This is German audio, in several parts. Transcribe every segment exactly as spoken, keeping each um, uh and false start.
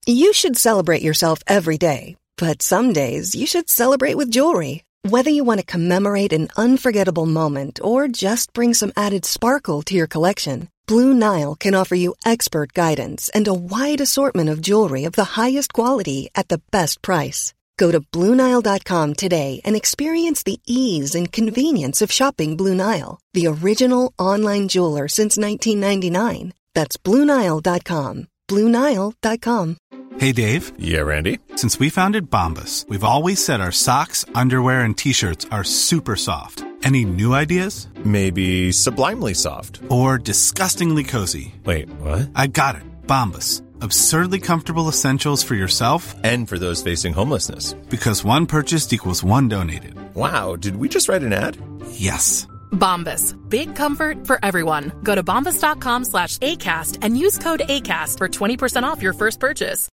You should celebrate yourself every day, but some days you should celebrate with jewelry. Whether you want to commemorate an unforgettable moment or just bring some added sparkle to your collection, Blue Nile can offer you expert guidance and a wide assortment of jewelry of the highest quality at the best price. Go to Blue Nile dot com today and experience the ease and convenience of shopping Blue Nile, the original online jeweler since nineteen ninety-nine. That's Blue Nile dot com. Blue Nile dot com. Hey, Dave. Yeah, Randy. Since we founded Bombas, we've always said our socks, underwear, and T-shirts are super soft. Any new ideas? Maybe sublimely soft. Or disgustingly cozy. Wait, what? I got it. Bombas. Absurdly comfortable essentials for yourself and for those facing homelessness. Because one purchased equals one donated. Wow, did we just write an ad? Yes. Bombas. Big comfort for everyone. Go to bombas dot com slash ACAST and use code ACAST for twenty percent off your first purchase.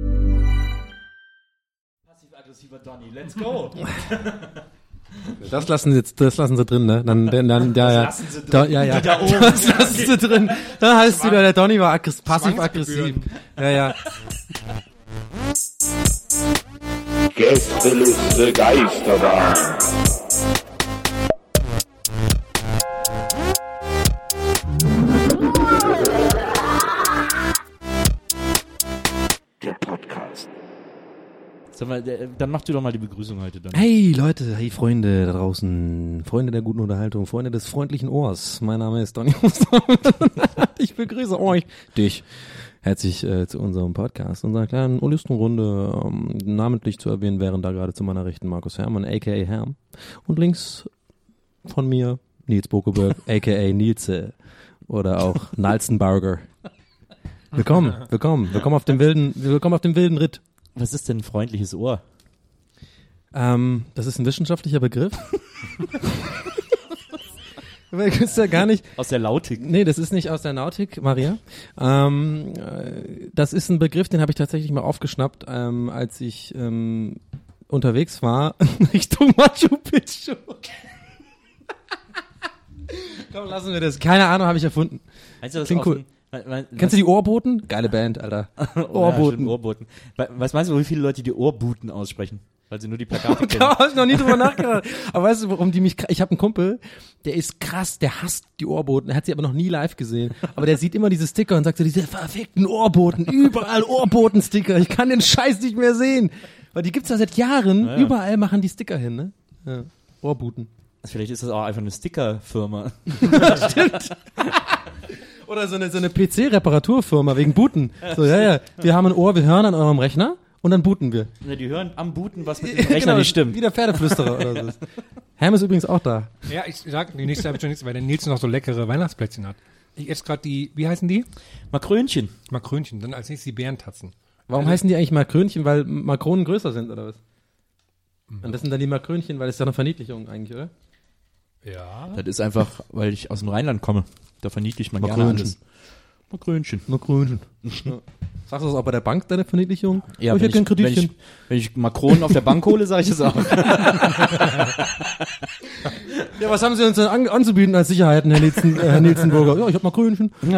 Passiv-aggressiver Donny, let's go. Das lassen sie jetzt, das lassen sie drin, ne? Dann, dann, dann ja, ja, lassen sie drin. Da, ja, ja. Da oben. Das lassen sie drin. Dann heißt es wieder, der Donny war aggress- passiv-aggressiv. Ja, ja. Gästeliste Geisterbahn. Der Podcast. Sag mal, dann mach du doch mal die Begrüßung heute dann. Hey Leute, hey Freunde da draußen, Freunde der guten Unterhaltung, Freunde des freundlichen Ohrs. Mein Name ist Donny Oster. Ich begrüße euch, dich, herzlich äh, zu unserem Podcast, unserer kleinen Olistenrunde. Ähm, namentlich zu erwähnen wären da gerade zu meiner Rechten Markus Hermann, aka Herm. Und links von mir Nils Bokeberg, aka Nilse. Oder auch Nalzenburger. Willkommen, willkommen, willkommen auf dem wilden, willkommen auf dem wilden Ritt. Was ist denn ein freundliches Ohr? Ähm, das ist ein wissenschaftlicher Begriff. Aber ihr wisst ja gar nicht. Aus der Lautik. Nee, das ist nicht aus der Nautik, Maria. Ähm, äh, das ist ein Begriff, den habe ich tatsächlich mal aufgeschnappt, ähm, als ich ähm, unterwegs war Richtung Machu Picchu. Komm, lassen wir das. Keine Ahnung, habe ich erfunden. Also das Klingt cool. Ein, mein, mein, Kennst du die Ohrboten? Geile Band, Alter. Ohrboten. Ja, Ohrboten. Was meinst du, wie viele Leute die Ohrbuten aussprechen? Weil sie nur die Plakate kennen. Da habe ich noch nie drüber nachgedacht. Aber weißt du, warum die mich, ich habe einen Kumpel, der ist krass, der hasst die Ohrboten, er hat sie aber noch nie live gesehen. Aber der sieht immer diese Sticker und sagt so, diese verfickten Ohrboten, überall Ohrboten-Sticker, ich kann den Scheiß nicht mehr sehen. Weil die gibt's ja seit Jahren, ja. Überall machen die Sticker hin, ne? Ja. Ohrbuten. Vielleicht ist das auch einfach eine Stickerfirma. Stimmt. Oder so eine, so eine P C-Reparaturfirma wegen Booten. So, ja, ja, wir haben ein Ohr, wir hören an eurem Rechner und dann booten wir. Ja, die hören am Booten, was mit dem Rechner genau, nicht stimmt. Wie der Pferdeflüsterer oder so. Ham ist übrigens auch da. Ja, ich sag, die nächste habe ich schon nichts, weil der Nils noch so leckere Weihnachtsplätzchen hat. Ich esse gerade die, wie heißen die? Makrönchen. Makrönchen, dann als nächstes die Bärentatzen. Warum also, heißen die eigentlich Makrönchen? Weil Makronen größer sind, oder was? Und das sind dann die Makrönchen, weil das ist ja eine Verniedlichung eigentlich, oder? Ja. Das ist einfach, weil ich aus dem Rheinland komme. Da verniedlicht man gerne Makrönchen. alles. Makrönchen. Makrönchen. Ja. Sagst du das auch bei der Bank, deine Verniedlichung? Ja, oh, ich wenn, hätte ich, gern wenn, ich, wenn ich Makronen auf der Bank hole, sage ich das auch. Ja, was haben Sie uns denn an, anzubieten als Sicherheiten, Herr, Nielsen, äh, Herr Nielsenburger? Ja, ich hab Makrönchen. Ja.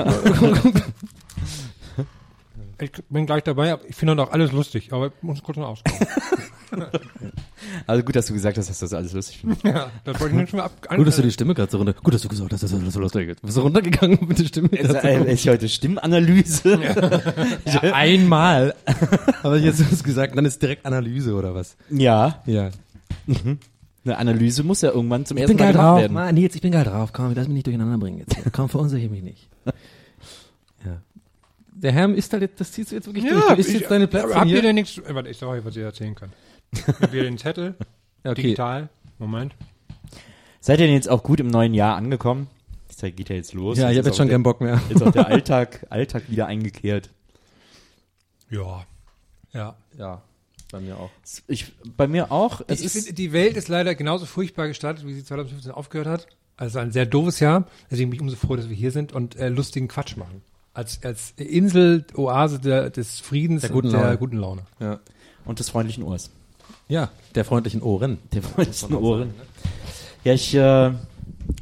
Ich bin gleich dabei, aber ich finde doch alles lustig, aber ich muss kurz noch auskommen. Also gut, dass du gesagt hast, dass das alles lustig findest. Ja, das wollte ich nicht schon mal ab. Gut, dass du die Stimme gerade so runter. Gut, dass du gesagt hast, dass das so lustig ist. Bist du runtergegangen mit der Stimme? Ist, äh, ich heute Stimmanalyse. Ja. Ja, einmal. Aber jetzt hast du gesagt, dann ist direkt Analyse oder was? Ja. Ja. Mhm. Eine Analyse muss ja irgendwann zum ich ersten bin Mal geil gemacht drauf. werden. Mann, Nils, ich bin geil drauf. Komm, lass mich nicht durcheinander bringen jetzt. Hier. Komm, verunsichere mich nicht. Ja. Der Herr ist halt jetzt, das ziehst du jetzt wirklich ja, durch. Du isst ich, jetzt deine Plätzchen habt hier. ihr denn nichts, äh, warte, ich sag euch, was ihr erzählen könnt. Habt ihr den Zettel? Ja, okay. Digital? Moment. Seid ihr denn jetzt auch gut im neuen Jahr angekommen? Das geht ja jetzt los. Ja, ich habe jetzt schon keinen Bock mehr. Jetzt auch der Alltag, Alltag wieder eingekehrt. Ja. Ja. Ja, bei mir auch. Ich, bei mir auch. Es ich ist finde, die Welt ist leider genauso furchtbar gestartet, wie sie zwanzig fünfzehn aufgehört hat. Also ein sehr doofes Jahr. Deswegen bin ich umso froh, dass wir hier sind und äh, lustigen Quatsch machen. Als, als Insel, Oase der, des Friedens der guten und der Laune. guten Laune. Ja. Und des freundlichen Ohrs. Ja, der freundlichen Ohren. Der freundlichen Ohren. Ja, ich, äh,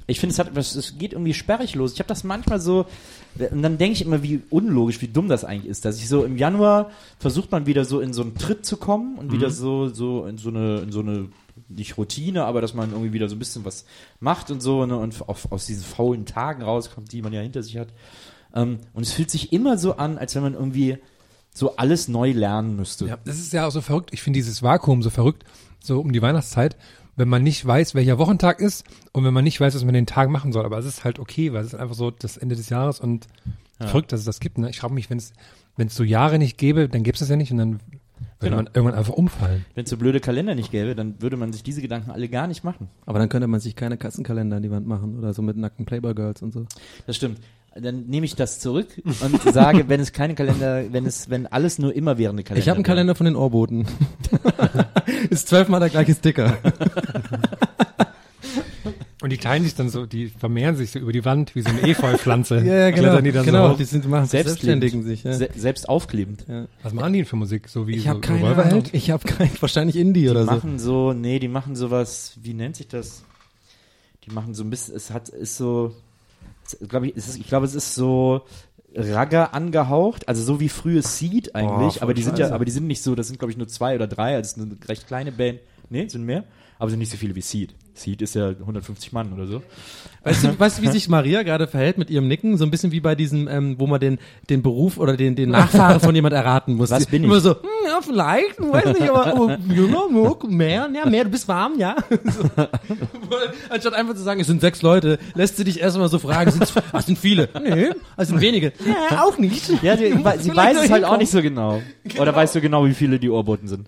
Ich finde, es hat, es geht irgendwie sperrig los. Ich habe das manchmal so, und dann denke ich immer, wie unlogisch, wie dumm das eigentlich ist, dass ich so im Januar versucht man wieder so in so einen Tritt zu kommen und mhm. wieder so, so in so eine, in so eine, nicht Routine, aber dass man irgendwie wieder so ein bisschen was macht und so, ne, und auf, aus diesen faulen Tagen rauskommt, die man ja hinter sich hat. Um, und es fühlt sich immer so an, als wenn man irgendwie so alles neu lernen müsste. Ja, das ist ja auch so verrückt. Ich finde dieses Vakuum so verrückt, so um die Weihnachtszeit, wenn man nicht weiß, welcher Wochentag ist und wenn man nicht weiß, was man den Tag machen soll. Aber es ist halt okay, weil es ist einfach so das Ende des Jahres und ja. verrückt, dass es das gibt. Ne? Ich frage mich, wenn es wenn es so Jahre nicht gäbe, dann gäbe es das ja nicht und dann würde genau. man irgendwann einfach umfallen. Wenn es so blöde Kalender nicht gäbe, dann würde man sich diese Gedanken alle gar nicht machen. Aber dann könnte man sich keine Kassenkalender an die Wand machen oder so mit nackten Playboy-Girls und so. Das stimmt. Dann nehme ich das zurück und sage, wenn es keine Kalender, wenn es, wenn alles nur immerwährende Kalender Ich habe einen Kalender von den Ohrboten. Ist zwölfmal der gleiche Sticker. Und die teilen sich dann so, die vermehren sich so über die Wand wie so eine Efeu-Pflanze. Ja, ja, genau. Die dann genau. So die sind, machen selbstständigen sich. Ja. Se- selbst aufklebend. Ja. Was machen die denn für Musik? So wie ich so habe keine Ahnung. Ich habe kein, wahrscheinlich Indie die oder so. Die machen so, nee, die machen sowas, wie nennt sich das? Die machen so ein bisschen, es hat, ist so, glaube ich, ist, ich glaube, es ist so Ragga angehaucht, also so wie frühe Seed eigentlich, oh, aber die sind ja, aber die sind nicht so, das sind glaube ich nur zwei oder drei, also es ist eine recht kleine Band. Nee, sind mehr, aber sind nicht so viele wie Seed. Seed ist ja hundertfünfzig Mann oder so. Weißt du, weißt du, wie sich Maria gerade verhält mit ihrem Nicken? So ein bisschen wie bei diesem, ähm, wo man den den Beruf oder den den Nachfahren von jemand erraten muss. Was bin ich? Immer so, hm, ja, vielleicht, weiß nicht, aber oh, jünger, mehr, ja, mehr, du bist warm, ja. So. Anstatt einfach zu sagen, es sind sechs Leute, lässt sie dich erstmal so fragen, sind's, ach, sind viele? Nee, es sind wenige. Ja, auch nicht. Ja, sie, sie weiß es halt auch nicht so genau. genau. Oder weißt du genau, wie viele die Ohrboten sind?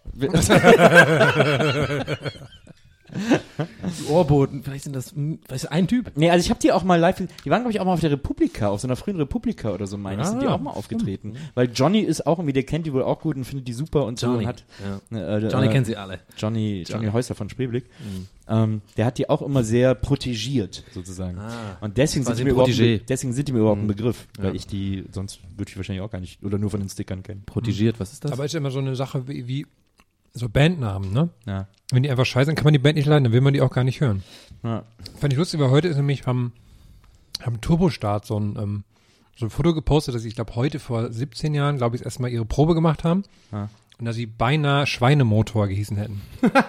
Die Ohrboten, vielleicht sind das, weiß ein Typ. Nee, also ich habe die auch mal live, die waren glaube ich auch mal auf der Republika, auf so einer frühen Republika oder so, meine ich, ah, sind die auch mal aufgetreten. Stimmt. Weil Johnny ist auch irgendwie, der kennt die wohl auch gut und findet die super und Johnny. so und hat, ja. äh, Johnny äh, kennt sie alle. Johnny, Johnny, Johnny Häusler von Spreeblick. Mhm. Ähm, der hat die auch immer sehr protegiert, sozusagen. Ah, und deswegen sind, die mir überhaupt, deswegen sind die mir überhaupt mhm. ein Begriff, weil ja. ich die, sonst würde ich wahrscheinlich auch gar nicht, oder nur von den Stickern kennen. Protegiert, was ist das? Aber ist ja immer so eine Sache wie, wie so Bandnamen, ne? Ja. Wenn die einfach scheiße sind, kann man die Band nicht leiden, dann will man die auch gar nicht hören. Ja. Fand ich lustig, weil heute ist nämlich am, am Turbostart so ein, ähm, so ein Foto gepostet, dass sie, ich glaube, heute vor siebzehn Jahren, glaube ich, erstmal ihre Probe gemacht haben. Ja. Und dass sie beinahe Schweinemotor gehießen hätten.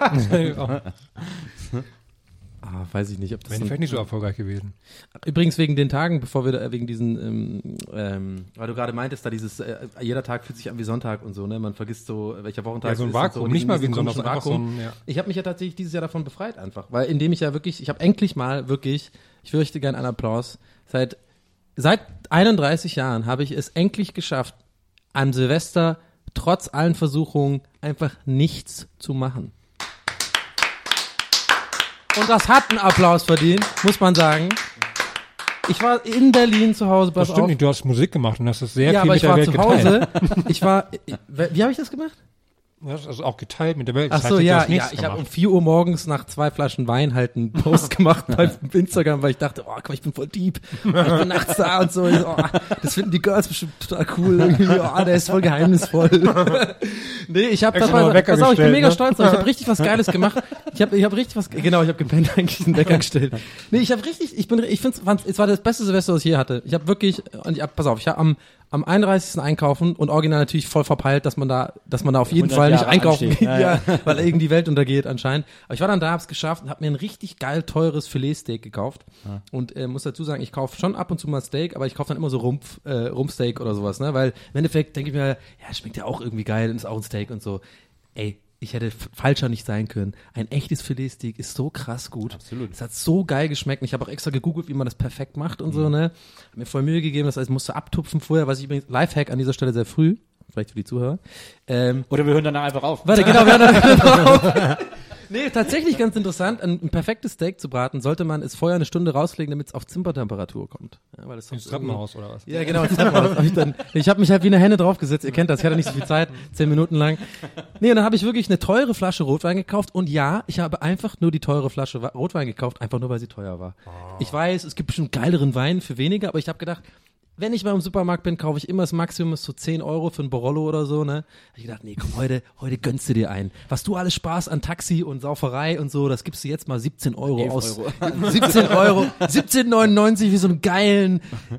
Ah, weiß ich nicht, ob das wäre vielleicht nicht so erfolgreich gewesen. Übrigens wegen den Tagen, bevor wir da, wegen diesen, ähm, ähm, weil du gerade meintest, da dieses, äh, jeder Tag fühlt sich an wie Sonntag und so, ne, man vergisst so, welcher Wochentag ja, so ein ist. Vakuum, so, nicht mal wie ein Sonntag, Vakuum. so ein, ja. Ich habe mich ja tatsächlich dieses Jahr davon befreit einfach, weil indem ich ja wirklich, ich habe endlich mal wirklich, ich fürchte gern einen Applaus, seit, seit einunddreißig Jahren habe ich es endlich geschafft, an Silvester trotz allen Versuchungen einfach nichts zu machen. Und das hat einen Applaus verdient, muss man sagen. Ich war in Berlin zu Hause. Das stimmt nicht, du hast Musik gemacht und hast das sehr ja, viel mit der Welt geteilt. Ja, aber ich war zu Hause. Ich war, wie habe ich das gemacht? Du hast also auch geteilt mit der Welt. Ach so, ja, ja, ich habe um vier Uhr morgens nach zwei Flaschen Wein halt einen Post gemacht bei Instagram, weil ich dachte, oh, komm, ich bin voll deep. Ich bin nachts da und so. Oh, das finden die Girls bestimmt total cool. Irgendwie, oh, der ist voll geheimnisvoll. Nee, ich habe dabei, pass auf, ich bin mega ne? stolz drauf. Ich habe richtig was Geiles gemacht. Ich habe ich hab richtig was, genau, ich habe gepennt eigentlich einen Wecker gestellt. Nee, ich habe richtig, ich bin, ich finde, es war das beste Silvester, was ich je hatte. Ich habe wirklich, und ich hab, pass auf, ich habe am Am einunddreißigsten einkaufen und original natürlich voll verpeilt, dass man da, dass man da auf jeden Fall nicht einkaufen geht, ja, ja. ja, weil irgendwie die Welt untergeht anscheinend. Aber ich war dann da, hab's geschafft und hab mir ein richtig geil teures Filetsteak gekauft. Ja. Und äh, muss dazu sagen, ich kaufe schon ab und zu mal Steak, aber ich kaufe dann immer so Rumpf, äh, Rumpsteak oder sowas, ne? Weil im Endeffekt denke ich mir, ja, schmeckt ja auch irgendwie geil und ist auch ein Steak und so. Ey, ich hätte f- falscher nicht sein können. Ein echtes Filetsteak ist so krass gut. Absolut. Es hat so geil geschmeckt. Und ich habe auch extra gegoogelt, wie man das perfekt macht und mhm. so, ne? Hab mir voll Mühe gegeben, das heißt, musste abtupfen vorher, was ich übrigens, Lifehack an dieser Stelle sehr früh, vielleicht für die Zuhörer. Ähm, Oder wir hören danach einfach auf. Warte, genau, wir hören danach auf. Nee, tatsächlich ganz interessant. Ein, ein perfektes Steak zu braten, sollte man es vorher eine Stunde rauslegen, damit es auf Zimmertemperatur kommt. Ja, weil das ins Treppenhaus oder was? Ja, genau, ins Treppenhaus. Hab ich dann, ich habe mich halt wie eine Henne draufgesetzt. Ihr kennt das, ich hatte nicht so viel Zeit, zehn Minuten lang. Nee, und dann habe ich wirklich eine teure Flasche Rotwein gekauft. Und ja, ich habe einfach nur die teure Flasche Rotwein gekauft, einfach nur, weil sie teuer war. Oh. Ich weiß, es gibt bestimmt geileren Wein für weniger, aber ich habe gedacht, wenn ich mal im Supermarkt bin, kaufe ich immer das Maximum ist so zehn Euro für ein Barolo oder so, ne? Hab ich gedacht, nee, komm, heute, heute gönnst du dir ein. Was du alles Spaß an Taxi und Sauferei und so, das gibst du jetzt mal siebzehn Euro aus. Euro. siebzehn Euro, siebzehn neunundneunzig wie so einen geilen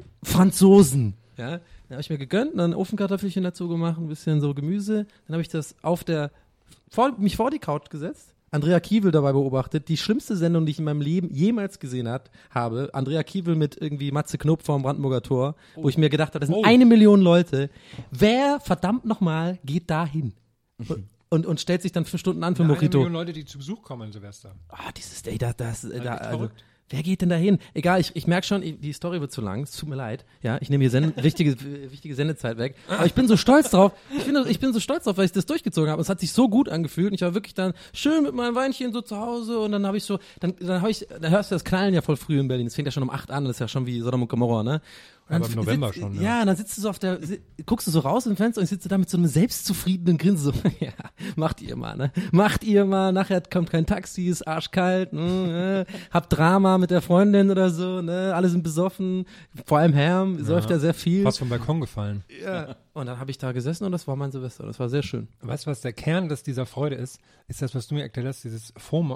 Franzosen, ja? Dann habe ich mir gegönnt, dann Ofenkartoffelchen dazu gemacht, ein bisschen so Gemüse. Dann habe ich das auf der, vor, mich vor die Couch gesetzt. Andrea Kiewel dabei beobachtet, die schlimmste Sendung, die ich in meinem Leben jemals gesehen hat, habe. Andrea Kiewel mit irgendwie Matze Knob vorm Brandenburger Tor, oh. wo ich mir gedacht habe, das sind oh. eine Million Leute. Wer verdammt nochmal geht da hin? Mhm. Und, und stellt sich dann fünf Stunden an für ja, Mojito. Eine Million Leute, die zu Besuch kommen, Silvester. Ah, dieses, ey, da, das, also da, also, wer geht denn da hin? Egal, ich, ich merke schon, die Story wird zu lang, es tut mir leid. Ja, ich nehme hier Send- wichtige, wichtige Sendezeit weg. Aber ich bin so stolz drauf. Ich bin, ich bin so stolz drauf, weil ich das durchgezogen habe. Es hat sich so gut angefühlt. Und ich war wirklich dann schön mit meinem Weinchen so zu Hause und dann habe ich so, dann, dann habe ich, dann hörst du das Knallen ja voll früh in Berlin. Es fängt ja schon um acht an, das ist ja schon wie Sodom und Gomorra, ne? Und aber im November sitzt, schon, ja. ja. Ja, dann sitzt du so auf der, guckst du so raus im Fenster und sitzt du da mit so einem selbstzufriedenen Grinsen so, ja, macht ihr mal, ne? Macht ihr mal, nachher kommt kein Taxi, ist arschkalt, ne? Habt Drama mit der Freundin oder so, ne? Alle sind besoffen, vor allem Herm, ja. säuft ja sehr viel. Fast vom Balkon gefallen. Ja. Und dann habe ich da gesessen und das war mein Silvester, das war sehr schön. Weißt du, was der Kern des, dieser Freude ist? Ist das, was du mir erklärt hast, dieses FOMO,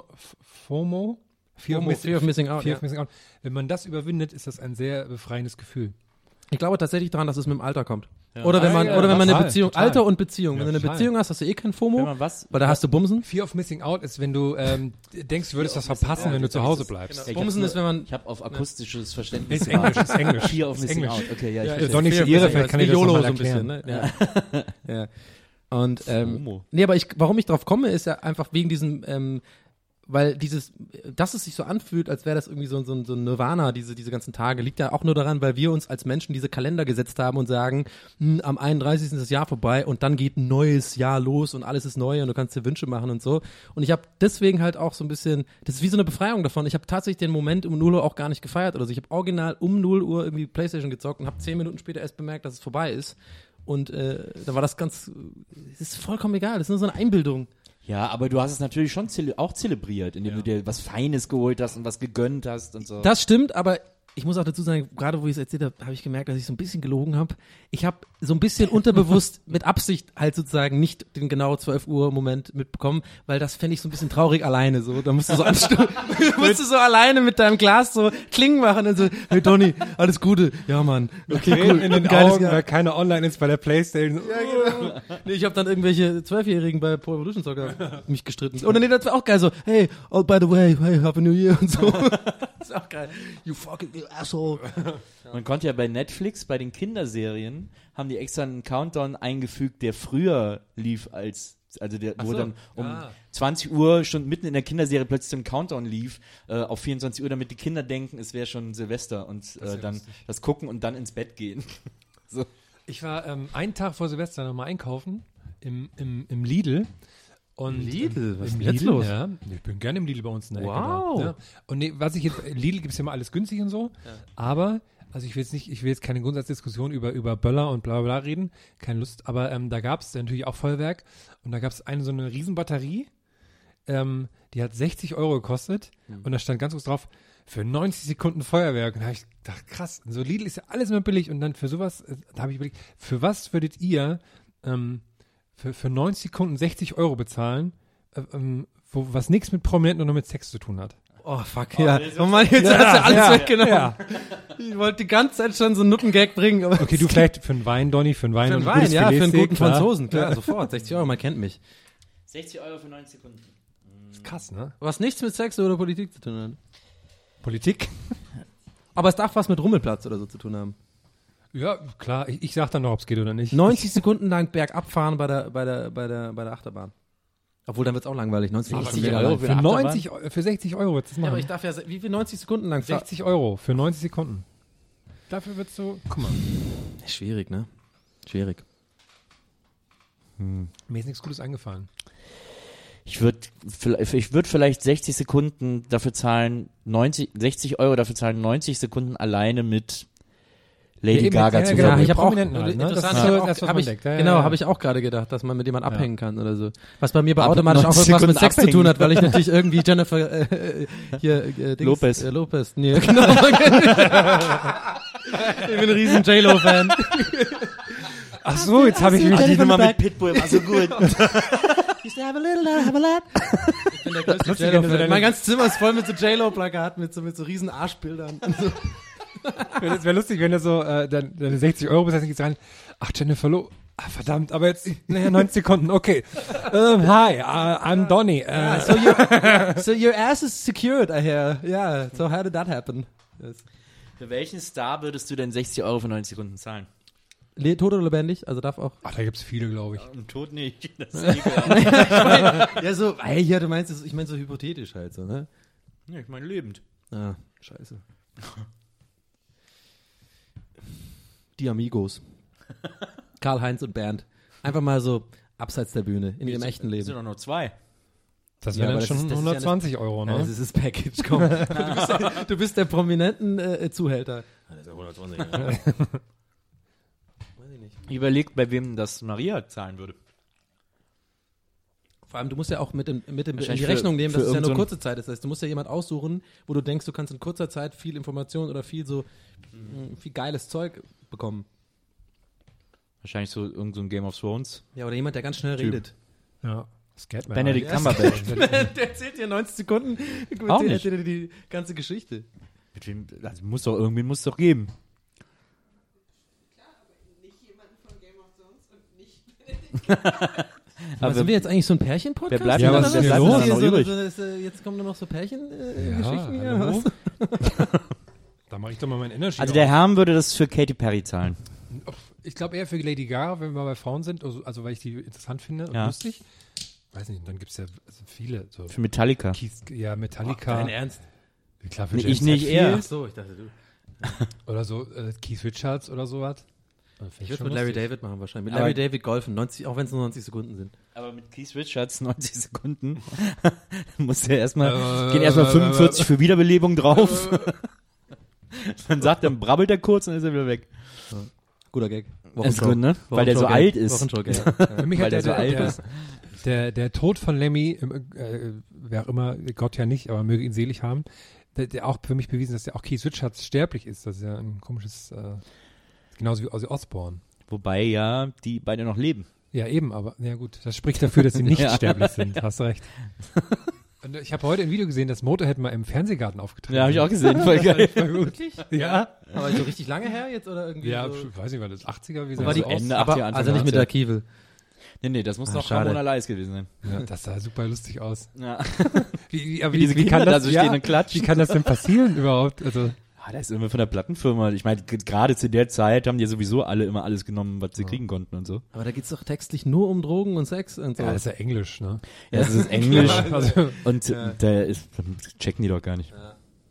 FOMO? Fear, FOMO, of, Fear of Missing Out. Fear ja. of Missing Out. Wenn man das überwindet, ist das ein sehr befreiendes Gefühl. Ich glaube tatsächlich daran, dass es mit dem Alter kommt. Ja. Oder wenn man, ah, ja, oder wenn man total, eine Beziehung, total. Alter und Beziehung. Ja, wenn du eine total. Beziehung hast, hast du eh kein Wenn FOMO, man was, weil da hast du Bumsen. Fear of Missing Out ist, wenn du ähm, denkst, du würdest was verpassen, Ja, wenn du das zu ist Hause das- bleibst. genau. Bumsen ist, wenn man- Ich habe auf akustisches Verständnis. Ist Englisch, ist Englisch. Fear of Ist Missing Englisch. Out. Okay, ja, ich Ja, verstehe. Donny Fear of Ehre, Missing vielleicht Out, kann wie ich das YOLO nochmal so ein bisschen, erklären. ne? Ja. ja. Und, ähm, FOMO. nee, aber ich, warum ich drauf komme, ist ja einfach wegen diesem, ähm, weil dieses, dass es sich so anfühlt, als wäre das irgendwie so, so, so ein Nirvana, diese, diese ganzen Tage, liegt ja auch nur daran, weil wir uns als Menschen diese Kalender gesetzt haben und sagen, hm, am einunddreißigsten ist das Jahr vorbei und dann geht ein neues Jahr los und alles ist neu und du kannst dir Wünsche machen und so. Und ich habe deswegen halt auch so ein bisschen, das ist wie so eine Befreiung davon. Ich habe tatsächlich den Moment um null Uhr auch gar nicht gefeiert oder so. Ich habe original um null Uhr irgendwie Playstation gezockt und habe zehn Minuten später erst bemerkt, dass es vorbei ist. Und äh, da war das ganz, es ist vollkommen egal, das ist nur so eine Einbildung. Ja, aber du hast es natürlich schon zele- auch zelebriert, indem du dir was Feines geholt hast und was gegönnt hast und so. Das stimmt, aber ich muss auch dazu sagen, gerade wo ich es erzählt habe, habe ich gemerkt, dass ich so ein bisschen gelogen habe. Ich habe so ein bisschen unterbewusst mit Absicht halt sozusagen nicht den genau zwölf Uhr Moment mitbekommen, weil das fände ich so ein bisschen traurig alleine so. Da musst du so anstu- musst du so alleine mit deinem Glas so Klingen machen und so, hey Donny, alles Gute. Ja, Mann. Okay, cool. In den Geiles Augen, Jahr. weil keiner online ist bei der Playstation. Ja, genau. Nee, ich habe dann irgendwelche Zwölfjährigen bei Pro Evolution Soccer mich gestritten. Oder nee, das war auch geil so, hey, oh, by the way, hey, Happy New Year und so. Das ist auch geil. You fucking asshole. Man konnte ja bei Netflix, bei den Kinderserien, haben die extra einen Countdown eingefügt, der früher lief als, also der, wo so. dann um Ah. zwanzig Uhr schon mitten in der Kinderserie plötzlich so ein Countdown lief, äh, auf vierundzwanzig Uhr, damit die Kinder denken, es wäre schon Silvester und äh, ja dann lustig. das gucken und dann ins Bett gehen. So. Ich war ähm, einen Tag vor Silvester nochmal einkaufen im, im, im Lidl. Und, Lidl? ähm, Was ist im denn jetzt Lidl, los? Ja, ich bin gerne im Lidl bei uns in der Ecke. Wow. Da, ja. Und nee, was ich jetzt, Lidl gibt's ja mal alles günstig und so, aber, also ich will jetzt nicht, ich will jetzt keine Grundsatzdiskussion über, über Böller und bla bla bla reden, keine Lust, aber ähm, da gab's natürlich auch Feuerwerk und da gab's eine so eine Riesenbatterie, ähm, die hat sechzig Euro gekostet Mhm. und da stand ganz groß drauf, für neunzig Sekunden Feuerwerk. Und da habe ich gedacht, krass, so Lidl ist ja alles immer billig und dann für sowas, äh, da habe ich überlegt, für was würdet ihr ähm, für, für neunzig Sekunden sechzig Euro bezahlen, äh, ähm, wo, was nichts mit Prominenten oder mit Sex zu tun hat? Oh, fuck, ja. Oh Mann, jetzt hast du alles ja, weggenommen. ja. Ich wollte die ganze Zeit schon so einen Nuttengag bringen. Aber Okay, du vielleicht für einen Wein, Donny, für einen Wein für und einen ein Wein, gutes ja, für einen Filetsteak, guten klar. Franzosen, klar, sofort. sechzig Euro, man kennt mich. sechzig Euro für neunzig Sekunden. Das ist krass, ne? Was nichts mit Sex oder Politik zu tun hat. Politik? Aber es darf was mit Rummelplatz oder so zu tun haben. Ja, klar, ich, ich sag dann noch, ob es geht oder nicht. neunzig Sekunden lang bergab fahren bei der, bei der, bei der, bei der Achterbahn. Obwohl, dann wird's auch langweilig. neunzig sechzig Sekunden Euro lang. für Für eine Achterbahn? neunzig, Eu- für sechzig Euro würdest du das Ja, machen. aber ich darf ja, wie viel neunzig Sekunden lang fahren? sechzig Euro für neunzig Sekunden. Dafür würdest du, guck mal, Schwierig, ne? Schwierig. mir ist nichts Gutes eingefallen. Ich würde ich würd vielleicht sechzig Sekunden dafür zahlen, neunzig, sechzig Euro dafür zahlen, neunzig Sekunden alleine mit Lady Ja, eben, Gaga ja, zu genau, verbringen. ich hab auch- Prominenten halt, ne? Das interessant, ist ich so hab auch, das, was hab man ich, denkt. Ja, ja, genau, ja. habe ich auch gerade gedacht, dass man mit jemandem Ja. abhängen kann oder so. Was bei mir bei Ab automatisch auch neunzig irgendwas mit Sekunden Sex zu tun hat, abhängen. weil ich natürlich irgendwie Jennifer äh, äh, hier äh, Dings, Lopez. äh, Lopez, nee, genau. Ich bin ein riesen J-Lo-Fan. Ach so, jetzt habe ich mich... Die Nummer mit Pitbull war so gut. Ich bin der größte Lustig, wenn du so J-Lo-Fan. deine- Mein ganzes Zimmer ist voll mit so J-Lo-Plakaten, mit so, mit so riesen Arschbildern. Und so. Es wäre lustig, wenn du so äh, deine, deine sechzig Euro besetzt, geht's rein. Ach, Jennifer Lo. Ah, verdammt, aber jetzt, naja, neunzig Sekunden, okay. Um, hi, uh, I'm Donny. Uh, So, your, so your ass is secured, I hear. Yeah, so how did that happen? Yes. Für welchen Star würdest du denn sechzig Euro für neunzig Sekunden zahlen? Le- Tot oder lebendig? Also darf auch. Ach, da gibt's viele, glaube ich. Im Tod nicht. Das ist egal. Ja, so, hey, ja, du meinst, das- ich meine so hypothetisch halt so, ne? Ja, ich meine lebend. Ah, scheiße. Die Amigos. Karl-Heinz und Bernd. Einfach mal so abseits der Bühne, in ihrem echten Das sind Leben. doch nur zwei. Das Ja, wären aber dann das schon ist- das ist ja hundertzwanzig Euro, Ja, ne? das ist das Package, komm. Du bist, du bist der prominenten äh, Zuhälter. Ah, das ist ja hundertzwanzig. Weiß ich nicht. Überlegt, bei wem das Maria zahlen würde. Vor allem, du musst ja auch mit, dem, mit dem, in Wahrscheinlich die für- Rechnung nehmen, für dass es ja nur irgend so ein- kurze Zeit ist. Das heißt, du musst ja jemand aussuchen, wo du denkst, du kannst in kurzer Zeit viel Information oder viel so, mh, viel geiles Zeug bekommen. Wahrscheinlich so irgend so ein Game of Thrones. Ja, oder jemand, der ganz schnell Typ. redet. Ja. Scatman. Benedict Ja, Cumberbatch. Der erzählt dir neunzig Sekunden, gut, Auch der nicht. erzählt dir die ganze Geschichte. Mit wem, also muss doch, irgendwie muss es doch geben. Aber sind wir jetzt eigentlich so ein Pärchen-Podcast? Wer bleibt Ja, denn was dann, ist wer denn bleibt denn los? dann noch so, übrig? so, das, äh, jetzt kommen nur noch so Pärchen-Geschichten. Äh, Ja, ja, hallo? was? Da mache ich doch mal mein Energy Also aus. der Herrn würde das für Katy Perry zahlen. Ich glaube eher für Lady Gaga, wenn wir bei Frauen sind, also, also weil ich die interessant finde und Ja. lustig. Weiß nicht, dann gibt es ja also viele. So Für Metallica. Keith, ja, Metallica. Dein Ernst? Klar, für Nee, James ich nicht, Hetfield er. Ach so, ich dachte du. Oder so äh, Keith Richards oder sowas. Ich würde mit Larry David machen wahrscheinlich. Mit Aber- Larry David golfen, neunzig, auch wenn es nur neunzig Sekunden sind. Aber mit Keith Richards neunzig Sekunden muss er erstmal, Äh, gehen erstmal äh, fünfundvierzig für Wiederbelebung drauf. Dann sagt er, brabbelt er kurz und dann ist er wieder weg. Guter Gag. Ist gut, ne? Weil der so Wochenschau-Gag. alt ist. Wochenschau-Gag. Für mich Weil hat der der, so alt der, ist. Der, der Tod von Lemmy, im, äh, wer auch immer, Gott ja nicht, aber möge ihn selig haben, der, der auch für mich bewiesen, dass der auch Keith Richards sterblich ist. Das ist ja ein komisches, äh, genauso wie Ozzy Osbourne. Wobei ja die beide noch leben. Ja, eben, aber ja gut, das spricht dafür, dass sie nicht Ja. sterblich sind. Hast recht. Und ich habe heute ein Video gesehen, dass Motorhead mal im Fernsehgarten aufgetreten Ja, habe ich ist. auch gesehen. Voll geil. Wirklich? Ja. Aber so richtig lange her jetzt oder irgendwie? Ja, so? ich weiß nicht, war das achtziger? Wie War sah die das aus? Ende aber, achtziger, Anfang also nicht mit der neunziger. Kiewel. Nee, nee, das muss Ah, noch schade. Ramona Leis gewesen sein. Ja, das sah super lustig aus. Ja. Wie, wie, aber Wie diese Kinder da so stehen und klatschen. Wie kann das denn passieren überhaupt? Also, Ah, da ist immer von der Plattenfirma. Ich meine, g- gerade zu der Zeit haben die ja sowieso alle immer alles genommen, was sie kriegen konnten und so. Aber da geht's doch textlich nur um Drogen und Sex und so. ja, das ist ja Englisch, ne? Ja, das ist Englisch. Also, Und Ja. da ist, checken die doch gar nicht.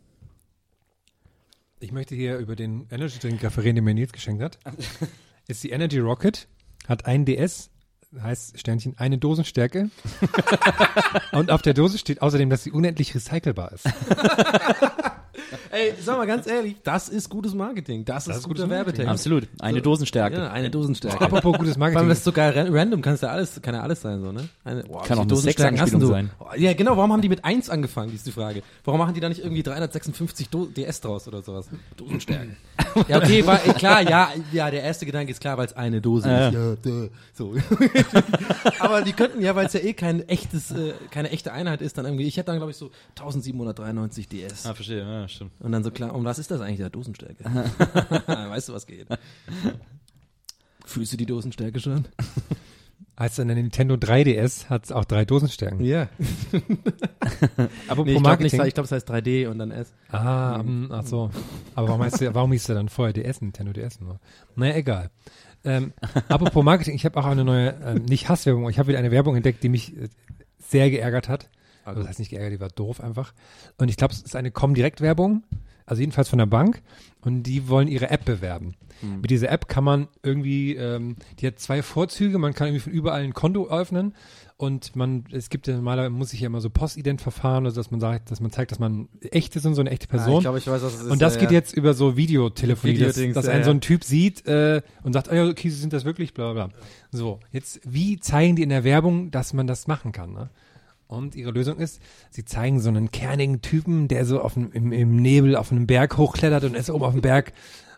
ich möchte hier über den Energy Drink referieren, den mir Nils geschenkt hat. Ist die Energy Rocket, hat ein D S, heißt Sternchen, eine Dosenstärke. Und auf der Dose steht außerdem, dass sie unendlich recycelbar ist. Ey, sag mal ganz ehrlich, das ist gutes Marketing. Das, Das ist ist guter gutes Marketing. Werbetext. Absolut. Eine So. Dosenstärke. Ja, eine Dosenstärke. Apropos gutes Vor allem, Marketing. das ist so geil ran- random, kannst ja alles, kann ja alles sein, so, ne? Eine, boah, Kann wie auch viele eine Dosenstärken hast Sexanspielung denn du? sein. Oh, ja, genau, warum haben die mit eins angefangen, ist die Frage. Warum machen die da nicht irgendwie dreihundertsechsundfünfzig Do- D S draus oder sowas? Dosenstärken. Ja, okay, war, äh, klar, ja, ja, der erste Gedanke ist klar, weil es eine Dose Ja. ist. Ja, duh. So. Aber die könnten ja, weil es ja eh kein echtes, äh, keine echte Einheit ist, dann irgendwie, ich hätte dann, glaube ich, so eintausendsiebenhundertdreiundneunzig D S. Ah, verstehe. Ja, stimmt. Und dann so klar, um was ist das eigentlich, der Dosenstärke? Weißt du, was geht? Fühlst du die Dosenstärke schon? Heißt dann der Nintendo drei D S hat auch drei Dosenstärken. Ja. Aber Nee, pro ich glaube Marketing. nicht, ich glaube, es heißt drei D und dann S. Ah, mm, ach so. Aber warum heißt der, warum hieß der dann vorher D S, Nintendo D S nur? Naja, egal. Ähm, apropos Marketing, ich habe auch eine neue, ähm, nicht Hasswerbung, ich habe wieder eine Werbung entdeckt, die mich äh, sehr geärgert hat. Also das heißt nicht geärgert, die war doof einfach. Und ich glaube, es ist eine Com-Direkt-Werbung, also jedenfalls von der Bank. Und die wollen ihre App bewerben. Hm. Mit dieser App kann man irgendwie, ähm, die hat zwei Vorzüge, man kann irgendwie von überall ein Konto öffnen. Und man, es gibt ja normalerweise, muss sich ja immer so Postident-Verfahren, also dass man sagt, dass man zeigt, dass man echt ist und so eine echte Person. Ah, ich glaube, ich weiß, was es ist. Und das ja, geht ja. jetzt über so Videotelefonie, dass, Videodings, dass ja, ein ja. so ein Typ sieht äh, und sagt, oh ja, okay, Sie sind das wirklich, bla bla. So, jetzt, wie zeigen die in der Werbung, dass man das machen kann? Ne? Und ihre Lösung ist, sie zeigen so einen kernigen Typen, der so auf dem, im, im Nebel auf einem Berg hochklettert und ist oben auf dem Berg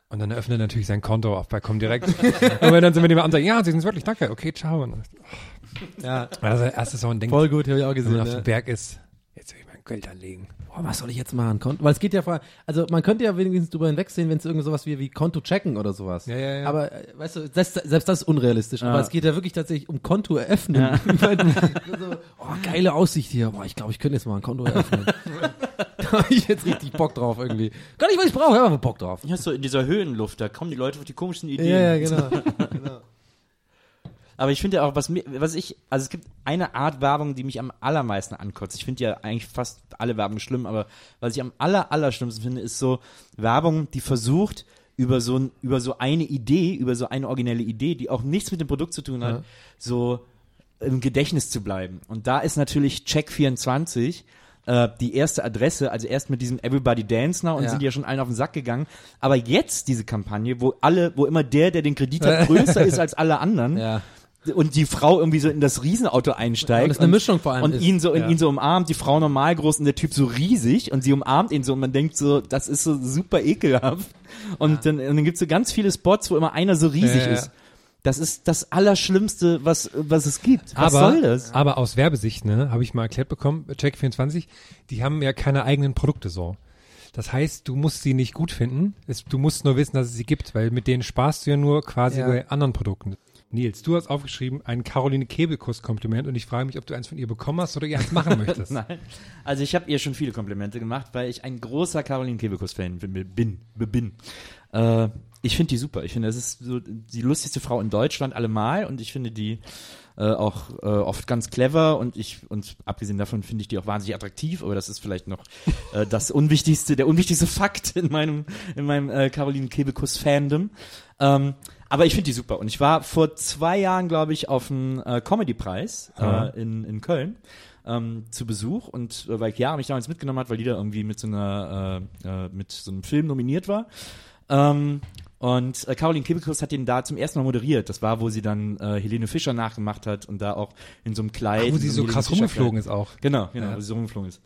Und dann eröffnet er natürlich sein Konto auf bei Comdirect. Und wenn dann so mit dem anderen sagt, ja, sie sind wirklich, danke, okay, ciao. Und, oh. Ja. Also erstes so ein Ding, Voll gut, habe ich auch wenn gesehen. man auf Ja. dem Berg ist, jetzt will ich mein Geld anlegen. Boah, was soll ich jetzt machen? Konto? Weil es geht ja vor, also man könnte ja wenigstens drüber hinwegsehen, wenn es irgend sowas wie, wie Konto checken oder sowas. Ja, ja, ja. Aber, äh, weißt du, selbst, selbst das ist unrealistisch. Ja. Aber es geht ja wirklich tatsächlich um Konto eröffnen. Ja. so, oh, geile Aussicht hier. Boah, ich glaube, ich könnte jetzt mal ein Konto eröffnen. Da habe ich jetzt richtig Bock drauf irgendwie. Gar nicht, was ich brauche, aber Bock drauf. Ja, so in dieser Höhenluft, da kommen die Leute auf die komischen Ideen. Ja, ja, genau. genau. Aber ich finde ja auch, was mir, was ich, also es gibt eine Art Werbung, die mich am allermeisten ankotzt. Ich finde ja eigentlich fast alle Werbung schlimm, aber was ich am aller, allerschlimmsten finde, ist so Werbung, die versucht, über so, ein, über so eine Idee, über so eine originelle Idee, die auch nichts mit dem Produkt zu tun hat, Ja. so im Gedächtnis zu bleiben. Und da ist natürlich Check vierundzwanzig äh, die erste Adresse, also erst mit diesem Everybody Dance Now und Ja. sind ja schon allen auf den Sack gegangen. Aber jetzt diese Kampagne, wo alle, wo immer der, der den Kredit hat, größer ist als alle anderen. Ja. Und die Frau irgendwie so in das Riesenauto einsteigt. Und das eine Mischung vor allem Und ist. ihn so, in Ja. ihn so umarmt, die Frau normal groß und der Typ so riesig und sie umarmt ihn so und man denkt so, das ist so super ekelhaft. Und dann, und dann gibt's so ganz viele Spots, wo immer einer so riesig Ja, ja. ist. Das ist das Allerschlimmste, was, was es gibt. Was aber, soll das? Aber aus Werbesicht, ne, habe ich mal erklärt bekommen, Check vierundzwanzig, die haben ja keine eigenen Produkte so. Das heißt, du musst sie nicht gut finden, es, du musst nur wissen, dass es sie gibt, weil mit denen sparst du ja nur quasi Ja. bei anderen Produkten. Nils, du hast aufgeschrieben, ein Caroline Kebekus-Kompliment und ich frage mich, ob du eins von ihr bekommen hast oder ihr eins machen möchtest. Nein. Also ich habe ihr schon viele Komplimente gemacht, weil ich ein großer Caroline Kebekus-Fan bin. bin, bin. Äh, ich finde die super. Ich finde, das ist so die lustigste Frau in Deutschland allemal und ich finde die äh, auch äh, oft ganz clever und ich und abgesehen davon finde ich die auch wahnsinnig attraktiv, aber das ist vielleicht noch äh, das unwichtigste, der unwichtigste Fakt in meinem in meinem äh, Caroline Kebekus-Fandom. Ähm, aber ich finde die super. Und ich war vor zwei Jahren, glaube ich, auf dem äh, Comedy-Preis Ja. äh, in, in Köln ähm, zu Besuch. Und äh, weil Chiara mich damals mitgenommen hat, weil die da irgendwie mit so einer äh, äh, mit so einem Film nominiert war. Ähm, und äh, Caroline Kebekus hat den da zum ersten Mal moderiert. Das war, wo sie dann äh, Helene Fischer nachgemacht hat und da auch in so einem Kleid. Ach, wo sie in so einem krass Helene rumgeflogen Fischer-Kleid. ist auch. Genau, genau, Ja. wo sie rumgeflogen ist.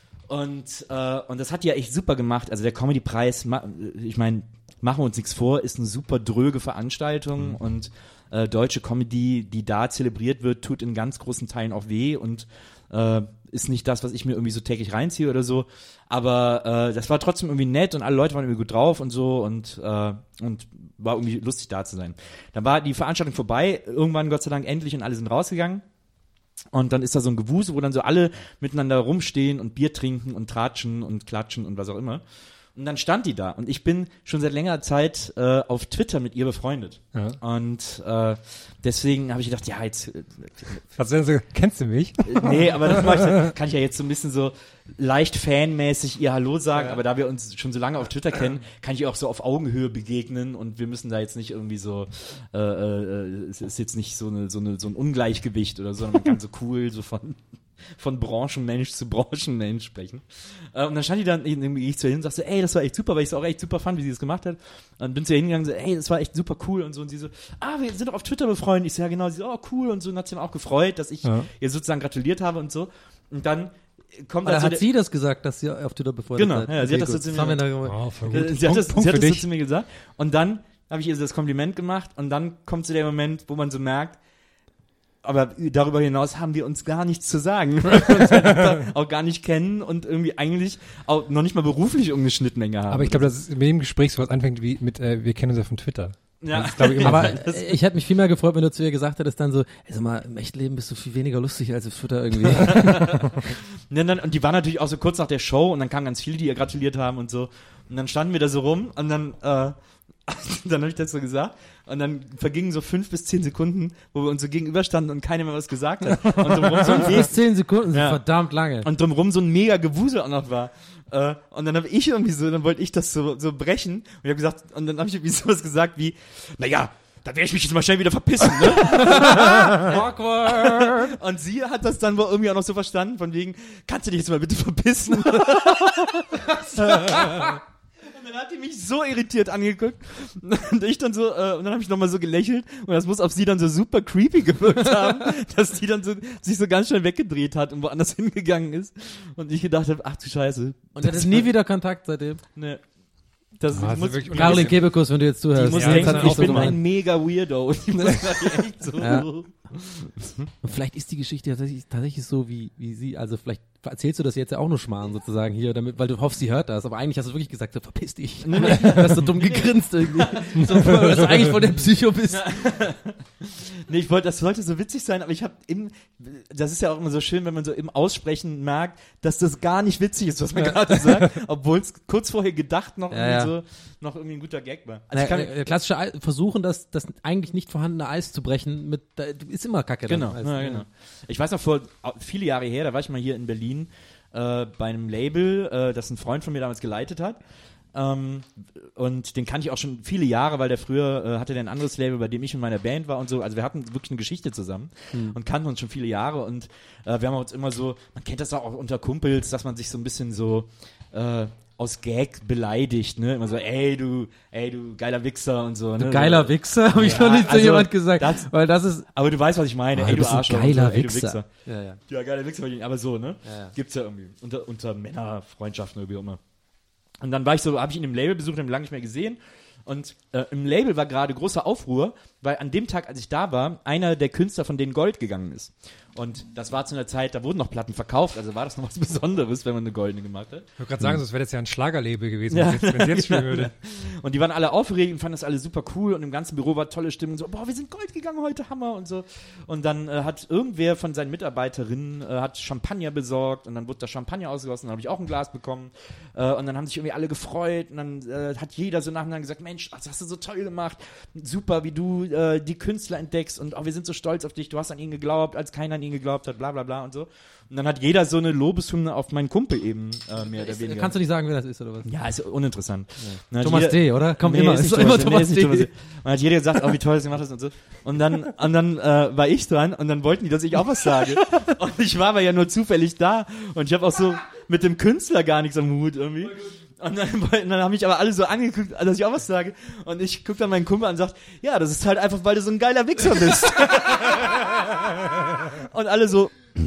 Und, äh, und das hat die ja echt super gemacht. Also der Comedy-Preis, ma- ich meine, machen wir uns nichts vor, ist eine super dröge Veranstaltung Mhm. und äh, deutsche Comedy, die da zelebriert wird, tut in ganz großen Teilen auch weh und äh, ist nicht das, was ich mir irgendwie so täglich reinziehe oder so. Aber äh, das war trotzdem irgendwie nett und alle Leute waren irgendwie gut drauf und so und, äh, und war irgendwie lustig da zu sein. Dann war die Veranstaltung vorbei, irgendwann Gott sei Dank endlich und alle sind rausgegangen. Und dann ist da so ein Gewusel, wo dann so alle miteinander rumstehen und Bier trinken und tratschen und klatschen und was auch immer. Und dann stand die da und ich bin schon seit längerer Zeit äh, auf Twitter mit ihr befreundet. Ja. Und äh, deswegen habe ich gedacht, ja, jetzt äh, Was denn so, kennst du mich? nee, aber das mach ich, dann kann ich ja jetzt so ein bisschen so leicht fanmäßig ihr Hallo sagen, Ja. aber da wir uns schon so lange auf Twitter kennen, kann ich ihr auch so auf Augenhöhe begegnen und wir müssen da jetzt nicht irgendwie so, äh, äh, es ist jetzt nicht so eine, so eine, so ein Ungleichgewicht oder so, sondern man kann so cool so von von Branchenmensch zu Branchenmensch sprechen. Äh, und dann stand die dann, irgendwie ich zu ihr hin und sagte, ey, das war echt super, weil ich es auch echt super fand, wie sie das gemacht hat. Und dann bin zu ihr hingegangen und so, ey, das war echt super cool und so. Und sie so, ah, wir sind doch auf Twitter befreundet. Ich so, ja genau. Sie so, oh, cool. Und so, und hat sich dann auch gefreut, dass ich Ja. ihr sozusagen gratuliert habe und so. Und dann kommt Oder also hat der, sie das gesagt, dass sie auf Twitter befreundet Genau, seid? ja, sie hat das gut. so zu mir haben wir da gesagt. gemacht. Oh, voll äh, gut. sie hat Punkt, das, Punkt sie hat für das so dich. zu mir gesagt. Und dann habe ich ihr das Kompliment gemacht und dann kommt so der Moment, wo man so merkt, aber darüber hinaus haben wir uns gar nichts zu sagen, weil wir uns halt auch gar nicht kennen und irgendwie eigentlich auch noch nicht mal beruflich irgendeine Schnittmenge haben. Aber ich glaube, dass es mit dem Gespräch sowas anfängt wie mit, äh, wir kennen uns ja von Twitter. ja. Das ist, glaube ich, immer Aber äh, ich hätte mich viel mehr gefreut, wenn du zu ihr gesagt hättest dann so, ey, sag mal, im Echtleben bist du viel weniger lustig als auf Twitter irgendwie. Und, dann, und die war natürlich auch so kurz nach der Show und dann kamen ganz viele, die ihr gratuliert haben und so. Und dann standen wir da so rum und dann, äh, dann habe ich das so gesagt und dann vergingen so fünf bis zehn Sekunden, wo wir uns so gegenüberstanden und keiner mehr was gesagt hat. Und drumherum so ein Fünf bis zehn Sekunden sind Ja. verdammt lange. und drumherum so ein mega Gewusel auch noch war. Äh, und dann habe ich irgendwie so, dann wollte ich das so, so brechen und ich habe gesagt, und dann habe ich irgendwie sowas gesagt wie, naja, da werde ich mich jetzt mal schnell wieder verpissen, ne? Awkward. Und sie hat das dann wohl irgendwie auch noch so verstanden, von wegen, kannst du dich jetzt mal bitte verpissen? Und dann hat die mich so irritiert angeguckt und ich dann so, äh, und dann habe ich nochmal so gelächelt und das muss auf sie dann so super creepy gewirkt haben, dass die dann so sich so ganz schnell weggedreht hat und woanders hingegangen ist und ich gedacht habe, ach du Scheiße. Und hattest nie wieder Kontakt seitdem? Ne. Das Ah, das muss, ist wirklich Caroline Kebekus, wenn du jetzt die zuhörst. muss Ja, denken, das ist ich auch bin so ein gemeint. mega Weirdo. Die muss echt so. Ja. Und vielleicht ist die Geschichte tatsächlich, tatsächlich so wie, wie sie, also vielleicht erzählst du das jetzt ja auch nur Schmarrn sozusagen hier, damit, weil du hoffst, sie hört das, aber eigentlich hast du wirklich gesagt, so verpiss dich. Du hast so dumm gegrinst irgendwie. So, dass du eigentlich voll der Psycho bist. Nee, ich wollte, das sollte so witzig sein, aber ich habe im, das ist ja auch immer so schön, wenn man so im Aussprechen merkt, dass das gar nicht witzig ist, was man gerade sagt, obwohl es kurz vorher gedacht noch Ja, irgendwie ja. so, noch irgendwie ein guter Gag war. Also Also ich kann, äh, klassische Ei- versuchen, das, das eigentlich nicht vorhandene Eis zu brechen, mit, da, ist immer Kacke. dann. genau, Also, ja, genau. Ich weiß noch vor viele Jahre her, da war ich mal hier in Berlin äh, bei einem Label, äh, das ein Freund von mir damals geleitet hat. Ähm, und den kannte ich auch schon viele Jahre, weil der früher äh, hatte der ein anderes Label, bei dem ich in meiner Band war und so. Also wir hatten wirklich eine Geschichte zusammen Hm. und kannten uns schon viele Jahre und äh, wir haben uns immer so, man kennt das auch unter Kumpels, dass man sich so ein bisschen so äh, aus Gag beleidigt, ne? Immer so, ey du, ey du geiler Wichser und so. Du ne? geiler Wichser, habe ich Ja, noch nicht zu also jemand gesagt. das- weil das ist, Aber du weißt, was ich meine. Ah, ey du du bist ein Arschloch. geiler und so, ey, du Wichser. Wichser. ja, ja. Ja, geiler Wichser, aber so, ne? Ja, ja. Gibt's ja irgendwie. Unter, unter Männerfreundschaften oder wie auch immer. Und dann war ich so, habe ich ihn im Label besucht, haben ihn lange nicht mehr gesehen. Und äh, im Label war gerade großer Aufruhr, weil an dem Tag, als ich da war, einer der Künstler von denen Gold gegangen ist. Und das war zu einer Zeit, da wurden noch Platten verkauft, also war das noch was Besonderes, wenn man eine goldene gemacht hat. Ich wollte gerade sagen, sonst wäre das ja ein Schlagerlabel gewesen, Ja. wenn es jetzt, wenn's jetzt spielen würde. Und die waren alle aufgeregt und fanden das alle super cool und im ganzen Büro war tolle Stimmung, so, boah, wir sind Gold gegangen heute, Hammer und so. Und dann äh, hat irgendwer von seinen Mitarbeiterinnen äh, hat Champagner besorgt und dann wurde das Champagner ausgegossen, dann habe ich auch ein Glas bekommen äh, und dann haben sich irgendwie alle gefreut und dann äh, hat jeder so nacheinander gesagt, Mensch, das hast du so toll gemacht, super, wie du äh, die Künstler entdeckst und oh, wir sind so stolz auf dich, du hast an ihn geglaubt, als keiner an ihn geglaubt hat, bla bla bla und so. Und dann hat jeder so eine Lobeshymne auf meinen Kumpel eben äh, mehr oder weniger. Kannst du nicht sagen, wer das ist oder was? Ja, ist uninteressant. Dann hat Thomas jeder- D., oder? Kommt Nee, immer, ist ist nicht doch immer Thomas, Thomas nee, ist nicht Thomas D. D. Man hat jeder gesagt, oh, wie toll das gemacht hast und so. Und dann, und dann äh, war ich dran und dann wollten die, dass ich auch was sage. Und ich war aber ja nur zufällig da und ich habe auch so mit dem Künstler gar nichts am Hut irgendwie. Und dann, und dann haben mich aber alle so angeguckt, dass ich auch was sage. Und ich guck dann meinen Kumpel an und sag, ja, das ist halt einfach, weil du so ein geiler Wichser bist. Und alle so, Was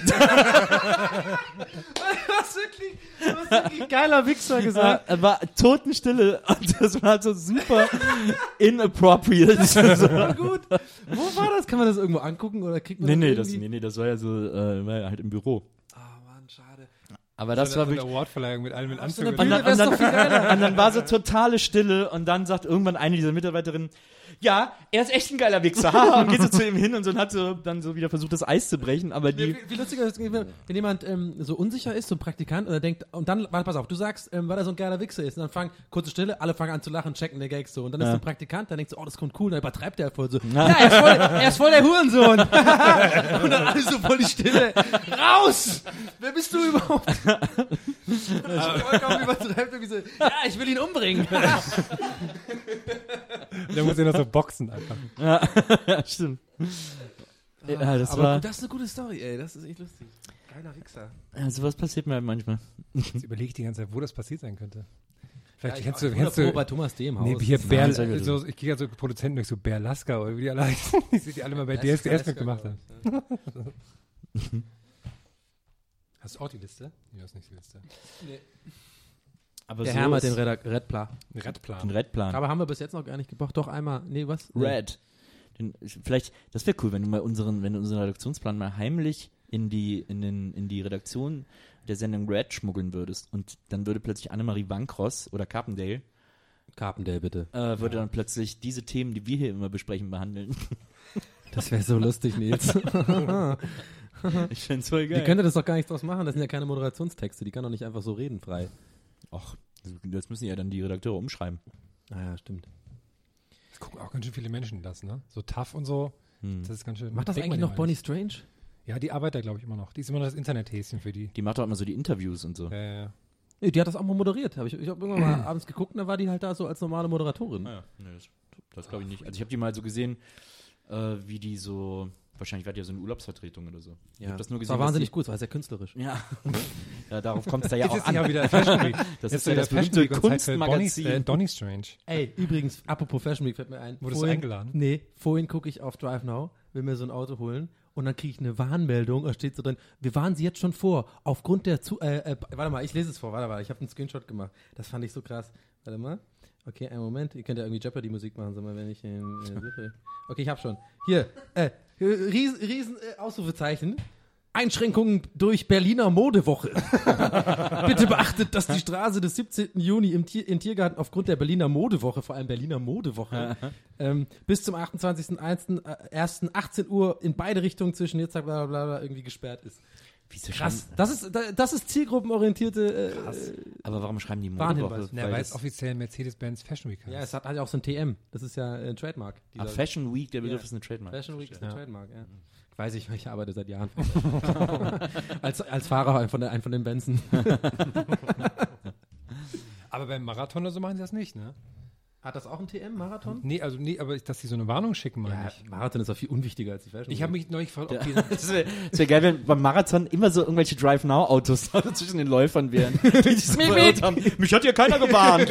wirklich, was wirklich geiler Wichser gesagt. ja, war Totenstille und das war so super inappropriate. So. Gut. Wo war das? Kann man das irgendwo angucken oder kriegt man Nee, das nee, irgendwie? das, nee, nee, das war ja so, äh, war ja halt im Büro. Ah, Mann, schade. Aber das war eine wirklich. Awardverleihung mit allem mit eine Anzug. Und Bühne dann, wär's und, doch viel geiler. dann, und dann war so totale Stille und dann sagt irgendwann eine dieser Mitarbeiterinnen, ja, er ist echt ein geiler Wichser, haha, und geht so zu ihm hin und so und hat so dann so wieder versucht, das Eis zu brechen, aber Wie, die, wie lustiger ist es, wenn wenn jemand ähm, so unsicher ist, so ein Praktikant, und er denkt, und dann, warte, pass auf, du sagst, ähm, weil er so ein geiler Wichser ist, und dann fangen, kurze Stille, alle fangen an zu lachen, checken der Gags so, und dann ist Ja. so ein Praktikant, der denkt so, oh, das kommt cool, dann übertreibt er voll so, ja, er, ist voll, er ist voll der Hurensohn. Und dann alle so voll die Stille, raus! Wer bist du überhaupt? Vollkommen übertreibt, irgendwie so, ja, ich will ihn umbringen. Der muss ja noch so boxen einfach. ja, stimmt. Ja, das Aber war, gut, das ist eine gute Story, ey, das ist echt lustig. Geiler Wichser. ja, sowas passiert mir halt manchmal. Jetzt überlege ich die ganze Zeit, wo das passiert sein könnte. Vielleicht kennst du, ich kennst war du, bei Thomas D. im Haus. nee, hier Das ist- Bär, Nein, sehr gut. so, ich gehe ja so Produzenten durch, so Bär Lasker oder wie die alle heißen, die die alle mal bei D S D S mitgemacht haben. Hast du auch die Liste? Nee, hast nicht die Liste. Aber Der so Herr hat den ist Red, Red Pla. Ein Radplan. ein Redplan. Aber haben wir bis jetzt noch gar nicht gebracht. Doch einmal. Nee, was? Nee. Red. Den, vielleicht, das wäre cool, wenn du mal unseren, wenn du unseren Redaktionsplan mal heimlich in die, in den, in die Redaktion der Sendung Red schmuggeln würdest und dann würde plötzlich Annemarie Wankross oder Carpendale Carpendale, bitte. äh, würde dann plötzlich diese Themen, die wir hier immer besprechen, behandeln. Das wäre so lustig, Nils. Ich find's voll Die könnte das doch gar nicht draus machen. Das sind ja keine Moderationstexte. Die kann doch nicht einfach so reden frei. Ach, das müssen ja dann die Redakteure umschreiben. Ah ja, stimmt. Das gucken auch ganz schön viele Menschen das, ne? So tough und so. Hm. Das ist ganz schön. Macht das denkt eigentlich man noch immer Bonnie nicht. Strange? Ja, die arbeitet da, glaube ich, immer noch. Die ist immer noch das Internethäschen für die. Die macht auch immer so die Interviews und so. Ja, ja, ja. Nee, die hat das auch mal moderiert. Hab ich ich habe irgendwann mal abends geguckt und da war die halt da so als normale Moderatorin. Ah ja, nee, das, das glaube ich nicht. Also ich habe die mal so gesehen, äh, wie die so, wahrscheinlich war die ja so eine Urlaubsvertretung oder so. Ich habe das nur das gesehen. war was wahnsinnig die, gut, war sehr künstlerisch. Ja. Ja, darauf kommt es da ja auch Jetzt ist an. ja wieder Fashion Week. Das Jetzt ist ja wieder das berühmte Week und Zeit für Bonnie's, Kunstmagazin. äh, Donny Strange. Ey, übrigens, apropos Fashion Week, fällt mir ein. Wurdest du vorhin- eingeladen? Nee, vorhin gucke ich auf Drive Now, will mir so ein Auto holen und dann kriege ich eine Warnmeldung, da steht so drin, wir warnen Sie jetzt schon vor, aufgrund der, zu äh, äh, warte mal, ich lese es vor, warte mal, ich habe einen Screenshot gemacht, das fand ich so krass. Warte mal. Okay, einen Moment. Ihr könnt ja irgendwie Jeopardy-Musik machen, sag mal, wenn ich äh, suche. Okay, ich hab schon. Hier, äh, riesen, riesen äh, Ausrufezeichen. Einschränkungen durch Berliner Modewoche. Bitte beachtet, dass die Straße des siebzehnten Juni im, Tier, im Tiergarten aufgrund der Berliner Modewoche, vor allem Berliner Modewoche, ähm, bis zum achtundzwanzigsten ersten achtzehn Uhr in beide Richtungen zwischen jetzt bla bla bla irgendwie gesperrt ist. Wieso Krass. Das ist, das ist zielgruppenorientierte. Äh, Krass. Aber warum schreiben die Warnhinweis. Modewoche? Na, weil es offiziell Mercedes-Benz Fashion Week heißt. Ja, es hat halt auch so ein T M. Das ist ja ein Trademark. Ah, Fashion Week, der Begriff Ja. ist eine Trademark. Fashion Week ist ein Ja. Trademark, ja. Weiß ich, ich arbeite seit Jahren. als, als Fahrer von, der, ein von den Benzen. Aber beim Marathon oder so machen sie das nicht, ne? Hat das auch ein T M, Marathon? Nee, also nee, aber dass die so eine Warnung schicken, meine Ja, ich. Marathon ist auch viel unwichtiger als die Fashion Ich habe mich neulich gefragt, ob die... Das wäre wär geil, wenn beim Marathon immer so irgendwelche Drive-Now-Autos zwischen den Läufern wären. Die sich so verirrt haben. Mich hat hier keiner gewarnt.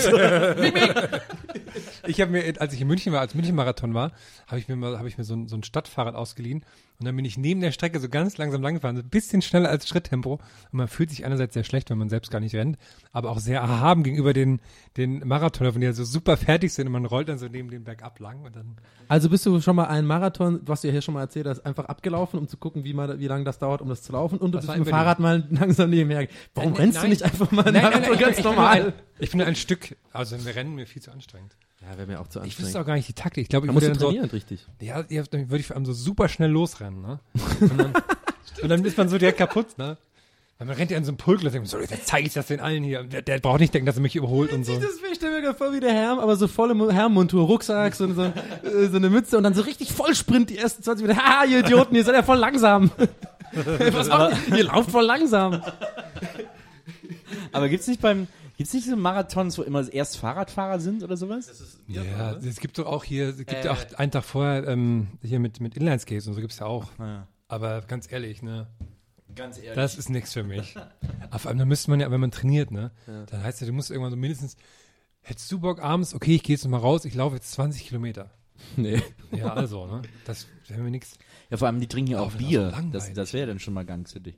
Ich habe mir, als ich in München war, als München-Marathon war, habe ich mir mal, habe ich mir so ein, so ein Stadtfahrrad ausgeliehen und dann bin ich neben der Strecke so ganz langsam lang gefahren, so ein bisschen schneller als Schritttempo und man fühlt sich einerseits sehr schlecht, wenn man selbst gar nicht rennt, aber auch sehr erhaben gegenüber den, den Marathonern, die ja so super fertig sind und man rollt dann so neben dem Berg ab lang und dann... Also bist du schon mal einen Marathon, was du ja hier schon mal erzählt hast, einfach abgelaufen, um zu gucken, wie, mal, wie lange das dauert, um das zu laufen und du Das bist war mit dem in Fahrrad mal langsam nebenher. Warum Nein, rennst nein, du nicht einfach mal einen Nein, nein, Marathon nein, ich, ganz ich, normal? Bin nur ein, ich bin nur ein Stück, also wir rennen mir viel zu anstrengend. Ja, wäre mir auch zu Ich anstrengend. wüsste auch gar nicht die Taktik. Ich glaube, ich Da musst würde du dann so, trainieren, richtig. ja, ja, dann würde ich vor allem so super schnell losrennen, ne? Und dann, und dann ist man so direkt kaputt, ne? Weil man rennt ja in so einem Pulk und denkt so, jetzt zeige ich das den allen hier. Der, der braucht nicht denken, dass er mich überholt und so. Das, ich stelle mir gerade vor wie der Herm, aber so volle Mo- Herrenmontur, Rucksack, so, so, äh, so eine Mütze und dann so richtig Vollsprint die ersten zwanzig Minuten. Ha, ihr Idioten, ihr seid ja voll langsam. Was macht ihr? Ihr lauft voll langsam. Aber gibt's nicht beim, gibt's nicht so Marathons, wo immer erst Fahrradfahrer sind oder sowas? Ja, es gibt doch auch hier, es gibt ja auch einen Tag vorher ähm, hier mit, mit Inlineskates und so gibt's ja auch. Ja. Aber ganz ehrlich, ne? Ganz ehrlich. Das ist nichts für mich. Aber vor allem, da müsste man ja, wenn man trainiert, ne? Dann heißt ja, du musst irgendwann so mindestens, hättest du Bock abends, okay, ich gehe jetzt noch mal raus, ich laufe jetzt zwanzig Kilometer. Nee. Ja, also, ne? Das wäre mir nichts. Ja, vor allem, die trinken ja auch Aber das ist Bier. auch langweilig. Das, das wäre dann schon mal ganz für dich.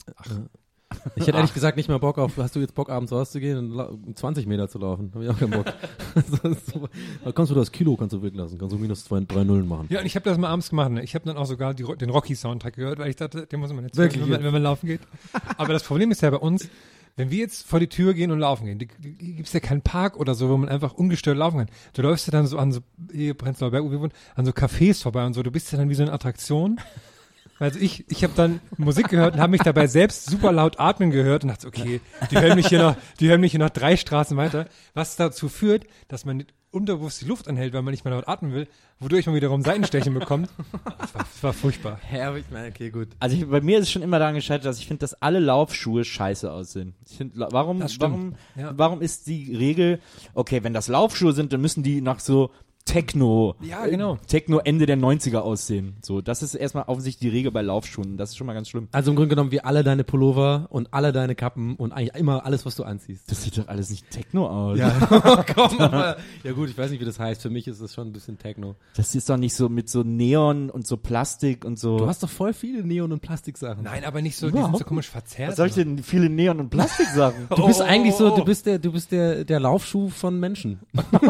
Ich hätte ehrlich gesagt nicht mehr Bock auf, hast du jetzt Bock abends rauszugehen und lau- zwanzig Meter zu laufen? Hab ich auch keinen Bock. Das ist so, da kannst du das Kilo kannst du weglassen, kannst du minus zwei, drei Nullen machen. Ja, und ich habe das mal abends gemacht. Ne? Ich habe dann auch sogar die, den Rocky-Soundtrack gehört, weil ich dachte, den muss man jetzt Wirklich hören, wenn, man- wenn man laufen geht. Aber das Problem ist ja bei uns, wenn wir jetzt vor die Tür gehen und laufen gehen, die, die, die gibt's ja keinen Park oder so, wo man einfach ungestört laufen kann. Du läufst ja dann so an so, hier Prenzlauer Berg, wo wir wohnen, an so Cafés vorbei und so. Du bist ja dann wie so eine Attraktion. Also ich, ich habe dann Musik gehört und habe mich dabei selbst super laut atmen gehört und dachte, okay, die hören mich hier noch, die hören mich hier noch drei Straßen weiter, was dazu führt, dass man unterbewusst die Luft anhält, weil man nicht mehr laut atmen will, wodurch man wiederum Seitenstechen bekommt. Das war, das war furchtbar. Herrlich, okay, gut. Also ich, bei mir ist es schon immer daran gescheitert, dass ich finde, dass alle Laufschuhe scheiße aussehen. Ich finde, la- warum, Das stimmt. warum, Ja. warum ist die Regel, okay, wenn das Laufschuhe sind, dann müssen die nach so Techno, Ja, genau. äh, Techno Ende der neunziger aussehen. So, das ist erstmal offensichtlich die Regel bei Laufschuhen. Das ist schon mal ganz schlimm. Also im Grunde genommen wie alle deine Pullover und alle deine Kappen und eigentlich immer alles, was du anziehst. Das sieht doch alles nicht Techno aus. Ja, komm, aber, ja gut, ich weiß nicht, wie das heißt. Für mich ist es schon ein bisschen Techno. Das ist doch nicht so mit so Neon und so Plastik und so. Du hast doch voll viele Neon- und Plastiksachen. Nein, aber nicht so, die sind Überhaupt so komisch verzerrt. Was soll ich denn viele Neon und Plastiksachen? Du bist eigentlich so, du bist der, du bist der, der Laufschuh von Menschen.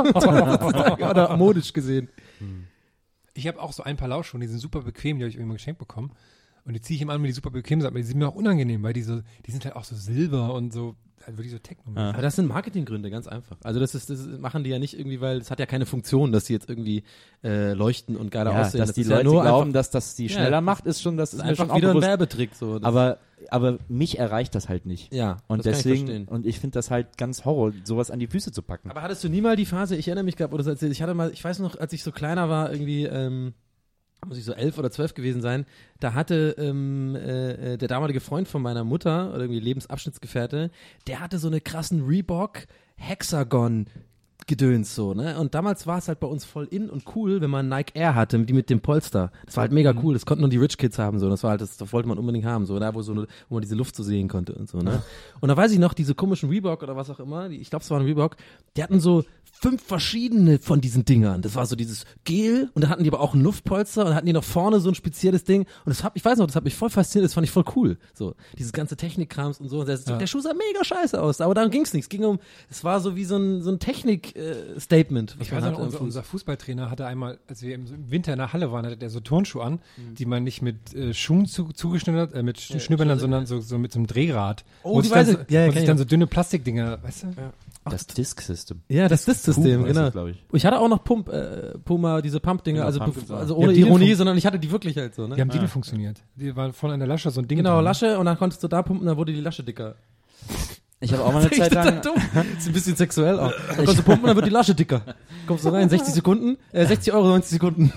Oder modisch gesehen. Ich habe auch so ein paar Laufschuhe, die sind super bequem, die habe ich irgendwann geschenkt bekommen. Und die ziehe ich immer an, weil die super bequem sind, aber die sind mir auch unangenehm, weil die so, die sind halt auch so silber und so, halt wirklich so Techno. Ja. Aber das sind Marketinggründe, ganz einfach. Also das ist, das ist, machen die ja nicht irgendwie, weil es hat ja keine Funktion, dass sie jetzt irgendwie äh, leuchten und geiler Ja, aussehen. dass das die ist Leute ja nur glauben, einfach, dass das die Ja, schneller das macht, ist schon, das das ist ist mir einfach schon auch wieder ein bewusst. Werbetrick. So. Das Aber, aber mich erreicht das halt nicht. ja, Und das kann ich deswegen, verstehen. und ich finde das halt ganz Horror, sowas an die Füße zu packen. Aber hattest du nie mal die Phase, ich erinnere mich gerade, wo du das erzählt, ich hatte mal, ich weiß noch, als ich so kleiner war, irgendwie, ähm, muss ich so elf oder zwölf gewesen sein, da hatte ähm, äh, der damalige Freund von meiner Mutter, oder irgendwie Lebensabschnittsgefährte, der hatte so eine krassen Reebok Hexagon Nike-Gedöns so, ne? Und damals war es halt bei uns voll in und cool, wenn man Nike Air hatte, die mit dem Polster. Das war halt mega cool. Das konnten nur die Rich Kids haben, so. Das war halt, das, das wollte man unbedingt haben, so, da wo so, wo man diese Luft so sehen konnte und so, ne? Und da weiß ich noch, diese komischen Reebok oder was auch immer, die, ich glaube, es waren Reebok, die hatten so fünf verschiedene von diesen Dingern. Das war so dieses Gel und dann hatten die aber auch ein Luftpolster und dann hatten die noch vorne so ein spezielles Ding und das hab, ich weiß noch, das hat mich voll fasziniert, das fand ich voll cool. So, dieses ganze Technikkrams und so. Und der, ja. der Schuh sah mega scheiße aus, aber darum ging's nicht. Es ging um, es war so wie so ein, so ein Technik-Statement. Äh, ich weiß noch, unser, unser Fußballtrainer hatte einmal, als wir im Winter in der Halle waren, hatte der so Turnschuhe an, mhm. die man nicht mit äh, Schuhen zu, zugeschnitten hat, äh, mit ja, Schnürbändern, sondern so, so mit so einem Drehrad. Oh, und die sich dann, weiß so, ich. Ja, ja, und sich dann so dünne Plastikdinger, weißt du? Ja. Das Disk-System. Ja, das Disk-System, genau. Das, ich. ich hatte auch noch Pump, äh, Puma, diese Pump-Dinger, genau, also, Pump bef- also ohne ja, Ironie, sondern ich hatte die wirklich halt so, ne? Die haben die ah. nicht funktioniert. Die waren vorne an der Lasche so ein Ding. Genau, dran. Lasche und dann konntest du da pumpen, dann wurde die Lasche dicker. Ich habe auch mal eine Zeit lang... Ist ein bisschen sexuell auch. Dann konntest du pumpen, dann wird die Lasche dicker. Kommst du rein, sechzig Sekunden, äh, sechzig Euro, neunzig Sekunden.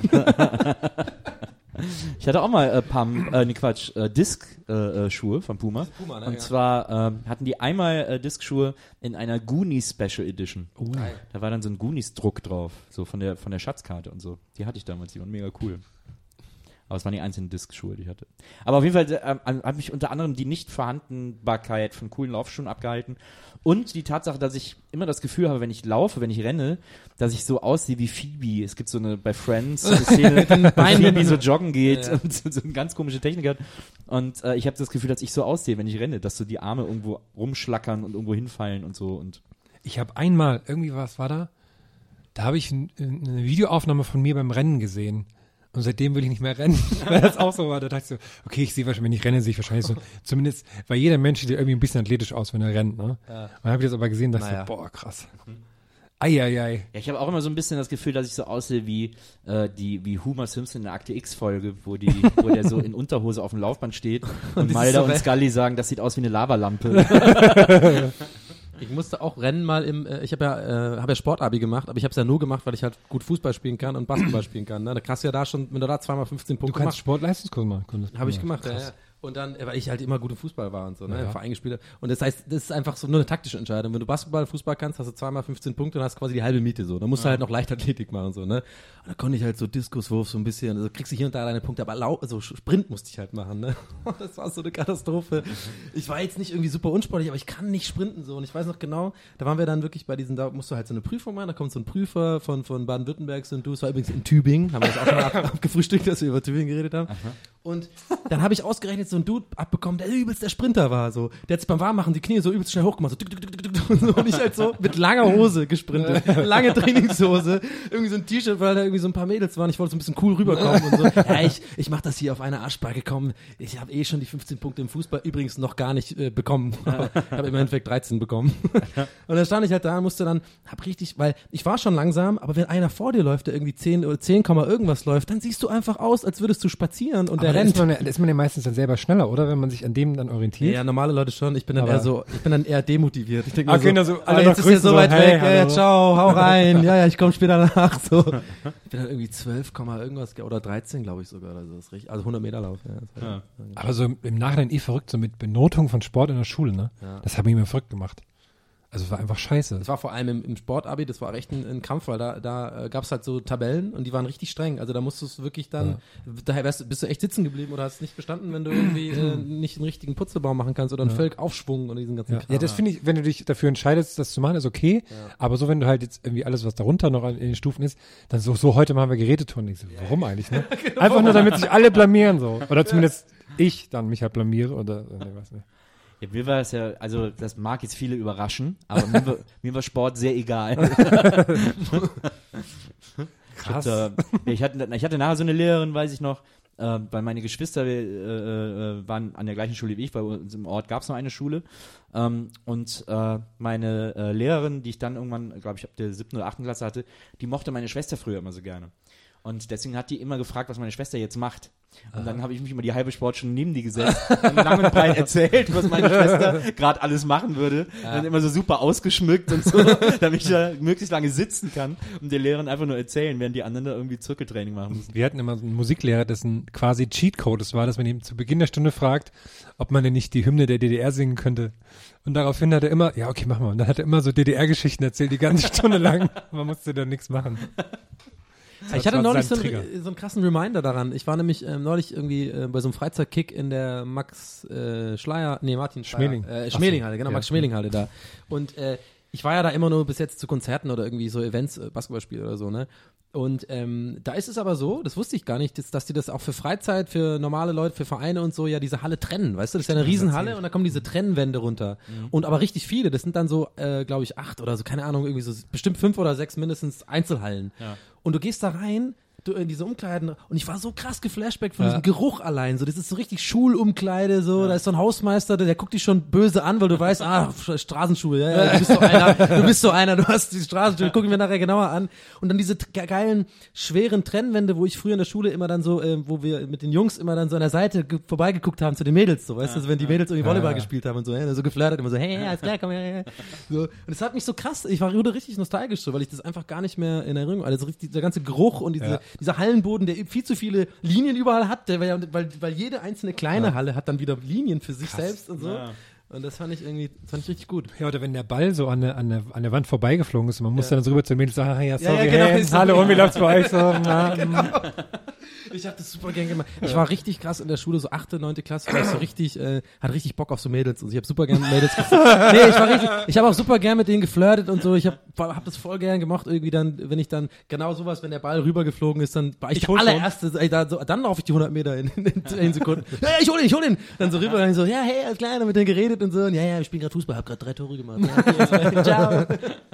Ich hatte auch mal äh, Pump, äh, nee Quatsch, äh, Disc-Schuhe äh, von Puma. Puma ne, und ja. zwar ähm, hatten die einmal äh, Disc-Schuhe in einer Goonies Special Edition. Oh. Da war dann so ein Goonies-Druck drauf, so von der von der Schatzkarte und so. Die hatte ich damals, die waren mega cool. Aber es waren die einzelnen Disc-Schuhe, die ich hatte. Aber auf jeden Fall äh, hat mich unter anderem die Nichtvorhandenbarkeit von coolen Laufschuhen abgehalten. Und die Tatsache, dass ich immer das Gefühl habe, wenn ich laufe, wenn ich renne, dass ich so aussehe wie Phoebe. Es gibt so eine, bei Friends, so eine Szene, wo Phoebe so joggen geht ja. und so, so eine ganz komische Technik hat. Und äh, ich habe das Gefühl, dass ich so aussehe, wenn ich renne, dass so die Arme irgendwo rumschlackern und irgendwo hinfallen und so. Und ich habe einmal, irgendwie was war da? Da habe ich ein, eine Videoaufnahme von mir beim Rennen gesehen. Und seitdem will ich nicht mehr rennen, weil das auch so war. Da dachte ich so, okay, ich sehe wahrscheinlich, wenn ich renne, sehe ich wahrscheinlich so, zumindest, weil jeder Mensch sieht ja irgendwie ein bisschen athletisch aus, wenn er rennt, ne? Ja. Und dann habe ich das aber gesehen, dachte naja. so, boah, krass. Mhm. Eieiei. Ja, ich habe auch immer so ein bisschen das Gefühl, dass ich so aussehe wie äh, die wie Homer Simpson in der Akte X-Folge, wo die, wo der so in Unterhose auf dem Laufband steht und, und Mulder so und Scully sagen, das sieht aus wie eine Lavalampe. Ich musste auch rennen mal im, äh, ich habe ja, äh, hab ja Sportabi gemacht, aber ich habe es ja nur gemacht, weil ich halt gut Fußball spielen kann und Basketball spielen kann. Ne? Da kannst du ja da schon, wenn du da zweimal fünfzehn Punkte machst. Du kannst Sportleistungskurs machen. Habe ich gemacht, ja, ja. Und dann, weil ich halt immer gut im Fußball war und so, ne, ja. im Verein gespielt habe. Und das heißt, das ist einfach so nur eine taktische Entscheidung. Wenn du Basketball, Fußball kannst, hast du zweimal fünfzehn Punkte und hast quasi die halbe Miete so. Dann musst ja. du halt noch Leichtathletik machen, so, ne. Und da konnte ich halt so Diskuswurf so ein bisschen, also kriegst du hier und da deine Punkte, aber lau also Sprint musste ich halt machen, ne. Das war so eine Katastrophe. Ich war jetzt nicht irgendwie super unsportlich, aber ich kann nicht sprinten, so. Und ich weiß noch genau, da waren wir dann wirklich bei diesen, da musst du halt so eine Prüfung machen, da kommt so ein Prüfer von, von Baden-Württemberg, so ein Du, es war übrigens in Tübingen, haben wir das auch schon mal ab, abgefrühstückt, dass wir über Tübingen geredet haben. Aha. Und dann habe ich ausgerechnet so einen Dude abbekommen, der übelst der Sprinter war, so. Der hat sich beim Warmmachen die Knie so übelst schnell hochgemacht, so, tuk, tuk, tuk, tuk, tuk, und, so. Und ich halt so mit langer Hose gesprintet, lange Trainingshose, irgendwie so ein T-Shirt, weil da irgendwie so ein paar Mädels waren, ich wollte so ein bisschen cool rüberkommen und so. Ja, ich, ich mach das hier auf einer Arschbacke, komm, ich habe eh schon die fünfzehn Punkte im Fußball übrigens noch gar nicht äh, bekommen, aber ich habe im Endeffekt dreizehn bekommen. Und dann stand ich halt da und musste dann, hab richtig, weil ich war schon langsam, aber wenn einer vor dir läuft, der irgendwie zehn oder zehn, irgendwas läuft, dann siehst du einfach aus, als würdest du spazieren und aber der rennt. Ist man, ja, ist man ja meistens dann selber schneller, oder? Wenn man sich an dem dann orientiert. Ja, ja, normale Leute schon. Ich bin dann aber eher so, ich bin dann eher demotiviert. Ich denke okay, mir so, so alle ah, jetzt ist ja so weit so, weg, hey, ja, ciao, hau rein, ja, ja, ich komme später nach, so. Ich bin dann irgendwie zwölf, irgendwas, oder dreizehn, glaube ich sogar, oder so, ist richtig, also hundert Meter Lauf, ja. ja. Aber so im Nachhinein eh verrückt, so mit Benotung von Sport in der Schule, ne? Ja. Das hat mich immer verrückt gemacht. Also es war einfach scheiße. Das war vor allem im, im Sportabi, das war echt ein, ein Kampf, weil da, da äh, gab es halt so Tabellen und die waren richtig streng. Also da musstest du wirklich dann, ja. daher wärst, bist du echt sitzen geblieben oder hast nicht bestanden, wenn du irgendwie äh, nicht einen richtigen Putzelbaum machen kannst oder einen ja. Völkaufschwung und diesen ganzen ja. Kram. Ja, das finde ich, wenn du dich dafür entscheidest, das zu machen, ist okay. Ja. Aber so, wenn du halt jetzt irgendwie alles, was darunter noch in den Stufen ist, dann so, so heute machen wir Gerätetouren. So, warum eigentlich, ne? Genau. Einfach nur, damit sich alle blamieren, so. Oder zumindest ja. ich dann mich halt blamiere oder, ne, was nicht. Ja, mir war es ja, also das mag jetzt viele überraschen, aber mir, war, mir war Sport sehr egal. Krass. Ich hatte, ich, hatte, ich hatte nachher so eine Lehrerin, weiß ich noch, äh, weil meine Geschwister äh, äh, waren an der gleichen Schule wie ich, bei uns im Ort gab es noch eine Schule. Ähm, und äh, meine äh, Lehrerin, die ich dann irgendwann, glaube ich, ab der siebten oder achten Klasse hatte, die mochte meine Schwester früher immer so gerne. Und deswegen hat die immer gefragt, was meine Schwester jetzt macht. Und Aha. dann habe ich mich immer die halbe Sportstunde neben die gesetzt und lang und breit erzählt, was meine Schwester gerade alles machen würde. Ja. Und dann immer so super ausgeschmückt und so, damit ich da möglichst lange sitzen kann und der Lehrerin einfach nur erzählen, während die anderen da irgendwie Zirkeltraining machen müssen. Wir hatten immer so einen Musiklehrer, dessen quasi Cheatcode es war, dass man ihn zu Beginn der Stunde fragt, ob man denn nicht die Hymne der D D R singen könnte. Und daraufhin hat er immer, ja okay, mach mal. Und dann hat er immer so D D R-Geschichten erzählt, die ganze Stunde lang. Man musste da nichts machen. Das ich hatte neulich so einen, so einen krassen Reminder daran. Ich war nämlich ähm, neulich irgendwie äh, bei so einem Freizeitkick in der Max äh, Schleier, nee, Martin Schleier, Schmeling. Äh, Schmelinghalle, genau, ja. Max Schmelinghalle da. Und äh, ich war ja da immer nur bis jetzt zu Konzerten oder irgendwie so Events, äh, Basketballspiele oder so, ne? Und ähm, da ist es aber so, das wusste ich gar nicht, dass, dass die das auch für Freizeit, für normale Leute, für Vereine und so ja diese Halle trennen, weißt du, das ist ja eine Riesenhalle und da kommen diese Trennwände runter. Mhm. Und aber richtig viele, das sind dann so, äh, glaube ich, acht oder so, keine Ahnung, irgendwie so bestimmt fünf oder sechs mindestens Einzelhallen. Ja. Und du gehst da rein, du, in diese Umkleiden und ich war so krass geflashbackt von ja. diesem Geruch allein, so das ist so richtig Schulumkleide, so ja. da ist so ein Hausmeister, der, der guckt dich schon böse an, weil du weißt, ah, Straßenschuhe, ja, ja, du bist so einer, du bist so einer, du hast die Straßenschuhe, gucken wir nachher genauer an und dann diese ge- geilen, schweren Trennwände, wo ich früher in der Schule immer dann so, äh, wo wir mit den Jungs immer dann so an der Seite ge- vorbeigeguckt haben zu den Mädels, so, weißt ja. du, also wenn die Mädels irgendwie Volleyball ja. gespielt haben und so, ja, so geflirtet, immer so, hey, ja, ist klar, komm her, so, und es hat mich so krass, ich war wurde richtig nostalgisch so, weil ich das einfach gar nicht mehr in Erinnerung, also richtig, der ganze Geruch und diese, ja. dieser Hallenboden, der viel zu viele Linien überall hat, der, weil, weil, weil jede einzelne kleine ja. Halle hat dann wieder Linien für sich Krass. selbst und so. Ja. Und das fand ich irgendwie, das fand ich richtig gut. Ja, oder wenn der Ball so an der, an der, an der Wand vorbeigeflogen ist und man muss ja. dann so rüber zu den Mädels sagen, ah, ja, sorry, ja, ja, genau, hey, hallo, und wie läuft's bei euch so? Na, genau. Ich hab das super gern gemacht. Ich war richtig krass in der Schule, so achte, neunte Klasse, war ich so richtig, äh, hatte richtig Bock auf so Mädels und ich hab super gern mit Mädels geflirtet. Nee, ich war richtig, ich habe auch super gern mit denen geflirtet und so. Ich hab, hab das voll gern gemacht irgendwie dann, wenn ich dann, genau sowas, wenn der Ball rübergeflogen ist, dann war ich, ich der allererste, ey, da, so, dann laufe ich die hundert Meter in, in zehn Sekunden. Ja, ja, ich hol ihn, ich hol ihn. Dann so rüber, dann so, ja, hey, als Kleiner mit denen geredet und so. Und ja, ja, ich spiele gerade Fußball, hab gerade drei Tore gemacht. Ja, okay, ciao.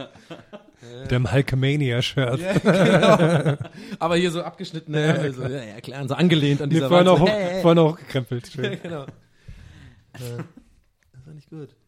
Mit dem Hulkamania-Shirt. Ja, genau. Aber hier so abgeschnitten, ja, also, ja, ja, klar, so angelehnt an dieser nee, Wand. Vorne so, hoch, hey, hey. vorne hochgekrempelt. Schön. Ja, genau. Ja, das fand ich gut.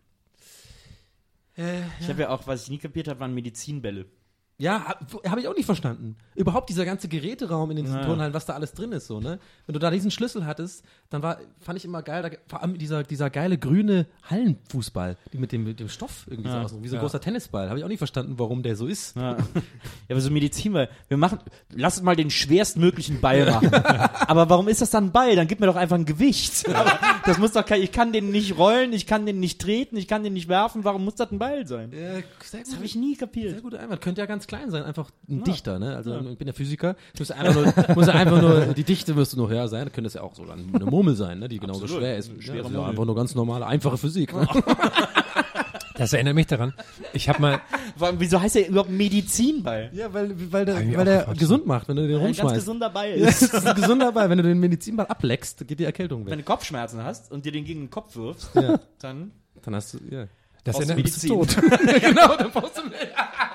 Äh, ich ja. habe ja auch, was ich nie kapiert habe, waren Medizinbälle. Ja, habe hab ich auch nicht verstanden. Überhaupt dieser ganze Geräteraum in den ja. Turnhallen, was da alles drin ist, so, ne? Wenn du da diesen Schlüssel hattest, dann war, fand ich immer geil, da, vor allem dieser, dieser geile grüne Hallenfußball, die mit dem, mit dem Stoff irgendwie ja. so aussehen, wie so ein ja. großer Tennisball. Habe ich auch nicht verstanden, warum der so ist. Ja, ja, aber so Medizinball, wir machen, lass uns mal den schwerstmöglichen Ball machen. Aber warum ist das dann ein Ball? Dann gib mir doch einfach ein Gewicht. Aber das muss doch kein, ich kann den nicht rollen, ich kann den nicht treten, ich kann den nicht werfen, warum muss das ein Ball sein? Ja, sehr gut. Das habe ich nie kapiert. Sehr gut, Einwand. Könnte ja ganz klein sein, einfach ein ja. Dichter, ne? Also ja. ich bin ja Physiker, ich muss einfach nur, muss einfach nur, die Dichte müsste noch höher sein, dann könnte das ja auch so dann eine Murmel sein, ne? Die genauso Absolut. schwer ist. Schwere ja, also einfach nur ganz normale, einfache Physik. Ne? Das erinnert mich daran. Ich habe mal. Wieso heißt der überhaupt Medizinball? Ja, weil, weil der, weil der gesund macht, wenn du den rumschmeißt. Ein ganz gesunder Ball ist. Ja, das ist ein gesunder Ball. Wenn du den Medizinball ableckst, geht die Erkältung weg. Wenn du Kopfschmerzen hast und dir den gegen den Kopf wirfst, ja. dann. Dann hast du, ja. Das erinnert mich Medizin. Tot. Genau, dann brauchst du Medizin.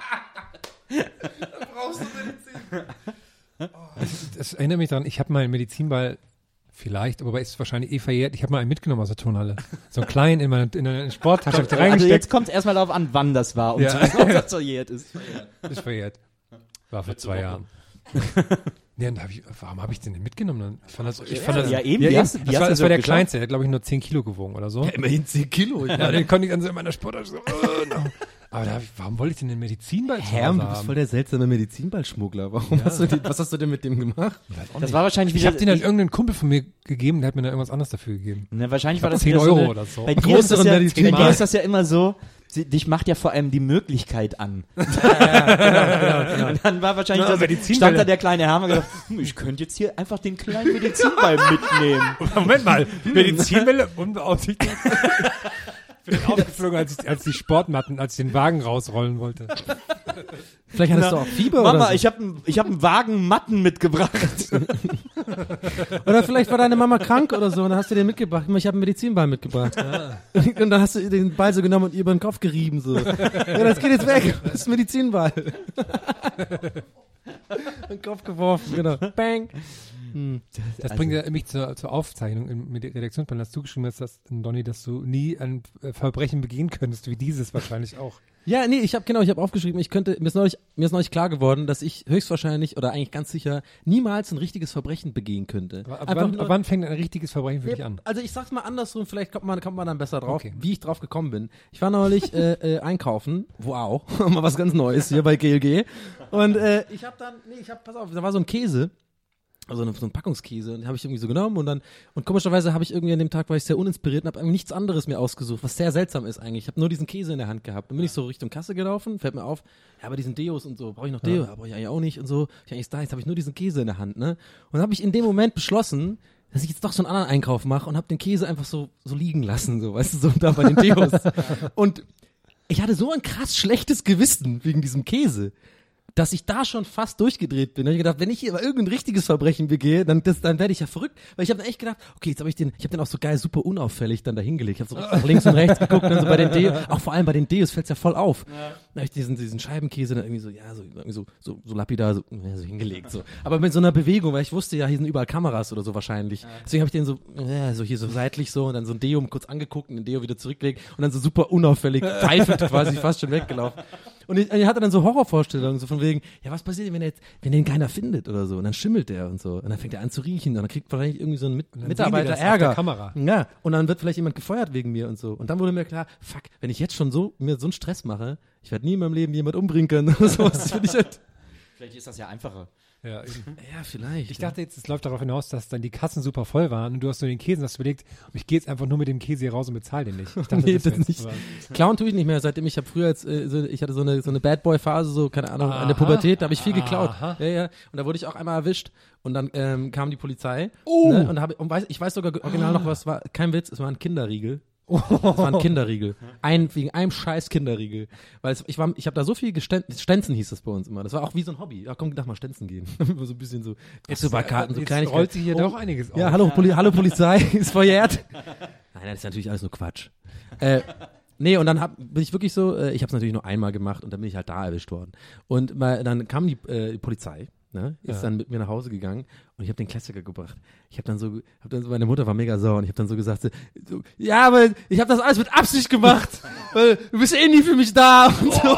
Dann brauchst du Medizin. Das, das erinnert mich daran, ich habe mal einen Medizinball, vielleicht, aber ist wahrscheinlich eh verjährt, ich habe mal einen mitgenommen aus der Turnhalle. So einen kleinen in meine, in eine Sporttasche also reingesteckt. Jetzt kommt es erstmal darauf an, wann das war, um ja. zu wissen, ob das verjährt ist. Ist verjährt. War vor zwei Jahren. Ja, dann hab ich, warum habe ich den denn mitgenommen? Ich fand das, ich fand das, ja, eben. Ja, wie eben. Hast, wie das hast war, das war der geschafft? kleinste, der hat, glaube ich, nur zehn Kilo gewogen oder so. Ja, immerhin zehn Kilo. Ja, den konnte ich dann so in meiner Sporttasche so, oh, no. Aber da hab ich, warum wollte ich denn den Medizinball zu Hause Herm, du bist voll der seltsame Medizinballschmuggler. Warum ja. hast du den, was hast du denn mit dem gemacht? Das nicht. war wahrscheinlich wieder. Ich habe den dann irgendeinen Kumpel von mir gegeben, der hat mir dann irgendwas anderes dafür gegeben. Ne, wahrscheinlich war das zehn Euro so eine, oder so. Bei dir, ist das ja, bei dir ist das ja immer so, sie, dich macht ja vor allem die Möglichkeit an. Ja, ja, genau, genau, genau. Und dann war wahrscheinlich ja, das, stand da der kleine Herr und gedacht, hm, ich könnte jetzt hier einfach den kleinen Medizinball mitnehmen. Moment mal, Medizinbälle unbeaufsichtigt. Ich bin aufgeflogen, als ich, als die Sportmatten, als ich den Wagen rausrollen wollte. Vielleicht hattest du auch Fieber Mama, oder so. ich habe ich hab einen Wagen Matten mitgebracht. Oder vielleicht war deine Mama krank oder so und dann hast du den mitgebracht. Ich habe einen Medizinball mitgebracht. Ja. Und dann hast du den Ball so genommen und ihr über den Kopf gerieben. So. Ja, das geht jetzt weg. Das ist ein Medizinball. Den Kopf geworfen, genau. Bang. Hm. Das also, bringt ja mich zur, zur Aufzeichnung im, mit der Redaktionsplan, dass du geschrieben hast, dass, Donny, dass du nie ein äh, Verbrechen begehen könntest, wie dieses wahrscheinlich auch. Ja, nee, ich habe genau, ich habe aufgeschrieben, ich könnte, mir ist neulich, mir ist neulich klar geworden, dass ich höchstwahrscheinlich oder eigentlich ganz sicher niemals ein richtiges Verbrechen begehen könnte. Aber ab, wann, nur, ab wann fängt ein richtiges Verbrechen für nee, dich an? Also ich sag's mal andersrum, vielleicht kommt man, kommt man dann besser drauf, okay. wie ich drauf gekommen bin. Ich war neulich äh, äh, einkaufen, wow, mal was ganz Neues hier bei G L G. Und äh, ich habe dann, nee, ich hab, pass auf, da war so ein Käse. Also eine, so ein Packungskäse, und den habe ich irgendwie so genommen und dann, und komischerweise habe ich irgendwie an dem Tag, war ich sehr uninspiriert und habe irgendwie nichts anderes mir ausgesucht, was sehr seltsam ist eigentlich. Ich habe nur diesen Käse in der Hand gehabt. Dann bin ich so Richtung Kasse gelaufen, fällt mir auf, ja, aber diesen Deos und so, brauche ich noch Deo? Ja, brauche ich eigentlich auch nicht und so. Ich eigentlich da, jetzt habe ich nur diesen Käse in der Hand, ne? Und dann habe ich in dem Moment beschlossen, dass ich jetzt doch so einen anderen Einkauf mache und habe den Käse einfach so, so liegen lassen, so, weißt du, so da bei den Deos. Und ich hatte so ein krass schlechtes Gewissen wegen diesem Käse, dass ich da schon fast durchgedreht bin. Da habe ich gedacht, wenn ich hier aber irgendein richtiges Verbrechen begehe, dann, das, dann werde ich ja verrückt. Weil ich habe dann echt gedacht, okay, jetzt habe ich den, ich habe den auch so geil, super unauffällig dann da hingelegt. Ich habe so nach links und rechts geguckt und dann so bei den Deos, auch vor allem bei den Deos fällt's ja voll auf. Ja. Dann habe ich diesen, diesen Scheibenkäse dann irgendwie so, ja, so, irgendwie so, so, so lapidar, so, ja, so hingelegt, so. Aber mit so einer Bewegung, weil ich wusste ja, hier sind überall Kameras oder so wahrscheinlich. Ja. Deswegen habe ich den so, ja, so hier so seitlich so und dann so ein Deo kurz angeguckt und den Deo wieder zurückgelegt und dann so super unauffällig, pfeifend quasi fast schon weggelaufen. Und ich, ich hatte dann so Horrorvorstellungen, so von wegen, ja, was passiert, wenn er jetzt, wenn den keiner findet oder so, und dann schimmelt der und so, und dann fängt er an zu riechen, und dann kriegt wahrscheinlich irgendwie so ein Mit- Mitarbeiter Ärger. Kamera. Ja, und dann wird vielleicht jemand gefeuert wegen mir und so. Und dann wurde mir klar, fuck, wenn ich jetzt schon so, mir so einen Stress mache, ich werde nie in meinem Leben jemand umbringen können oder sowas. Ich halt vielleicht ist das ja einfacher. Ja, ja, vielleicht. Ich dachte jetzt, es läuft darauf hinaus, dass dann die Kassen super voll waren und du hast so den Käse und hast überlegt, ich gehe jetzt einfach nur mit dem Käse hier raus und bezahle den nicht. Ich dachte, nee, das, das nicht. Klauen tue ich nicht mehr, seitdem ich habe früher jetzt, äh, so, ich hatte so eine so eine Bad Boy Phase, so keine Ahnung, Aha. an der Pubertät, da habe ich viel geklaut. Aha. Ja, ja. Und da wurde ich auch einmal erwischt und dann ähm, kam die Polizei. Oh. Ne, und, hab, und weiß, ich weiß sogar original noch was, war kein Witz, es war ein Kinderriegel. Das war ein Kinderriegel. Ein, wegen einem scheiß Kinderriegel. Weil es, ich war, ich habe da so viel gestenzen, Stenzen hieß das bei uns immer. Das war auch wie so ein Hobby. Ja, komm, lass mal Stenzen gehen. so ein bisschen so Exobarkarten, so Kleinigkeiten. Rollt sich hier oh. doch einiges auf. Ja, hallo, Poli- hallo Polizei, ist verjährt. Nein, das ist natürlich alles nur Quatsch. Äh, nee, und dann hab, bin ich wirklich so, äh, ich habe es natürlich nur einmal gemacht und dann bin ich halt da erwischt worden. Und mal, dann kam die, äh, die Polizei. Ne, ist ja. dann mit mir nach Hause gegangen und ich habe den Klassiker gebracht. Ich habe dann so, hab dann so, meine Mutter war mega sauer und ich habe dann so gesagt, so, so, ja, aber ich habe das alles mit Absicht gemacht, weil du bist eh nie für mich da und so.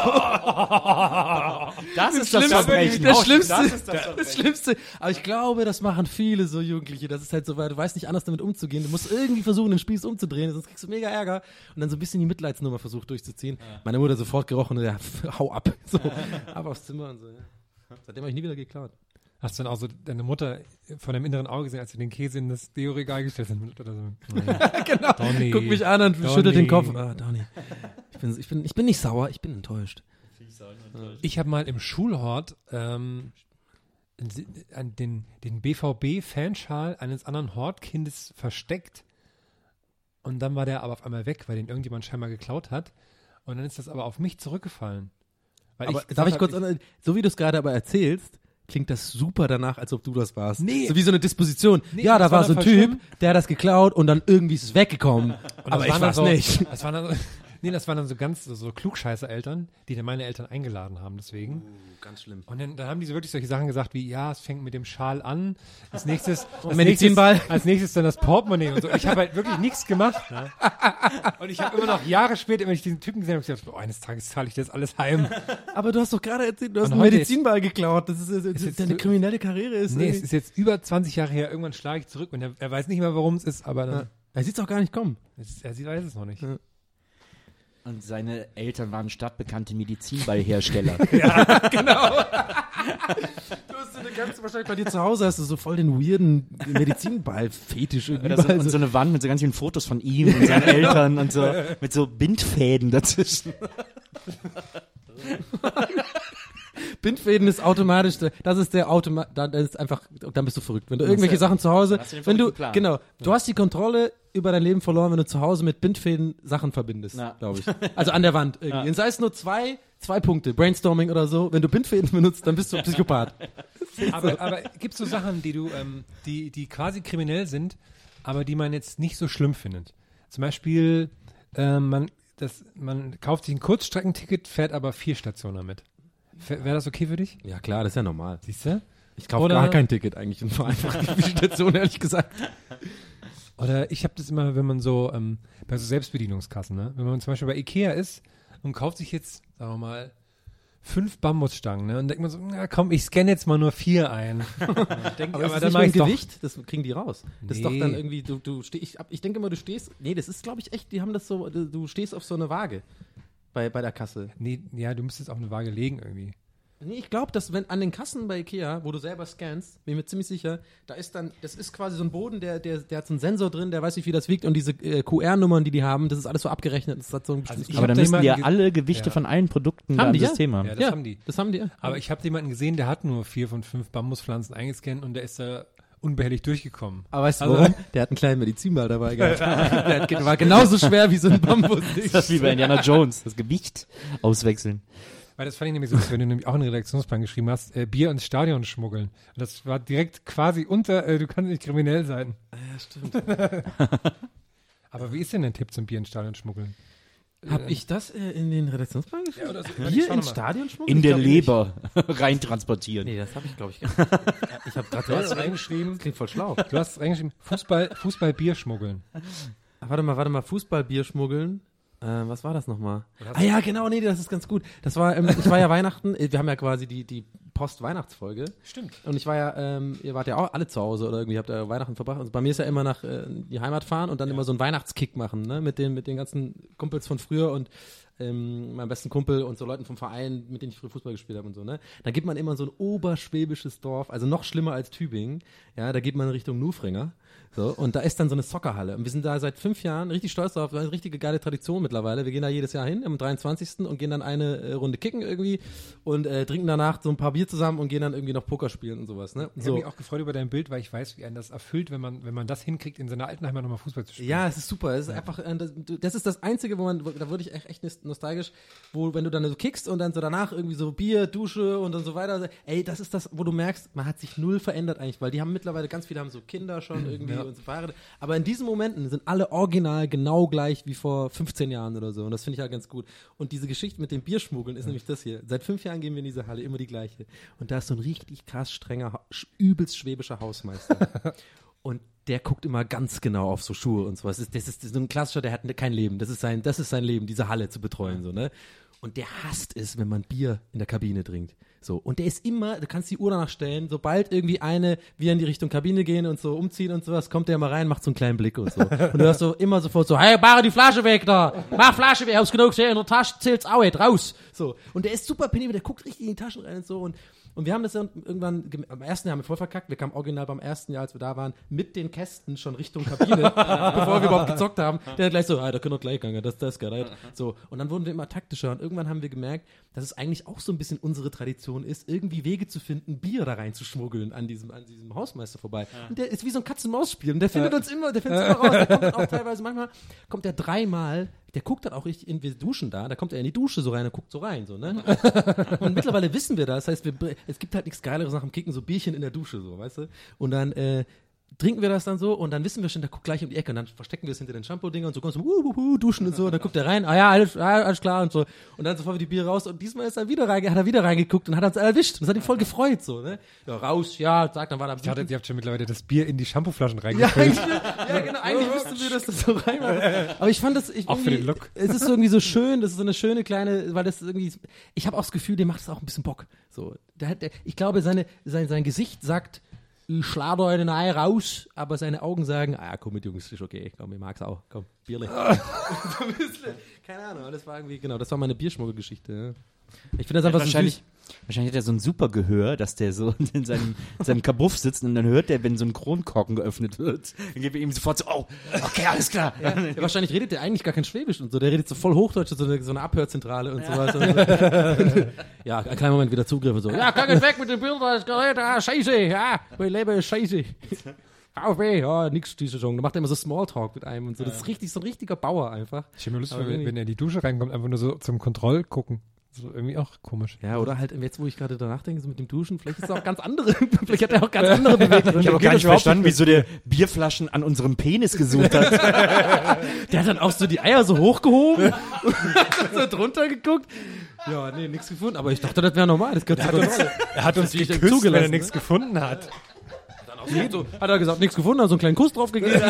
Oh, das, das ist das Verbrechen. Das Schlimmste, das ist das, das Schlimmste. Aber ich glaube, das machen viele so Jugendliche. Das ist halt so, weil du weißt nicht anders damit umzugehen. Du musst irgendwie versuchen, den Spieß umzudrehen, sonst kriegst du mega Ärger. Und dann so ein bisschen die Mitleidsnummer versucht durchzuziehen. Ja. Meine Mutter sofort gerochen und ja, hau ab. So, ab aufs Zimmer und so. Ja. Seitdem habe ich nie wieder geklaut. Hast du dann auch so deine Mutter von dem inneren Auge gesehen, als du den Käse in das Deo-Regal gestellt hast? Oder so? Genau. Donny. Guck mich an und Donny. Schüttelt den Kopf. Ah, Donny. Ich bin, ich, bin, ich bin nicht sauer, ich bin enttäuscht. Ich habe mal im Schulhort ähm, den, den B V B-Fanschal eines anderen Hortkindes versteckt. Und dann war der aber auf einmal weg, weil den irgendjemand scheinbar geklaut hat. Und dann ist das aber auf mich zurückgefallen. Weil aber ich darf ich kurz, ich, so wie du es gerade aber erzählst, klingt das super danach, als ob du das warst. Nee. So wie so eine Disposition. Nee, ja, da war so ein Typ, schlimm. Der hat das geklaut und dann irgendwie ist es weggekommen. Aber ich war's so, nicht. Das waren dann, nee, das waren dann so ganz so, so Klugscheißer-Eltern, die dann meine Eltern eingeladen haben, deswegen. Uh, ganz schlimm. Und dann, dann haben die so wirklich solche Sachen gesagt wie, ja, es fängt mit dem Schal an, als nächstes, als Medizinball. nächstes, als nächstes dann das Portemonnaie und so. Ich habe halt wirklich nichts gemacht. Ne? Und ich habe immer noch Jahre später, wenn ich diesen Typen gesehen habe, gesagt, oh, eines Tages zahle ich das alles heim. Aber du hast doch gerade erzählt, du hast und einen Medizinball ist, geklaut. Das ist, das ist, ist deine so, kriminelle Karriere ist. Nee, es ist jetzt über zwanzig Jahre her. Irgendwann schlage ich zurück und er, er weiß nicht mehr, warum es ist, aber dann. Ja. Er sieht es auch gar nicht kommen. Es, er sieht, weiß es noch nicht. Ja. Und seine Eltern waren stadtbekannte Medizinballhersteller. Ja, genau. Du hast so eine ganze, wahrscheinlich bei dir zu Hause hast du so voll den weirden Medizinball-Fetisch irgendwie. Oder so, und so eine Wand mit so ganz vielen Fotos von ihm und seinen Eltern und so, mit so Bindfäden dazwischen. Bindfäden ist automatisch, das ist der Automa, das ist einfach, dann bist du verrückt. Wenn du irgendwelche Sachen zu Hause, wenn du, Plan. genau, du hast die Kontrolle über dein Leben verloren, wenn du zu Hause mit Bindfäden Sachen verbindest, glaube ich. Also an der Wand irgendwie. Ja. Sei es nur zwei, zwei Punkte, Brainstorming oder so. Wenn du Bindfäden benutzt, dann bist du ein Psychopath. aber, aber gibt es so Sachen, die du, ähm, die, die quasi kriminell sind, aber die man jetzt nicht so schlimm findet? Zum Beispiel, ähm, man, das, man kauft sich ein Kurzstreckenticket, fährt aber vier Stationen damit. Wäre das okay für dich? Ja klar, das ist ja normal. Siehst du? Ich kaufe Oder- gar kein Ticket eigentlich und fahre einfach die Station, ehrlich gesagt. Oder ich habe das immer, wenn man so, ähm, bei so Selbstbedienungskassen, ne? Wenn man zum Beispiel bei Ikea ist und kauft sich jetzt, sagen wir mal, fünf Bambusstangen, ne? Und denkt man so, na komm, ich scanne jetzt mal nur vier ein. Denk, Aber aber dann das ist mach nicht ich's ein doch. Gewicht, das kriegen die raus. Das ist doch Nee. dann irgendwie, du, du steh, ich, ich denke immer, du stehst, nee, das ist glaube ich echt, die haben das so, du, du stehst auf so eine Waage bei, bei der Kasse. Nee, ja, du müsstest auf eine Waage legen irgendwie. Nee, ich glaube, dass wenn an den Kassen bei Ikea, wo du selber scannst, bin ich mir ziemlich sicher, da ist dann, das ist quasi so ein Boden, der, der, der hat so einen Sensor drin, der weiß, wie viel das wiegt und diese äh, Q R-Nummern, die die haben, das ist alles so abgerechnet. Das hat so ein bestimmtes ich Aber hab dann da müssen die ja jemanden ge- alle Gewichte Ja. von allen Produkten Haben da im die, ja? System haben. Ja, das haben die. Das haben die, ja. Aber ich habe jemanden gesehen, der hat nur vier von fünf Bambuspflanzen eingescannt und der ist da unbehelligt durchgekommen. Aber weißt du Also- warum? Der hat einen kleinen Medizinball dabei gehabt. Der hat, war genauso schwer wie so ein Bambus. Das ist wie bei Indiana Jones, das Gewicht auswechseln. Weil das fand ich nämlich so, wenn du nämlich auch einen Redaktionsplan geschrieben hast, äh, Bier ins Stadion schmuggeln. Und das war direkt quasi unter, äh, du kannst nicht kriminell sein. Ja, stimmt. Aber wie ist denn dein Tipp zum Bier ins Stadion schmuggeln? Hab ich das äh, in den Redaktionsplan geschrieben? Ja, oder so. Bier Schau ins noch mal. Stadion schmuggeln? In der Ich glaub nicht. Leber reintransportieren. Nee, das habe ich glaube ich gar nicht. Ich habe Du hast gerade reingeschrieben, Das klingt voll schlau. du hast reingeschrieben, Fußball, Fußball Bier schmuggeln. Ach, warte mal, warte mal, Fußballbier schmuggeln. Äh, was war das nochmal? Oder hast Ah ja, genau, nee, das ist ganz gut. Das war, ähm, ich war ja Weihnachten, äh, wir haben ja quasi die, die Post-Weihnachtsfolge. Stimmt. Und ich war ja, ähm, ihr wart ja auch alle zu Hause oder irgendwie habt ihr Weihnachten verbracht. Und bei mir ist ja immer nach äh, die Heimat fahren und dann immer so einen Weihnachtskick machen, ne? Mit den, mit den ganzen Kumpels von früher und ähm, meinem besten Kumpel und so Leuten vom Verein, mit denen ich früher Fußball gespielt habe und so, ne? Da geht man immer in so ein oberschwäbisches Dorf, also noch schlimmer als Tübingen, ja, da geht man Richtung Nufringer. So, und da ist dann so eine Soccerhalle. Und wir sind da seit fünf Jahren richtig stolz drauf. Das ist eine richtige geile Tradition mittlerweile. Wir gehen da jedes Jahr hin, am dreiundzwanzigsten und gehen dann eine äh, Runde kicken irgendwie und äh, trinken danach so ein paar Bier zusammen und gehen dann irgendwie noch Poker spielen und sowas. Ne? Ich So. habe mich auch gefreut über dein Bild, weil ich weiß, wie einen das erfüllt, wenn man, wenn man das hinkriegt, in seiner alten Heimat nochmal Fußball zu spielen. Ja, es ist super. Es ist einfach, äh, das, du- das ist das Einzige, wo man, wo- da würde ich echt, echt nostalgisch, wo, wenn du dann so kickst und dann so danach irgendwie so Bier, Dusche und dann so weiter, ey, das ist das, wo du merkst, man hat sich null verändert eigentlich, weil die haben mittlerweile, ganz viele haben so Kinder schon irgendwie Ja. und so verheiratet. Aber in diesen Momenten sind alle original genau gleich wie vor fünfzehn Jahren oder so. Und das finde ich halt ganz gut. Und diese Geschichte mit dem Bierschmuggeln ist nämlich das hier. Seit fünf Jahren gehen wir in diese Halle, immer die gleiche. Und da ist so ein richtig krass strenger, ha- sch- übelst schwäbischer Hausmeister. Und der guckt immer ganz genau auf so Schuhe und sowas. Das ist, das ist so ein klassischer, der hat kein Leben. Das ist sein, das ist sein Leben, diese Halle zu betreuen, so, ne? Und der hasst es, wenn man Bier in der Kabine trinkt. So. Und der ist immer, du kannst die Uhr danach stellen, sobald irgendwie eine, wir in die Richtung Kabine gehen und so umziehen und sowas, kommt der mal rein, macht so einen kleinen Blick und so. Und du hast so immer sofort so, hey, mach die Flasche weg da! Mach Flasche weg, hab's genug gesehen, in der Tasche zählt's auch nicht, raus! So. Und der ist super penibel, der guckt richtig in die Taschen rein und so und Und wir haben das dann irgendwann, gem- am ersten Jahr haben wir voll verkackt, wir kamen original beim ersten Jahr, als wir da waren, mit den Kästen schon Richtung Kabine, bevor wir überhaupt gezockt haben. Der hat gleich so, ah, da können wir gleich gehen, das, das, geil. So. Und dann wurden wir immer taktischer und irgendwann haben wir gemerkt, dass es eigentlich auch so ein bisschen unsere Tradition ist, irgendwie Wege zu finden, Bier da reinzuschmuggeln an diesem, an diesem Hausmeister vorbei. Und der ist wie so ein Katz-und-Maus-Spiel und der findet uns immer, der findet uns immer raus, der kommt dann auch teilweise, manchmal kommt er dreimal, der guckt dann auch richtig, in, wir duschen da, da kommt er in die Dusche so rein und guckt so rein, so, ne? Und mittlerweile wissen wir das, das heißt, wir, es gibt halt nichts Geileres nach dem Kicken, so Bierchen in der Dusche, so, weißt du? Und dann, äh, trinken wir das dann so und dann wissen wir schon, der guckt gleich um die Ecke und dann verstecken wir es hinter den Shampoo-Dinger und so, kommst du, uh, uh, uh, duschen und so, und dann guckt er rein, ah ja, alles, ah, alles klar und so. Und dann sofort wir die Bier raus und diesmal ist er wieder reinge, hat er wieder reingeguckt und hat uns erwischt und das hat ihn voll gefreut, so, ne? Ja, raus, ja, sagt, dann war da Ich dachte, ihr habt schon mittlerweile das Bier in die Shampooflaschen ja, reingefüllt. eigentlich, ja, genau, eigentlich wüssten wir, dass das so reinmacht. Aber ich fand das, ich Auch für irgendwie- den Look. Es ist so irgendwie so schön, das ist so eine schöne kleine, weil das irgendwie, ich habe auch das Gefühl, dem macht es auch ein bisschen Bock. So, der hat, der, ich glaube, seine, sein, sein Gesicht sagt, ich schlage heute eine Ei raus, aber seine Augen sagen, ah, komm mit Jungs, ist okay, komm, ich mag's auch, komm, Bierle. So ein bisschen, keine Ahnung, das war irgendwie, genau, das war meine Bierschmuggelgeschichte. Ja. Ich finde das einfach so wahrscheinlich, süß. wahrscheinlich hat er so ein super Gehör, dass der so in seinem, in seinem Kabuff sitzt und dann hört der, wenn so ein Kronkorken geöffnet wird, dann gibt er ihm sofort so, oh, okay, alles klar. Ja, wahrscheinlich redet der eigentlich gar kein Schwäbisch und so, der redet so voll Hochdeutsch, so eine, so eine Abhörzentrale und sowas. Und so. Ja, einen kleinen Moment wieder Zugriff und so. Ja, kann ich weg mit den Bildern, das Gerät, ah, scheiße, ja, mein Leben ist scheiße. VfB, ja, nix, diese Saison. Da macht er immer so Smalltalk mit einem und so. Das ist richtig, so ein richtiger Bauer einfach. Ich habe mir Lust, Aber wenn, irgendwie- wenn er in die Dusche reinkommt, einfach nur so zum Kontroll gucken. So irgendwie auch komisch. Ja, oder halt jetzt, wo ich gerade danach denke, so mit dem Duschen, vielleicht ist es auch ganz andere, vielleicht hat er auch ganz andere Beweggründe. Ich habe auch gar nicht verstanden, wieso der Bierflaschen an unserem Penis gesucht hat. Der hat dann auch so die Eier so hochgehoben und hat so drunter geguckt. Ja, nee, nichts gefunden, aber ich dachte, das wäre normal. Das gehört zur Kontrolle. Er hat uns Natürlich geküsst, wenn er zugelassen, nichts ne? gefunden hat. Dann auch so, hat er gesagt, nichts gefunden, hat so einen kleinen Kuss drauf gegeben.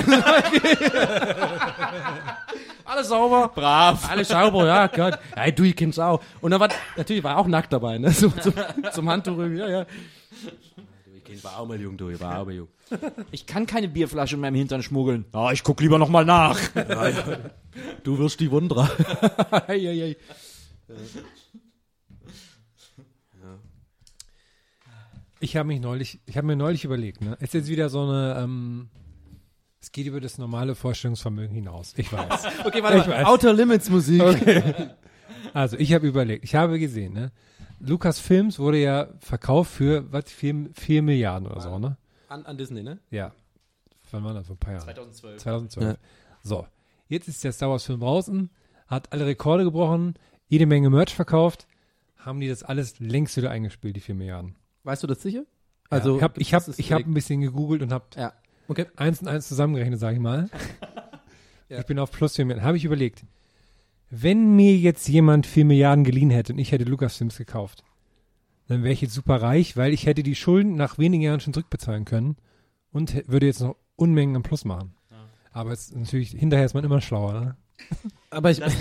Alles sauber. Brav. Alles sauber, ja, Gott. Ja, du, ich kenn's auch. Und dann war, natürlich war er auch nackt dabei, ne, so, zum, zum Handtuch irgendwie, ja, ja. Du, ich kenn, war auch mal jung, du, ich war auch mal jung. Ich kann keine Bierflasche in meinem Hintern schmuggeln. Ah, ich guck lieber noch mal nach. Ja, ja. Du wirst die Wundra. Hey, hey, hey. Ich habe mich neulich, ich habe mir neulich überlegt, ne, es ist jetzt wieder so eine, ähm, es geht über das normale Vorstellungsvermögen hinaus. Ich weiß. Okay, warte Ich mal. weiß. Outer Limits Musik. Okay. Also, ich habe überlegt, ich habe gesehen, ne, Lucas Films wurde ja verkauft für, was, vier, vier Milliarden oder so, ne? An, an Disney, ne? Ja. Wann war das? Vor ein paar Jahren. zweitausendzwölf. zweitausendzwölf. Ja. So. Jetzt ist der Star Wars Film draußen, hat alle Rekorde gebrochen, jede Menge Merch verkauft, haben die das alles längst wieder eingespielt, die vier Milliarden. Weißt du das sicher? Also, ja, ich habe ich hab, das ist ich hab belegt. ein bisschen gegoogelt und habe Ja. Okay. eins und eins zusammengerechnet, sage ich mal. Ja. Ich bin auf plus vier Milliarden. Habe ich überlegt, wenn mir jetzt jemand vier Milliarden geliehen hätte und ich hätte Lucasfilms gekauft, dann wäre ich jetzt super reich, weil ich hätte die Schulden nach wenigen Jahren schon zurückbezahlen können und h- würde jetzt noch Unmengen am Plus machen. Ja. Aber jetzt natürlich, hinterher ist man immer schlauer, ne? Aber ich,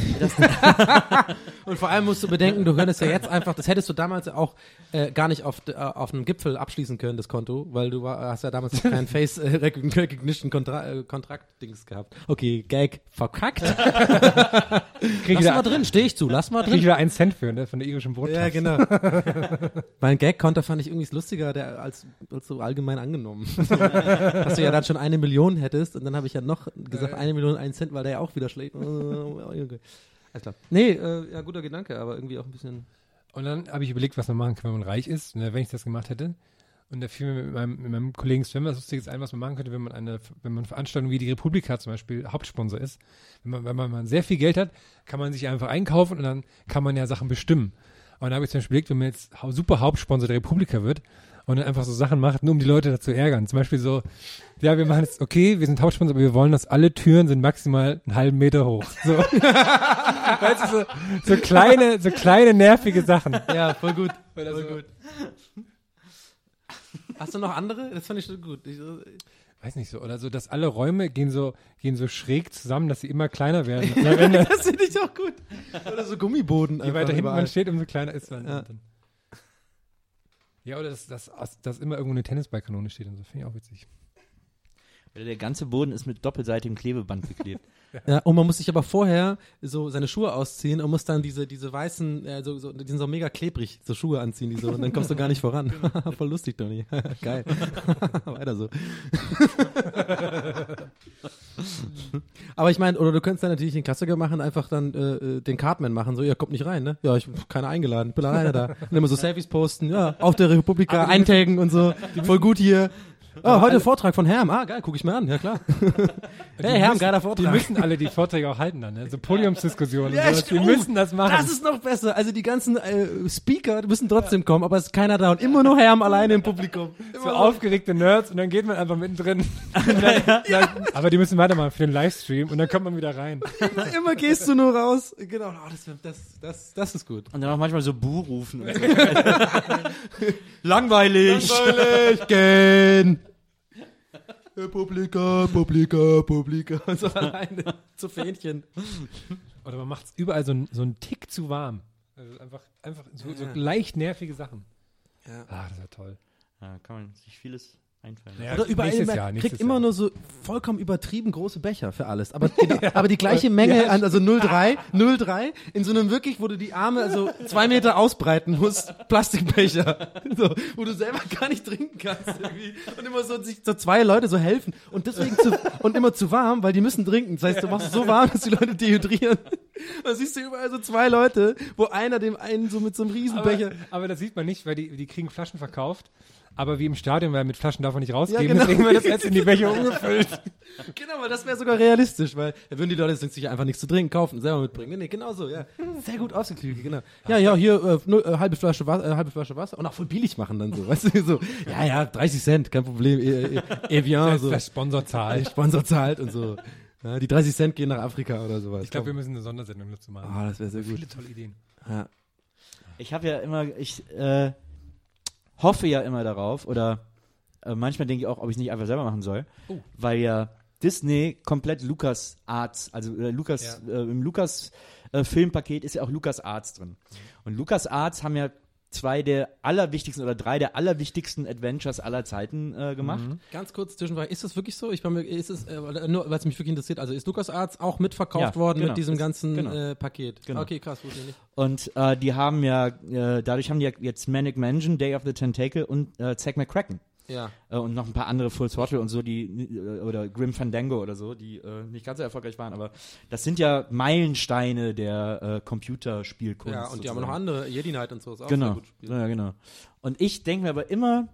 und vor allem musst du bedenken, du könntest ja jetzt einfach, das hättest du damals auch äh, gar nicht auf, äh, auf einem Gipfel abschließen können, das Konto, weil du war, hast ja damals noch keinen Face äh, Recognition Kontra äh, Kontrakt-Dings gehabt. Okay, Gag verkackt. Krieg Lass wieder, mal drin, stehe ich zu, lass mal krieg ich drin. wieder einen Cent für, ne? Von der irischen Botschaft. Ja, genau. Mein Gag-Konter fand ich irgendwie lustiger der, als, als so allgemein angenommen. Dass du ja dann schon eine Million hättest und dann habe ich ja noch gesagt, eine Million, einen Cent, weil der ja auch wieder schlägt. Okay. Alles klar. Nee, äh, ja, guter Gedanke, aber irgendwie auch ein bisschen. Und dann habe ich überlegt, was man machen kann, wenn man reich ist, ne, wenn ich das gemacht hätte. Und da fiel mir mit meinem, mit meinem Kollegen Sven was Lustiges ein, was man machen könnte, wenn man eine, wenn man Veranstaltungen wie die Republika zum Beispiel Hauptsponsor ist. Wenn man, wenn man mal sehr viel Geld hat, kann man sich einfach einkaufen und dann kann man ja Sachen bestimmen. Und da habe ich zum Beispiel überlegt, wenn man jetzt hau- super Hauptsponsor der Republika wird und dann einfach so Sachen macht, nur um die Leute dazu ärgern. Zum Beispiel so, ja, wir machen jetzt, okay, wir sind Hauptsponsor, aber wir wollen, dass alle Türen sind maximal einen halben Meter hoch. So. Weißt du, so, so kleine, so kleine nervige Sachen. Ja, voll gut. Voll Voll so- gut. Hast du noch andere? Das fand ich schon gut. Ich, Weiß nicht so, oder so, dass alle Räume gehen so, gehen so schräg zusammen, dass sie immer kleiner werden. Und am Ende, das finde ich auch gut. Oder so Gummiboden. je einfach weiter hinten überall. man steht, umso kleiner ist man. Ja. Und dann- Ja, oder dass, dass, dass immer irgendwo eine Tennisballkanone steht und so, finde ich auch witzig. Der ganze Boden ist mit doppelseitigem Klebeband beklebt. Ja, und man muss sich aber vorher so seine Schuhe ausziehen und muss dann diese, diese weißen, äh, so, so, die sind so mega klebrig, so Schuhe anziehen, die so, und dann kommst du gar nicht voran. Voll lustig, Toni. Geil. Weiter so. Aber ich meine, oder du könntest dann natürlich den Klassiker machen, einfach dann äh, den Cartman machen, so, ihr kommt nicht rein, ne? Ja, ich hab keiner eingeladen, bin alleine da. Und immer so Selfies posten, ja, auf der Republika eintaggen und so, voll gut hier. Oh, heute Vortrag von Herm. Ah, geil, guck ich mir an, ja klar. Hey, Herm, geiler Die Vortrag. müssen alle die Vorträge auch halten dann, ne? So Podiumsdiskussionen Ja, und sowas. Die stimmt. müssen das machen. Das ist noch besser. Also die ganzen äh, Speaker müssen trotzdem kommen, aber es ist keiner da und immer nur Herm alleine im Publikum. so aufgeregte Nerds und dann geht man einfach mittendrin. Und dann, dann, aber die müssen weitermachen für den Livestream und dann kommt man wieder rein. Immer, immer gehst du nur raus. Genau, oh, das, das, das, das ist gut. Und dann auch manchmal so Buh rufen. Und so. Langweilig. Langweilig, gehen. Publika, Publika, Publika. Und so alleine zu Fähnchen. Oder man macht es überall so, ein- so einen Tick zu warm. Also einfach, einfach so, so leicht nervige Sachen. Ja. Ah, das ist ja toll. Ja, kann man sich vieles einfallen. Ja, Oder überall nächstes immer, Jahr, nächstes kriegt immer Jahr. nur so vollkommen übertrieben große Becher für alles. Aber, genau, aber die gleiche Menge an, also null Komma drei, null Komma drei, in so einem wirklich, wo du die Arme also zwei Meter ausbreiten musst, Plastikbecher. So, wo du selber gar nicht trinken kannst irgendwie. Und immer so, sich so zwei Leute so helfen. Und deswegen zu, und immer zu warm, weil die müssen trinken. Das heißt, du machst es so warm, dass die Leute dehydrieren. Da siehst du überall so zwei Leute, wo einer dem einen so mit so einem Riesenbecher. Aber, aber das sieht man nicht, weil die, die kriegen Flaschen verkauft. aber wie im Stadion, weil mit Flaschen darf man nicht rausgeben, Ja, genau. deswegen wird das jetzt in die Becher umgefüllt. Genau, weil das wäre sogar realistisch, weil da würden die Leute sich einfach nichts zu trinken kaufen, selber mitbringen. Nee, genau so, ja. Sehr gut ausgeklügelt, genau. Ja, ja, hier äh, nur, äh, halbe Flasche Wasser, äh, halbe Flasche Wasser und auch voll billig machen dann so, weißt du, so. Ja, ja, dreißig Cent, kein Problem. Eh, eh, eh bien, so. Der Sponsor zahlt. Der Sponsor zahlt und so. Ja, die dreißig Cent gehen nach Afrika oder sowas. Ich glaube, wir müssen eine Sondersendung dazu machen. Ah, das wäre sehr gut. Viele tolle Ideen. Ja. Ich habe ja immer, ich äh, hoffe ja immer darauf, oder äh, manchmal denke ich auch, ob ich es nicht einfach selber machen soll, Oh. weil ja Disney komplett Lucas Arts, also äh, Lucas, äh, im Lucas äh, Filmpaket ist ja auch Lucas Arts drin. Und Lucas Arts haben ja zwei der allerwichtigsten oder drei der allerwichtigsten Adventures aller Zeiten äh, gemacht. Ganz kurz zwischenfrage, ist das wirklich so? Ich war mir, ist es, äh, nur weil es mich wirklich interessiert, also ist LucasArts auch mitverkauft Ja, worden genau. mit diesem Das- ganzen genau. äh, Paket? Genau. Okay, krass, wusste ich nicht. Und äh, die haben ja, äh, dadurch haben die ja jetzt Manic Mansion, Day of the Tentacle und äh, Zack McCracken. Ja. Äh, und noch ein paar andere Full Throttle und so, die äh, oder Grim Fandango oder so, die äh, nicht ganz so erfolgreich waren, aber das sind ja Meilensteine der äh, Computerspielkunst. Ja, und die haben sozusagen. noch andere, Jedi Knight und so, ist auch Genau. sehr gut. Ja, genau. Und ich denke mir aber immer,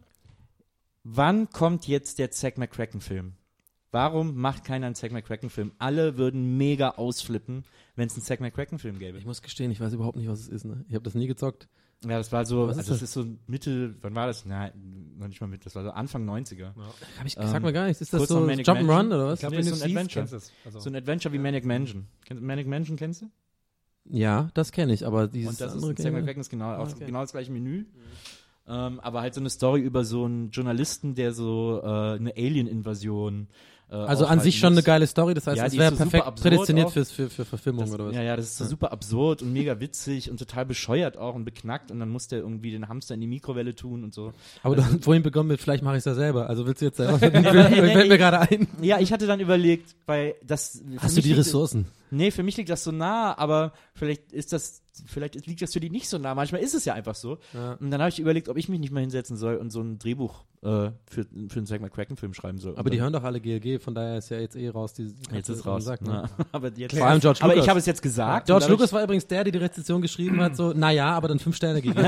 wann kommt jetzt der Zack McCracken-Film? Warum macht keiner einen Zack McCracken-Film? Alle würden mega ausflippen, wenn es einen Zack McCracken-Film gäbe. Ich muss gestehen, ich weiß überhaupt nicht, was es ist, ne? Ich habe das nie gezockt. Ja, das war so, Was ist also das das? ist so Mitte, wann war das? Nein, noch nicht mal mit, das war so Anfang neunziger. Hab ich, Ähm, sag mir gar nichts. Ist das kurz so nach Manic Jump'n'Run Mansion? oder was? Ich glaube, Nee, wenn so du ein siehst, Adventure. kennst du es. Also, So ein Adventure wie Manic Mansion. Kennst, Manic Mansion kennst du? Ja, das kenne ich, aber dieses Und das ist andere ein Zack Game- McCracken ist genau, auch okay. genau das gleiche Menü. Ähm, aber halt so eine Story über so einen Journalisten, der so äh, eine Alien-Invasion äh, Also an aufhalten sich schon eine muss. geile Story, das heißt, Ja, es die wäre ist so super perfekt absurd prädestiniert auch. fürs, für, für Verfilmung Das, oder was? ja, ja, das ist so super absurd und mega witzig und total bescheuert auch und beknackt und dann muss der irgendwie den Hamster in die Mikrowelle tun und so. Aber Also- du hast vorhin begonnen mit, vielleicht mache ich es ja selber. Also willst du jetzt selber? Fällt mir gerade ein. Ja, ich hatte dann überlegt, weil das. für Hast du mich die liegt- Ressourcen? Nee, für mich liegt das so nah, aber vielleicht ist das, vielleicht liegt das für die nicht so nah. Manchmal ist es ja einfach so. Ja. Und dann habe ich überlegt, ob ich mich nicht mal hinsetzen soll und so ein Drehbuch äh, für, für einen Zack McCracken-Film schreiben soll. Aber die hören doch alle G L G, von daher ist ja jetzt eh raus. Die, die Jetzt ist kannst du raus. sagen, Ja. ne? Aber, jetzt, Vor allem George aber Lucas. ich habe es jetzt gesagt. George und dadurch- Lucas war übrigens der, der die Rezension geschrieben hat, so, naja, aber dann fünf Sterne gegeben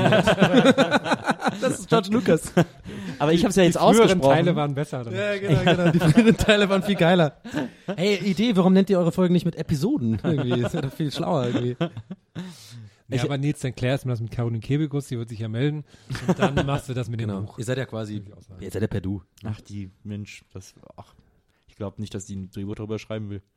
hat. Das ist George Lucas. Aber ich habe es ja jetzt die früheren ausgesprochen. Teile waren besser. Dann. Ja, genau, genau. Die früheren Teile waren viel geiler. Hey, Idee, warum nennt ihr eure Folgen nicht mit Episoden? Irgendwie, ist ja doch viel schlauer irgendwie. Ja, aber Nils, dann klärst du das mit Caroline Kebekus, die wird sich ja melden. Und dann machst du das mit dem Genau. Buch. Ihr seid ja quasi, Würde ich auch sagen. ihr seid ja per Du. Ach, die Mensch, das. Ach, ich glaube nicht, dass die ein Drehbuch darüber schreiben will.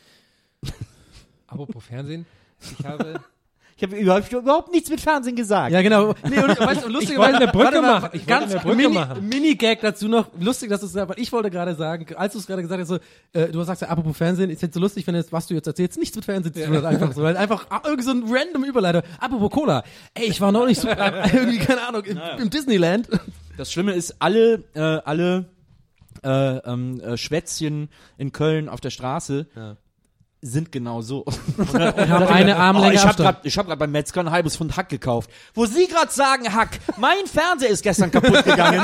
Apropos Fernsehen, ich habe... Ich habe überhaupt, überhaupt nichts mit Fernsehen gesagt. Ja, genau. Nee, und, weißt du, lustig, Ich wollte eine Brücke warte mal, machen. Ich wollte ganz eine Brücke Mini, machen. Mini-Gag dazu noch. Lustig, dass du es gesagt hast. Ich wollte gerade sagen, als du es gerade gesagt hast, so, äh, du sagst ja, apropos Fernsehen, ist jetzt so lustig, wenn jetzt, was du jetzt erzählst, nichts mit Fernsehen zu tun hat, einfach so. Weil einfach ah, irgendwie so ein random Überleiter. Apropos Cola. Ey, ich war noch nicht so, äh, irgendwie, keine Ahnung, im, im Disneyland. Das Schlimme ist, alle, äh, alle äh, ähm, äh, Schwätzchen in Köln auf der Straße Ja. sind genau so. Und haben eine Oh, Armlänge ich habe Abstand. gerade hab grad beim Metzger ein halbes Pfund Hack gekauft. Wo Sie gerade sagen, Hack, mein Fernseher ist gestern kaputt gegangen.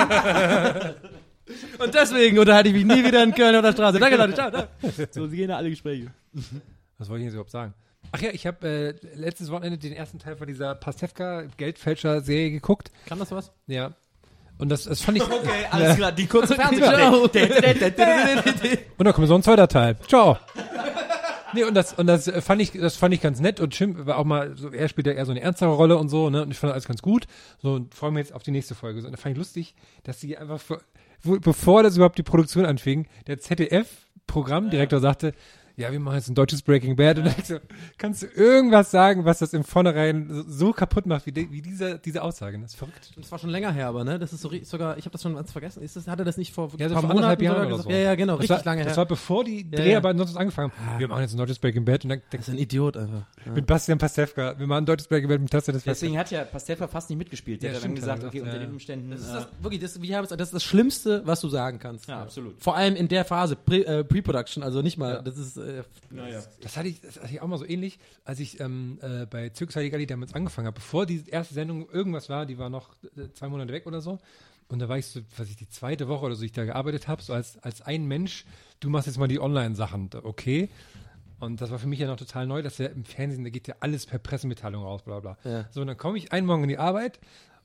Und deswegen unterhalte ich mich nie wieder in Köln auf der Straße. Danke, Leute. Ciao. ciao. So gehen da alle Gespräche. Was wollte ich jetzt überhaupt sagen? Ach ja, ich habe äh, letztes Wochenende den ersten Teil von dieser Pastewka-Geldfälscher-Serie geguckt. Kann das was? Ja. Und das, das fand ich... Okay, alles klar, die kurze Ciao. Fernsehgeschichte. Und dann kommt so ein zweiter Teil. Ciao. Nee, und das, und das fand ich, das fand ich ganz nett und Jim war auch mal, so, er spielt ja eher so eine ernstere Rolle und so, ne, und ich fand alles ganz gut, so, und freue mich jetzt auf die nächste Folge. So, und da fand ich lustig, dass sie einfach, vor, wo, bevor das überhaupt die Produktion anfing, der Z D F-Programmdirektor sagte, ja, wir machen jetzt ein deutsches Breaking Bad. Und dann ich so, kannst du irgendwas sagen, was das im Vornherein so, so kaputt macht, wie, de, wie diese, diese Aussage? Das ist verrückt. Das war schon länger her, aber ne, das ist so ri- sogar, ich habe das schon ganz vergessen. Ist das, hat er das nicht vor Ja, so ein paar vor anderthalb Monaten Jahren sogar oder gesagt? so. Ja, ja, genau, Das richtig war, lange Das her. war bevor die Ja, Dreharbeiten sonst angefangen haben. Wir machen jetzt ein deutsches Breaking Bad und dann Das ist ein Idiot einfach. Ja. mit Bastian Pastewka, wir machen ein deutsches Breaking Bad mit Tasse des Deswegen hat ja Pastewka fast nicht mitgespielt. Der Ja, hat dann stimmt, gesagt, hat er okay, gesagt, unter ja. den Umständen. Das ist äh, das, wirklich, das, wie habe ich, das ist das Schlimmste, was du sagen kannst. Ja, absolut. Vor allem in der Phase, Pre, äh, Pre-Production, also nicht mal, das ist, äh, Das hatte ich, das hatte ich auch mal so ähnlich, als ich ähm, äh, bei Zirkus Halligalli damals angefangen habe, bevor die erste Sendung irgendwas war, die war noch äh, zwei Monate weg oder so. Und da war ich so, was ich, die zweite Woche oder so, ich da gearbeitet habe, so als, als ein Mensch, du machst jetzt mal die Online-Sachen, okay. Und das war für mich ja noch total neu, dass ja im Fernsehen, da geht ja alles per Pressemitteilung raus, bla bla. Ja. So, und dann komme ich einen Morgen in die Arbeit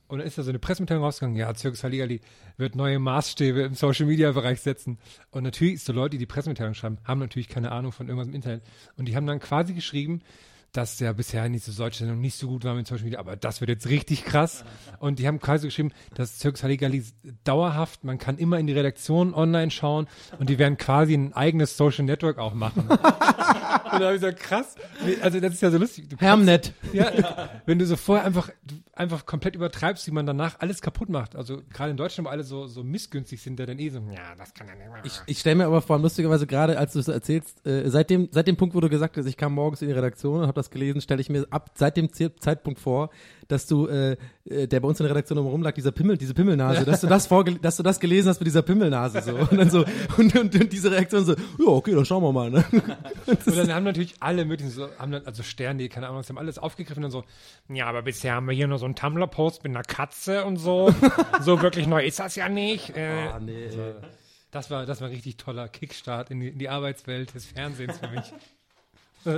Und dann ist da so eine Pressemitteilung rausgegangen, ja, Circus Halligalli wird neue Maßstäbe im Social-Media-Bereich setzen. Und natürlich ist so Leute, die die Pressemitteilung schreiben, haben natürlich keine Ahnung von irgendwas im Internet. Und die haben dann quasi geschrieben, dass ja bisher nicht so solche Sendungen nicht so gut waren mit Social Media, aber das wird jetzt richtig krass. Und die haben quasi geschrieben, dass Circus Halligalli dauerhaft, man kann immer in die Redaktion online schauen und die werden quasi ein eigenes Social Network auch machen. Und da habe ich gesagt, krass. Also das ist ja so lustig. Du kannst, Hermnet. Ja, wenn du so vorher einfach, einfach komplett übertreibst, wie man danach alles kaputt macht. Also gerade in Deutschland, wo alle so, so missgünstig sind, der dann eh so, ja, das kann ja nicht mehr. Ich, ich stelle mir aber vor, lustigerweise gerade, als du es erzählst, äh, seit, dem, seit dem Punkt, wo du gesagt hast, ich kam morgens in die Redaktion und habe das gelesen, stelle ich mir ab seit dem Z- Zeitpunkt vor, dass du, äh, der bei uns in der Redaktion immer rumlag, dieser Pimmel, diese Pimmelnase, dass du das vorge- dass du das gelesen hast mit dieser Pimmelnase so und dann so und, und, und diese Reaktion so, ja okay, dann schauen wir mal. Ne? Und dann haben natürlich alle möglichen, so, haben dann, also Sterne, die keine Ahnung, haben alles aufgegriffen und dann so, ja, aber bisher haben wir hier nur so einen Tumblr-Post mit einer Katze und so, so wirklich neu ist das ja nicht. Äh, Ah, nee. so, das war, das war ein richtig toller Kickstart in die, in die Arbeitswelt des Fernsehens für mich. äh,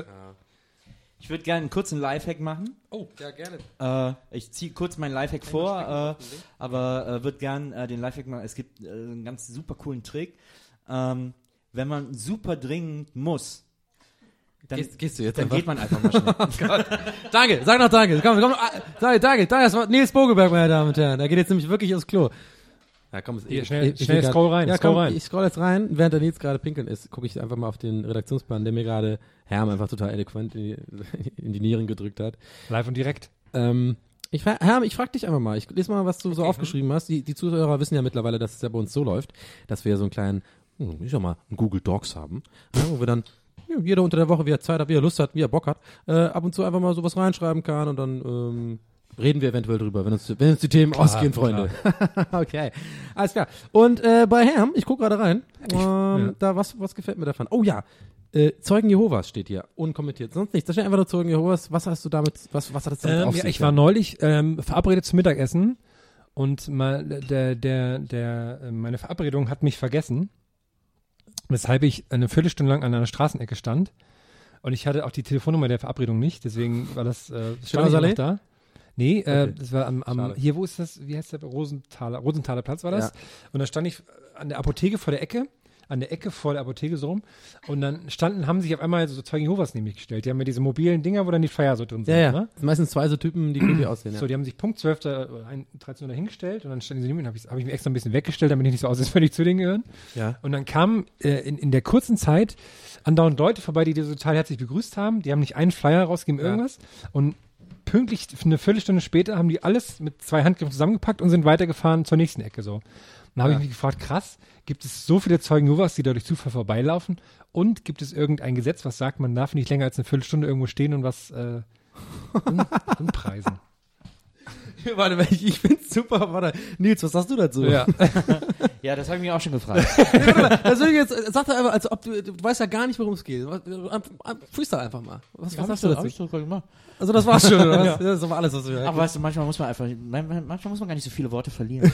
Ich würde gerne einen kurzen Lifehack machen. Oh, ja, gerne. Äh, ich ziehe kurz meinen Lifehack vor, äh, aber äh, würde gerne äh, den Lifehack machen. Es gibt äh, einen ganz super coolen Trick. Ähm, wenn man super dringend muss, dann, Gehst, gehst du jetzt dann einfach? geht man einfach mal schnell. Danke, sag noch danke. Komm, komm, ah, danke, danke, danke, das war Nils Bogelberg, meine Damen und Herren. Der geht jetzt nämlich wirklich aufs Klo. Ja, komm, Hier, ich, schnell- ich, ich schnell will grad- scroll rein, Ja, scroll komm, rein. ich scroll jetzt rein. Während der Nils gerade pinkeln ist, gucke ich einfach mal auf den Redaktionsplan, der mir gerade Herm einfach total eloquent in die, in die Nieren gedrückt hat. live und direkt. Ähm, ich, fra- Herm, ich frag dich einfach mal. Ich lese mal, was du so aufgeschrieben hast. Die, die Zuhörer wissen ja mittlerweile, dass es ja bei uns so läuft, dass wir so einen kleinen, hm, ich sag mal, einen Google Docs haben, ja, wo wir dann ja, jeder unter der Woche, wie er Zeit hat, wie er Lust hat, wie er Bock hat, äh, ab und zu einfach mal sowas reinschreiben kann und dann ähm, reden wir eventuell drüber, wenn uns, wenn uns die Themen ausgehen, Freunde. Okay, alles klar. Und äh, bei Herm, ich guck gerade rein, ähm, ja. da was, was gefällt mir davon? Oh ja, äh, Zeugen Jehovas steht hier, unkommentiert, sonst nichts. Da steht einfach nur Zeugen Jehovas. Was hast du damit, was, was hat das damit Ähm, auf ja, sich? ich war neulich ähm, verabredet zum Mittagessen und mal, der, der, der, äh, meine Verabredung hat mich vergessen, weshalb ich eine Viertelstunde lang an einer Straßenecke stand und ich hatte auch die Telefonnummer der Verabredung nicht, deswegen war das, äh, stand ich Allee? noch da. Nee, äh, Okay. das war am, am Schade. hier, wo ist das, wie heißt der, Rosenthaler, Rosenthaler Platz war das. Ja. Und da stand ich an der Apotheke vor der Ecke, an der Ecke vor der Apotheke so rum und dann standen, haben sich auf einmal so Zeugen Jehovas nämlich gestellt. Die haben ja diese mobilen Dinger, wo dann die Flyer so drin sind. Ja, ja. Ne? Das sind meistens zwei so Typen, die creepy aussehen. Ja. So, die haben sich Punkt zwölf, da, oder ein- dreizehn Uhr dahingestellt und dann standen sie neben mir und habe ich, hab ich mich extra ein bisschen weggestellt, damit ich nicht so aussehe, als würde ich zu denen gehören. Ja. Und dann kamen äh, in, in der kurzen Zeit andauernd Leute vorbei, die dir so total herzlich begrüßt haben. Die haben nicht einen Flyer rausgegeben, Ja. irgendwas. Und pünktlich eine Viertelstunde später haben die alles mit zwei Handgriffen zusammengepackt und sind weitergefahren zur nächsten Ecke so. Und dann habe Ja. ich mich gefragt, krass, gibt es so viele Zeugen Jehovas, die da durch Zufall vorbeilaufen? Und gibt es irgendein Gesetz, was sagt, man darf nicht länger als eine Viertelstunde irgendwo stehen und was äh, um, umpreisen? Warte, ich, ich find's super. Warte, Nils, was sagst du dazu? Ja. Ja, das habe ich mich auch schon gefragt. Das will ich jetzt, sag doch einfach, als ob du, du weißt ja gar nicht, worum es geht. Freestyle einfach mal. Was, was sagst du dazu? doch gemacht. Also das war's schon, oder was? Das ist aber alles, was wir Aber weißt du, manchmal muss man einfach, manchmal muss man gar nicht so viele Worte verlieren.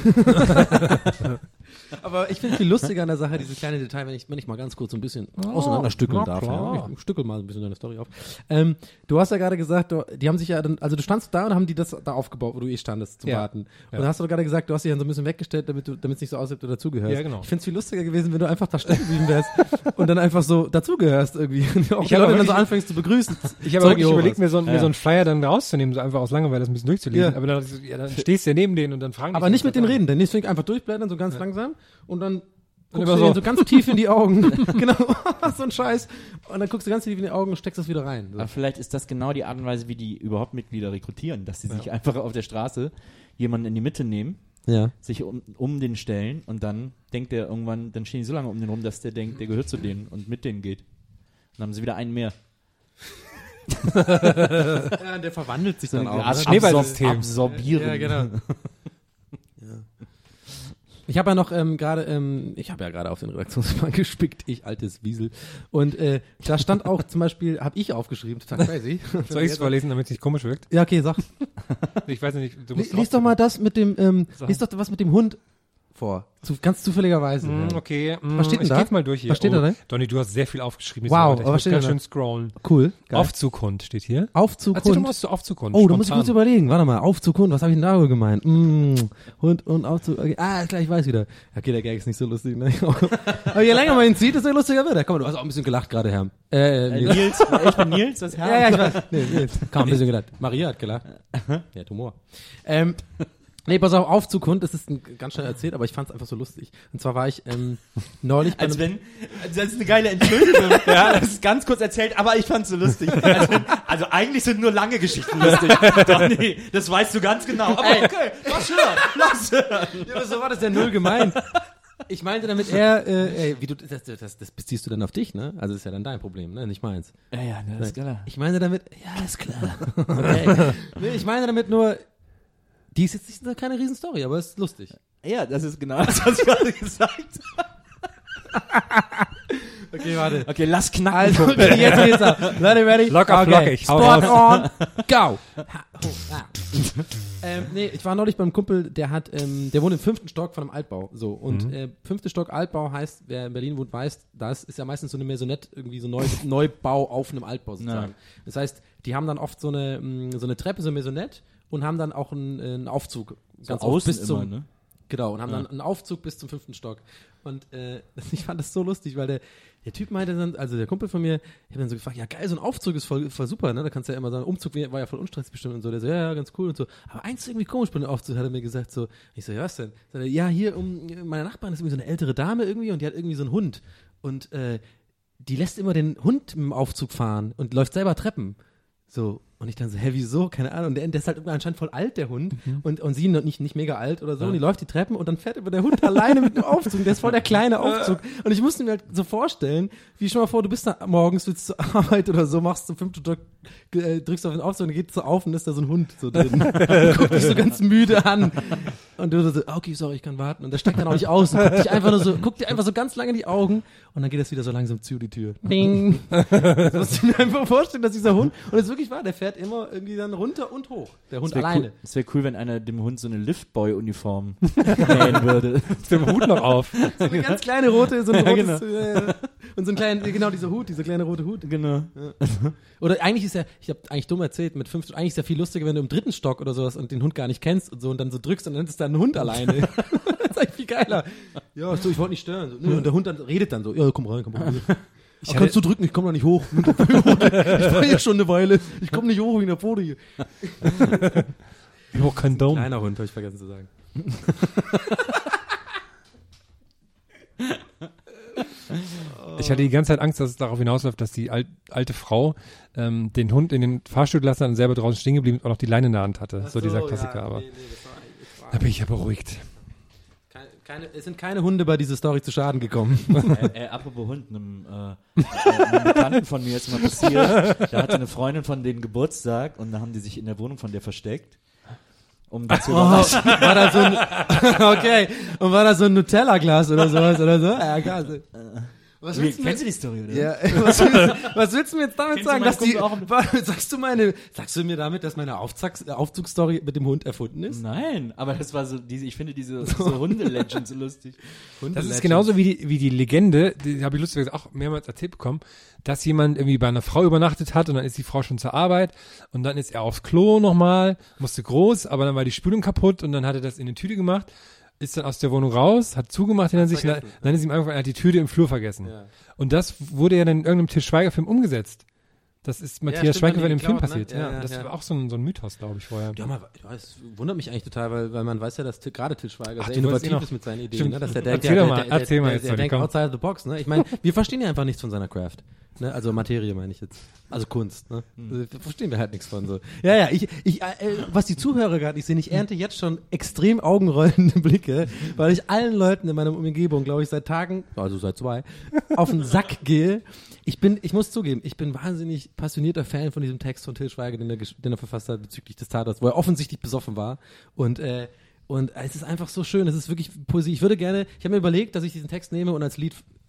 Aber ich finde viel lustiger an der Sache, diese kleine Detail, wenn ich, wenn ich mal ganz kurz so ein bisschen auseinanderstückeln na darf. klar. Ja. Ich stückel mal ein bisschen deine Story auf. Ähm, du hast ja gerade gesagt, du, die haben sich ja dann, also du standst da und haben die das da aufgebaut, wo du eh standest, zum Ja. Warten. Und Ja. dann hast du gerade gesagt, du hast dich dann so ein bisschen weggestellt, damit du, damit es nicht so aussieht, ob du dazugehörst. Ja, genau. Ich finde es viel lustiger gewesen, wenn du einfach da stehen geblieben wärst und dann einfach so dazugehörst irgendwie. Und auch Ich die habe Leute dann so wirklich- anfängst zu begrüßen. Ich habe Zeugen wirklich Jehovas. überlegt, mir so, mir Ja. so einen Flyer dann rauszunehmen, so einfach aus Langeweile das ein bisschen durchzulesen. Ja. Aber dann, dachte ich so, ja, dann stehst du ja neben denen und dann fragen die Aber sich, nicht mit was denen sagen. reden, denn deswegen einfach durchblättern, so ganz langsam und dann guckst immer du denen so. so ganz tief in die Augen. Genau, so ein Scheiß. Und dann guckst du ganz tief in die Augen und steckst das wieder rein. So. Aber vielleicht ist das genau die Art und Weise, wie die überhaupt Mitglieder rekrutieren, dass sie sich einfach auf der Straße jemanden in die Mitte nehmen, Ja. sich um, um den stellen und dann denkt der irgendwann, dann stehen die so lange um den rum, dass der denkt, der gehört zu denen und mit denen geht. Und dann haben sie wieder einen mehr. Ja, der verwandelt sich dann So auch. eine Art Ne? Schneeballsystem. Absorbieren. Ja, genau. Ich habe ja noch ähm, gerade, ähm, ich habe ja gerade auf den Redaktionsplan gespickt, ich altes Wiesel. Und äh, da stand auch zum Beispiel, habe ich aufgeschrieben, total crazy. Soll ich es vorlesen, damit es nicht komisch wirkt? Ja, okay, sag. Ich weiß nicht, du Lies, musst lies doch mal das mit dem, ähm, So. lies doch was mit dem Hund vor. Zu, ganz zufälligerweise. Mm, ja. okay, mm, Was steht denn ich da? geh's mal durch hier. Was steht oh, da denn? Donny, du hast sehr viel aufgeschrieben. Wow, Ich aber was muss steht ganz da? schön scrollen. Cool. Geil. Aufzughund steht hier. Aufzug Erzähl doch Hund. mal was zu Aufzughund. Oh, da muss ich kurz spontan. überlegen. Warte mal, Aufzug Hund, was habe ich denn darüber gemeint? Mm, Hund und Aufzug. Okay. Ah, klar, ich weiß wieder. Okay, der Gag ist nicht so lustig. Ne? Aber je länger man ihn zieht, desto lustiger wird er. Komm mal, du hast auch ein bisschen gelacht gerade, Herr. Äh, Äh, Nils. Nils, ich bin Nils, das Herr. Ja, ja, ich weiß. Nee, Nils. Kaum ein bisschen gelacht. Maria hat gelacht. Ja, Humor. Ähm, nee, pass auf, Aufzug Hund, das ist ein, ganz schnell erzählt, aber ich fand es einfach so lustig. Und zwar war ich ähm, neulich bei Als einem- wenn, das ist eine geile Entschuldigung, ja, das ist ganz kurz erzählt, aber ich fand's so lustig. Als wenn, also eigentlich sind nur lange Geschichten lustig. Doch, nee, das weißt du ganz genau. Aber okay, lass hören, lass hören. Ja, aber so war das ja null gemeint. Ich meinte damit eher, äh, ey, wie du, das, das, das beziehst du dann auf dich, ne? Also das ist ja dann dein Problem, ne? Nicht meins. Ja, ja, ne, das ist klar. Ich meine damit, ja, ist klar. Okay. Nee, ich meine damit nur, die ist jetzt nicht, keine Riesenstory, aber ist lustig. Ja, das ist genau das, was ich gerade gesagt habe. Okay, warte. Okay, lass knacken. Also, okay, jetzt geht's ab. Leute, ready? Locker okay. flockig, hau Sport raus. on, go. Ha, oh, ah. ähm, nee, ich war neulich beim Kumpel, der hat, ähm, der wohnt im fünften Stock von einem Altbau. So, und Mhm. äh, fünfte Stock Altbau heißt, wer in Berlin wohnt, weiß, das ist ja meistens so eine Maisonette, irgendwie so Neu Neubau auf einem Altbau sozusagen. Ja. Das heißt, die haben dann oft so eine, mh, so eine Treppe, so eine Maisonette und haben dann auch einen, einen Aufzug. So oft außen bis zum, immer, ne? Genau, und haben Ja. dann einen Aufzug bis zum fünften Stock. Und äh, ich fand das so lustig, weil der, der Typ meinte dann, also der Kumpel von mir, ich habe dann so gefragt, ja geil, so ein Aufzug ist voll, voll super, ne? Da kannst du ja immer sagen, Umzug war ja voll unstressig bestimmt und so. Der so, ja, ja, ganz cool und so. Aber eins ist irgendwie komisch bei dem Aufzug, hat er mir gesagt, so. Ich so, ja, was denn? Sagt er, ja, hier, um, meine Nachbarin ist irgendwie so eine ältere Dame irgendwie und die hat irgendwie so einen Hund. Und äh, die lässt immer den Hund im Aufzug fahren und läuft selber Treppen. So, und ich dann so, hä, wieso? Keine Ahnung. Und der, der ist halt anscheinend voll alt, der Hund. Mhm. Und, und sie noch nicht, nicht mega alt oder so. Ja. Und die läuft die Treppen und dann fährt über der Hund alleine mit dem Aufzug. Der ist voll der kleine Aufzug. Und ich musste mir halt so vorstellen, wie schon mal vor, du bist da morgens, willst zur Arbeit oder so, machst zum fünften Stock, äh, drückst auf den Aufzug und geht so auf und ist da so ein Hund so drin. Und guckt dich so ganz müde an. Und du so, okay, sorry, ich kann warten. Und der steigt dann auch nicht aus und guckt dich einfach nur so, guckt dir einfach so ganz lange in die Augen und dann geht das wieder so langsam zu, die Tür. Ding. Das musst du mir einfach vorstellen, dass dieser Hund, und es wirklich wahr, der fährt immer irgendwie dann runter und hoch. Der Hund Es wäre alleine. cool, es wär cool, wenn einer dem Hund so eine Liftboy-Uniform nähen würde. Jetzt den Hut noch auf. So eine ganz kleine rote, so ein Ja, rotes, genau. äh, und so ein kleiner, genau, dieser Hut, dieser kleine rote Hut. Genau. Oder eigentlich ist ja, ich habe eigentlich dumm erzählt, mit fünf, eigentlich ist ja viel lustiger, wenn du im dritten Stock oder sowas und den Hund gar nicht kennst und so und dann so drückst und dann ist da ein Hund alleine. Das ist eigentlich viel geiler. Ja, so, ich wollte nicht stören. So, nö, und der Hund dann redet dann so, ja, komm rein, komm rein. Ich hatte- kannst du drücken, ich komme da nicht hoch. Ich war hier schon eine Weile. Ich komme nicht hoch wegen der Pfote hier. Jo, Kondom. Kleiner Hund, habe ich vergessen zu sagen. Ich hatte die ganze Zeit Angst, dass es darauf hinausläuft, dass die al alte Frau ähm, den Hund in den Fahrstuhl gelassen hat und selber draußen stehen geblieben und auch noch die Leine in der Hand hatte. So, dieser Klassiker, ja, aber nee, nee, das war, das war da bin ich ja beruhigt. keine, keine, es sind keine Hunde bei dieser Story zu Schaden gekommen. äh, äh, apropos Hund, einem, äh, äh, einem Bekannten von mir ist mal passiert, da hatte eine Freundin von denen Geburtstag und da haben die sich in der Wohnung von der versteckt. Um dazu Oh, war da so ein, okay, und war da so ein Nutella-Glas oder sowas oder so? Ja, klar. Was willst du Kennst du mir, die Story, oder? ja, was, willst, was willst du mir jetzt damit Kennst du sagen, meinen dass die, Kumpel auch? wa- sagst du meine, sagst du mir damit, dass meine Aufzugs, Aufzugsstory mit dem Hund erfunden ist? Nein, aber das war so, diese, ich finde diese, diese Hunde-Legend so lustig. Das ist genauso wie die, wie die Legende, die habe ich lustigerweise auch mehrmals erzählt bekommen, dass jemand irgendwie bei einer Frau übernachtet hat und dann ist die Frau schon zur Arbeit und dann ist er aufs Klo nochmal, musste groß, aber dann war die Spülung kaputt und dann hat er das in eine Tüte gemacht, ist dann aus der Wohnung raus, hat zugemacht hinter sich, dann, dann ist ihm einfach, er hat die Tüte im Flur vergessen. Ja. Und das wurde ja dann in irgendeinem Til Schweiger-Film umgesetzt. Das ist Matthias stimmt, Schweighöfer haben in die dem Film geklaut, ne? passiert. Ja, Ja, ja, das ja. war auch so ein, so ein Mythos, glaube ich, vorher. Ja, mal, ja, es wundert mich eigentlich total, weil, weil man weiß ja, dass Til- gerade Til Schweiger Ach, sehr du wolltest innovativ eh noch- ist mit seinen Ideen. Stimmt. Ne? Dass der denkt, Erzähl ja, doch der, mal, der, erzähl mal der, jetzt, der, Sonny, der denkt komm. outside the box. Ne? Ich meine, wir verstehen ja einfach nichts von seiner Craft. Ne? Also Materie meine ich jetzt. Also Kunst. Ne? Hm. Da verstehen wir halt nichts von so. Ja, ja, ich, ich, äh, was die Zuhörer gerade nicht sehen, ich ernte jetzt schon extrem augenrollende Blicke, weil ich allen Leuten in meiner Umgebung, glaube ich, seit Tagen, also seit zwei, auf den Sack gehe. Ich bin, ich muss zugeben, ich bin wahnsinnig passionierter Fan von diesem Text von Til Schweiger, den er, gesch- den er verfasst hat bezüglich des Tatorts, wo er offensichtlich besoffen war. Und, äh, und es ist einfach so schön, es ist wirklich Poesie. Ich würde gerne, ich habe mir überlegt, dass ich diesen Text nehme und als Lied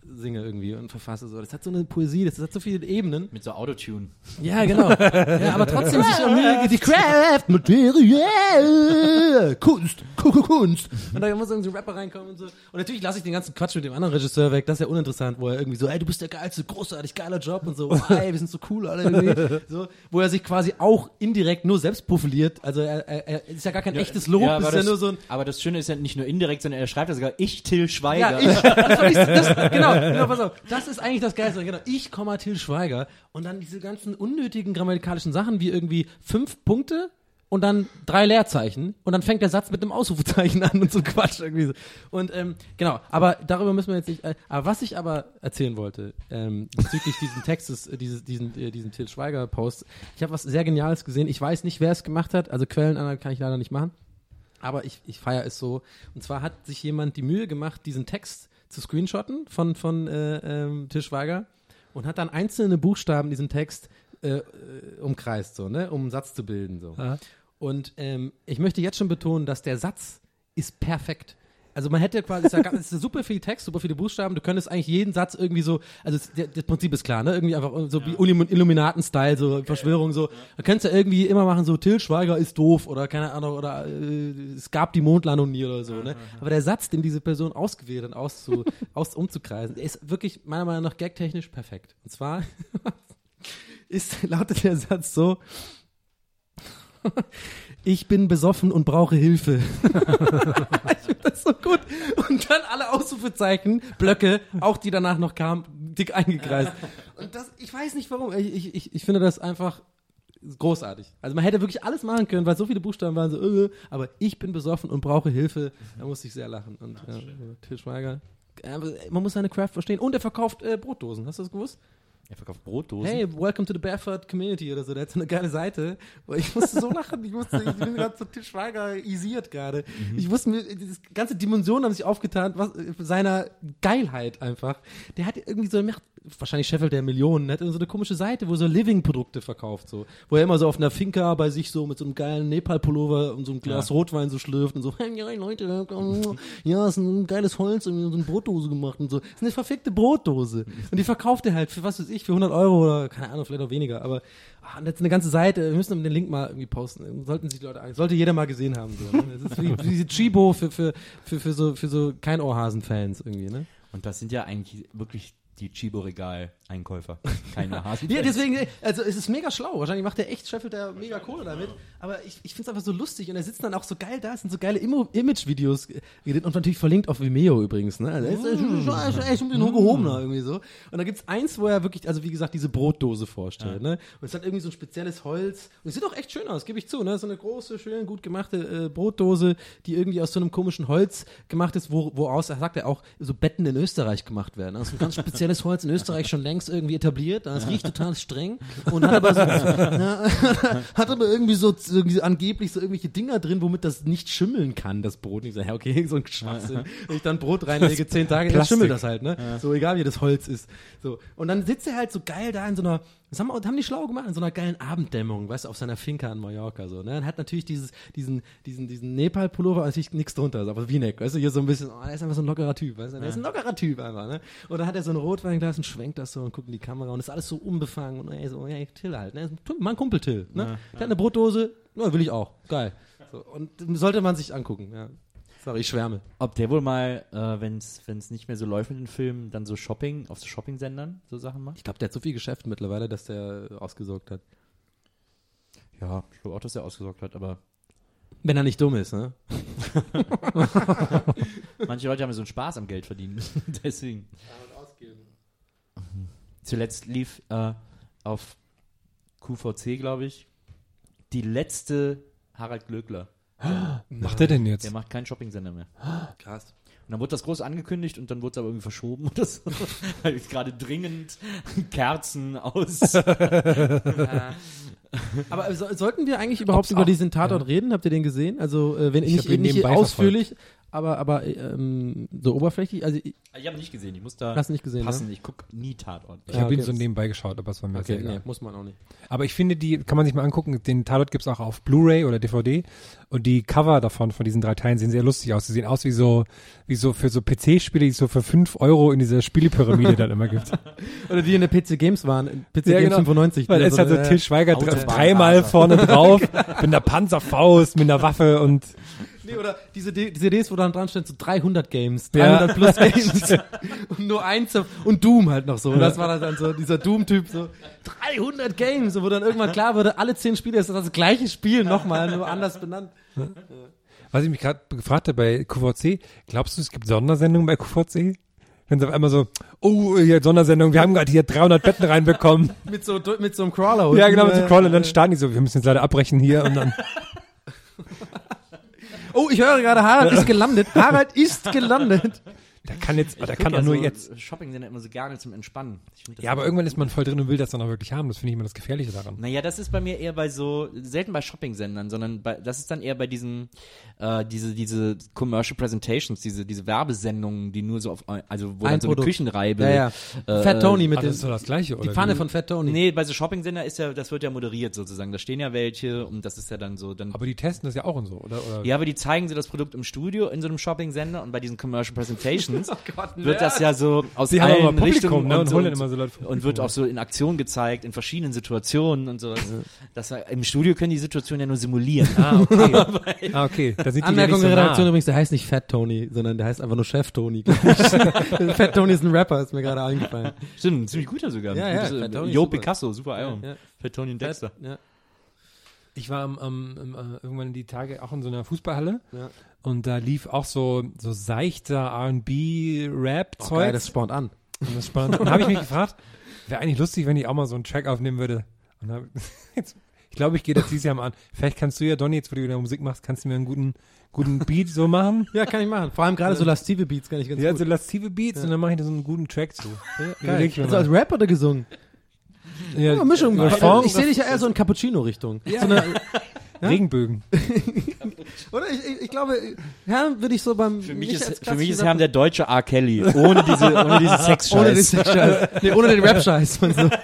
singe irgendwie und verfasse so. Das hat so eine Poesie, das hat so viele Ebenen. Mit so Autotune. Ja, genau. Ja, aber trotzdem sich um die, die Craft, Materie, Kunst, Kunst. Und da muss irgendwie so ein Rapper reinkommen und so. Und natürlich lasse ich den ganzen Quatsch mit dem anderen Regisseur weg. Das ist ja uninteressant, wo er irgendwie so, ey, du bist der geilste, großartig, geiler Job und so. Oh, ey, wir sind so cool alle irgendwie. So, wo er sich quasi auch indirekt nur selbst profiliert. Also er, er, er ist ja gar kein Ja, echtes Lob, ja, ist aber ja das, nur so ein aber das Schöne ist ja nicht nur indirekt, sondern er schreibt ja sogar, ich, Till Schweiger. Ja, ich, das, war nicht- das, genau, genau, pass auf. Das ist eigentlich das Geilste. Genau. Ich, Till Schweiger. Und dann diese ganzen unnötigen grammatikalischen Sachen wie irgendwie fünf Punkte und dann drei Leerzeichen. Und dann fängt der Satz mit einem Ausrufezeichen an und so Quatsch irgendwie so. Und ähm, genau, aber darüber müssen wir jetzt nicht. Äh, aber was ich aber erzählen wollte, ähm, bezüglich diesen Textes, äh, dieses, diesen, äh, diesen Till Schweiger-Post, ich habe was sehr Geniales gesehen. Ich weiß nicht, wer es gemacht hat. Also Quellenangabe kann ich leider nicht machen. Aber ich, ich feiere es so. Und zwar hat sich jemand die Mühe gemacht, diesen Text zu screenshotten von, von äh, ähm, Till Schweiger und hat dann einzelne Buchstaben diesen Text äh, äh, umkreist, so, ne, um einen Satz zu bilden. So. Aha. Und ähm, ich möchte jetzt schon betonen, dass der Satz ist perfekt. Also man hätte quasi, es ist, ja, es ist super viel Text, super viele Buchstaben, du könntest eigentlich jeden Satz irgendwie so, also es, der, das Prinzip ist klar, ne, irgendwie einfach so ja. wie Illum- Illuminaten-Style, so okay, Verschwörung, so, ja. Da könntest du irgendwie immer machen, so Till Schweiger ist doof oder keine Ahnung, oder äh, es gab die Mondlandung nie oder so, ne, aber der Satz, den diese Person ausgewählt hat, auszu, aus, umzukreisen, der ist wirklich meiner Meinung nach gagtechnisch perfekt. Und zwar ist, lautet der Satz so, ich bin besoffen und brauche Hilfe. Ich finde das so gut. Und dann alle Ausrufezeichen, Blöcke, auch die danach noch kamen, dick eingekreist. Und das, ich weiß nicht warum, ich, ich, ich finde das einfach großartig. Also man hätte wirklich alles machen können, weil so viele Buchstaben waren so, äh, aber ich bin besoffen und brauche Hilfe. Da musste ich sehr lachen. Und ja, Till Schweiger, äh, man muss seine Craft verstehen. Und er verkauft äh, Brotdosen, hast du das gewusst? Er verkauft Brotdosen. Hey, welcome to the Barefoot Community oder so. Der hat so eine geile Seite. Ich musste so lachen. Ich musste, ich bin gerade so Till Schweiger isiert gerade. Mhm. Ich wusste mir, diese ganze Dimensionen haben sich aufgetan, was, seiner Geilheit einfach. Der hat irgendwie so, macht, wahrscheinlich Chef der Millionen, hat so eine komische Seite, wo so Living-Produkte verkauft, so. Wo er immer so auf einer Finca bei sich so mit so einem geilen Nepal-Pullover und so einem Glas ja. Rotwein so schlürft und so, hey, ja, Leute, komm, ja, ist ein geiles Holz und so eine Brotdose gemacht und so. Das ist eine verfickte Brotdose. Und die verkauft er halt für, was weiß ich, für hundert Euro oder, keine Ahnung, vielleicht auch weniger, aber, ach, und jetzt eine ganze Seite, wir müssen den Link mal irgendwie posten. Sollten sich die Leute, sollte jeder mal gesehen haben, so. Ne? Das ist wie, wie diese Chibo für, für, für, für so, für so Keinohrhasen-Fans irgendwie, ne? Und das sind ja eigentlich wirklich die Chibo-Regal-Einkäufer. Keine Hasen. Ja, deswegen, also es ist mega schlau. Wahrscheinlich macht der echt, scheffelt der mega Kohle damit. Aber ich, ich finde es einfach so lustig und er sitzt dann auch so geil da. Es sind so geile Immo- Image-Videos und natürlich verlinkt auf Vimeo übrigens. Ne? Also, ist schon, schon, echt ein bisschen hochgehobener irgendwie so. Und da gibt's eins, wo er wirklich, also wie gesagt, diese Brotdose vorstellt. Ja. Ne? Und es hat irgendwie so ein spezielles Holz. Und es sieht auch echt schön aus, gebe ich zu. Ne? So eine große, schön, gut gemachte äh, Brotdose, die irgendwie aus so einem komischen Holz gemacht ist, wo, wo aus, er sagt er auch, so Betten in Österreich gemacht werden. Also ein ganz spezielles Holz in Österreich schon längst irgendwie etabliert. Das riecht total streng und hat aber so, na, hat aber irgendwie so irgendwie angeblich so irgendwelche Dinger drin, womit das nicht schimmeln kann, das Brot. Und ich sage, ja, okay, so ein Schwachsinn. Wenn ich dann Brot reinlege, zehn Tage, dann schimmelt das halt, ne? Ja. So egal wie das Holz ist. So. Und dann sitzt er halt so geil da in so einer, das haben, haben die schlau gemacht, in so einer geilen Abenddämmerung, weißt du, auf seiner Finca in Mallorca, so, ne? Und hat natürlich dieses, diesen, diesen, diesen Nepal-Pullover, natürlich nichts drunter, ist aber V-Neck, weißt du, hier so ein bisschen, oh, der ist einfach so ein lockerer Typ, weißt du, der ist ein lockerer Typ einfach, ne? Und dann hat er so ein Rotweinglas und schwenkt das so und guckt in die Kamera und ist alles so unbefangen und ey, so, ja, Till halt, ne? Mein Kumpel Till, ne? Ja, ja. Der hat eine Brotdose, na, will ich auch, geil. So, und sollte man sich angucken, ja. Sorry, ich schwärme. Ob der wohl mal, äh, wenn es nicht mehr so läuft mit den Filmen, dann so Shopping, auf so Shopping-Sendern so Sachen macht? Ich glaube, der hat so viel Geschäft mittlerweile, dass der ausgesorgt hat. Ja, ich glaube auch, dass er ausgesorgt hat, aber... Wenn er nicht dumm ist, ne? Manche Leute haben so einen Spaß am Geld verdienen müssen, deswegen. Zuletzt lief äh, auf Q V C, glaube ich, die letzte Harald Glöckler. Macht er denn jetzt? Der macht keinen Shopping-Sender mehr. Krass. Und dann wurde das groß angekündigt und dann wurde es aber irgendwie verschoben oder so. Weil gerade dringend Kerzen aus. Ja. Aber so, sollten wir eigentlich überhaupt Ob's über diesen Tatort ja. reden? Habt ihr den gesehen? Also, äh, wenn ich nicht, nicht ausführlich, aber, aber ähm, so oberflächlich, also ich, Ich habe nicht gesehen, ich muss da hast du nicht gesehen, passen. ne? Ich gucke nie Tatort. Ich Ja, habe ihn okay. so nebenbei geschaut, aber es war mir Okay, sehr egal. nee, muss man auch nicht. Aber ich finde, die kann man sich mal angucken. Den Tatort gibt's auch auf Blu-ray oder D V D. Und die Cover davon, von diesen drei Teilen, sehen sehr lustig aus. Sie sehen aus wie so, wie so für so P C-Spiele, die es so für fünf Euro in dieser Spielepyramide dann immer gibt. Oder die in der P C Games waren, P C Ja, Games genau. fünfundneunzig. Weil die es hat so äh, Til Schweiger dr- Autobahn- dreimal Raser. vorne drauf, mit einer Panzerfaust, mit einer Waffe und Nee, oder diese D- C Ds, wo dann dran steht, so dreihundert Games, Ja. dreihundert plus Games und nur eins auf- und Doom halt noch so. Und das war dann so dieser Doom-Typ, so dreihundert Games, wo dann irgendwann klar wurde, alle zehn Spiele ist das gleiche Spiel nochmal, nur anders benannt. was ich mich gerade gefragt habe bei Q V C, glaubst du, es gibt Sondersendungen bei Q V C? Wenn sie auf einmal so, oh, hier Sondersendung, wir haben gerade hier dreihundert Betten reinbekommen. Mit so, mit so einem Crawler. Ja, unten, genau, mit so äh, Crawl und dann starten die so, wir müssen jetzt leider abbrechen hier und dann, Oh, ich höre gerade, Harald ist gelandet. Harald ist gelandet. der kann jetzt, der Ich kann guck auch nur so jetzt. Shopping sind ja immer so gerne zum Entspannen. Ich find das Ja, aber irgendwann ist man voll drin und will das dann auch wirklich haben. Das finde ich immer das Gefährliche daran. Naja, das ist bei mir eher bei so, selten bei Shopping-Sendern, sondern bei, das ist dann eher bei diesen, äh, diese, diese Commercial Presentations, diese, diese Werbesendungen, die nur so auf, also wo Ein dann so eine Produkt. Küchenreibe. Ja, ja. Äh, Fat Tony mit Ah, dem, das ist doch das Gleiche, oder? die Pfanne wie? von Fat Tony. Nee, bei so Shopping-Sender ist ja, das wird ja moderiert sozusagen. Da stehen ja welche und das ist ja dann so, dann. Aber die testen das ja auch und so, oder? oder? Ja, aber die zeigen so das Produkt im Studio in so einem Shopping-Sender und bei diesen Commercial Presentations Gott, wird das ja so aus Die haben allen aber Publikum, Richtungen ne, und so holen dann immer so Leute vom und wird auch so in Aktion gezeigt, in verschiedenen Situationen und so. Das, Im Studio können die Situationen ja nur simulieren. Ah, okay. ah, okay. Da sind die Anmerkung ja der nicht so Redaktion nah. übrigens, der heißt nicht Fat Tony, sondern der heißt einfach nur Chef Tony. glaub ich. Fat Tony ist ein Rapper, ist mir gerade eingefallen. Stimmt, ein ziemlich guter sogar. Ja, ja, Gutes, Fat Tony ist Yo super. Picasso, super Album. Ja. Fat Tony und Dexter. Ja. Ich war am, am, am, äh, irgendwann die Tage auch in so einer Fußballhalle Ja. und da lief auch so, so seichter R and Oh, geil, B-Rap-Zeug. das spornt an. Und das spannend. Und habe ich mich gefragt, wäre eigentlich lustig, wenn ich auch mal so einen Track aufnehmen würde. Und hab, jetzt, ich glaube, ich gehe das dieses Jahr mal an. Vielleicht kannst du ja, Donny, jetzt wo du wieder Musik machst, kannst du mir einen guten, guten Beat so machen. Ja, kann ich machen. Vor allem gerade so lastive Beats kann ich ganz Ja, gut. so lastive Beats und dann mache ich da so einen guten Track zu. Ja, Überleg geil. ich mir Also als mal. Rap oder gesungen? Ja, Ja, Mischung. Refrain, Ich sehe dich ja eher so in Cappuccino-Richtung. So eine, Regenbögen. oder? Ich, ich, ich glaube, Herrn würde ich so beim... Für mich nicht als ist, für mich ist klassischen Herm der deutsche R. Kelly. Ohne diese, ohne diese Rapper- Ohne den Sexscheiß. Sexscheiß. Nee, ohne den Rap-Scheiß. und so.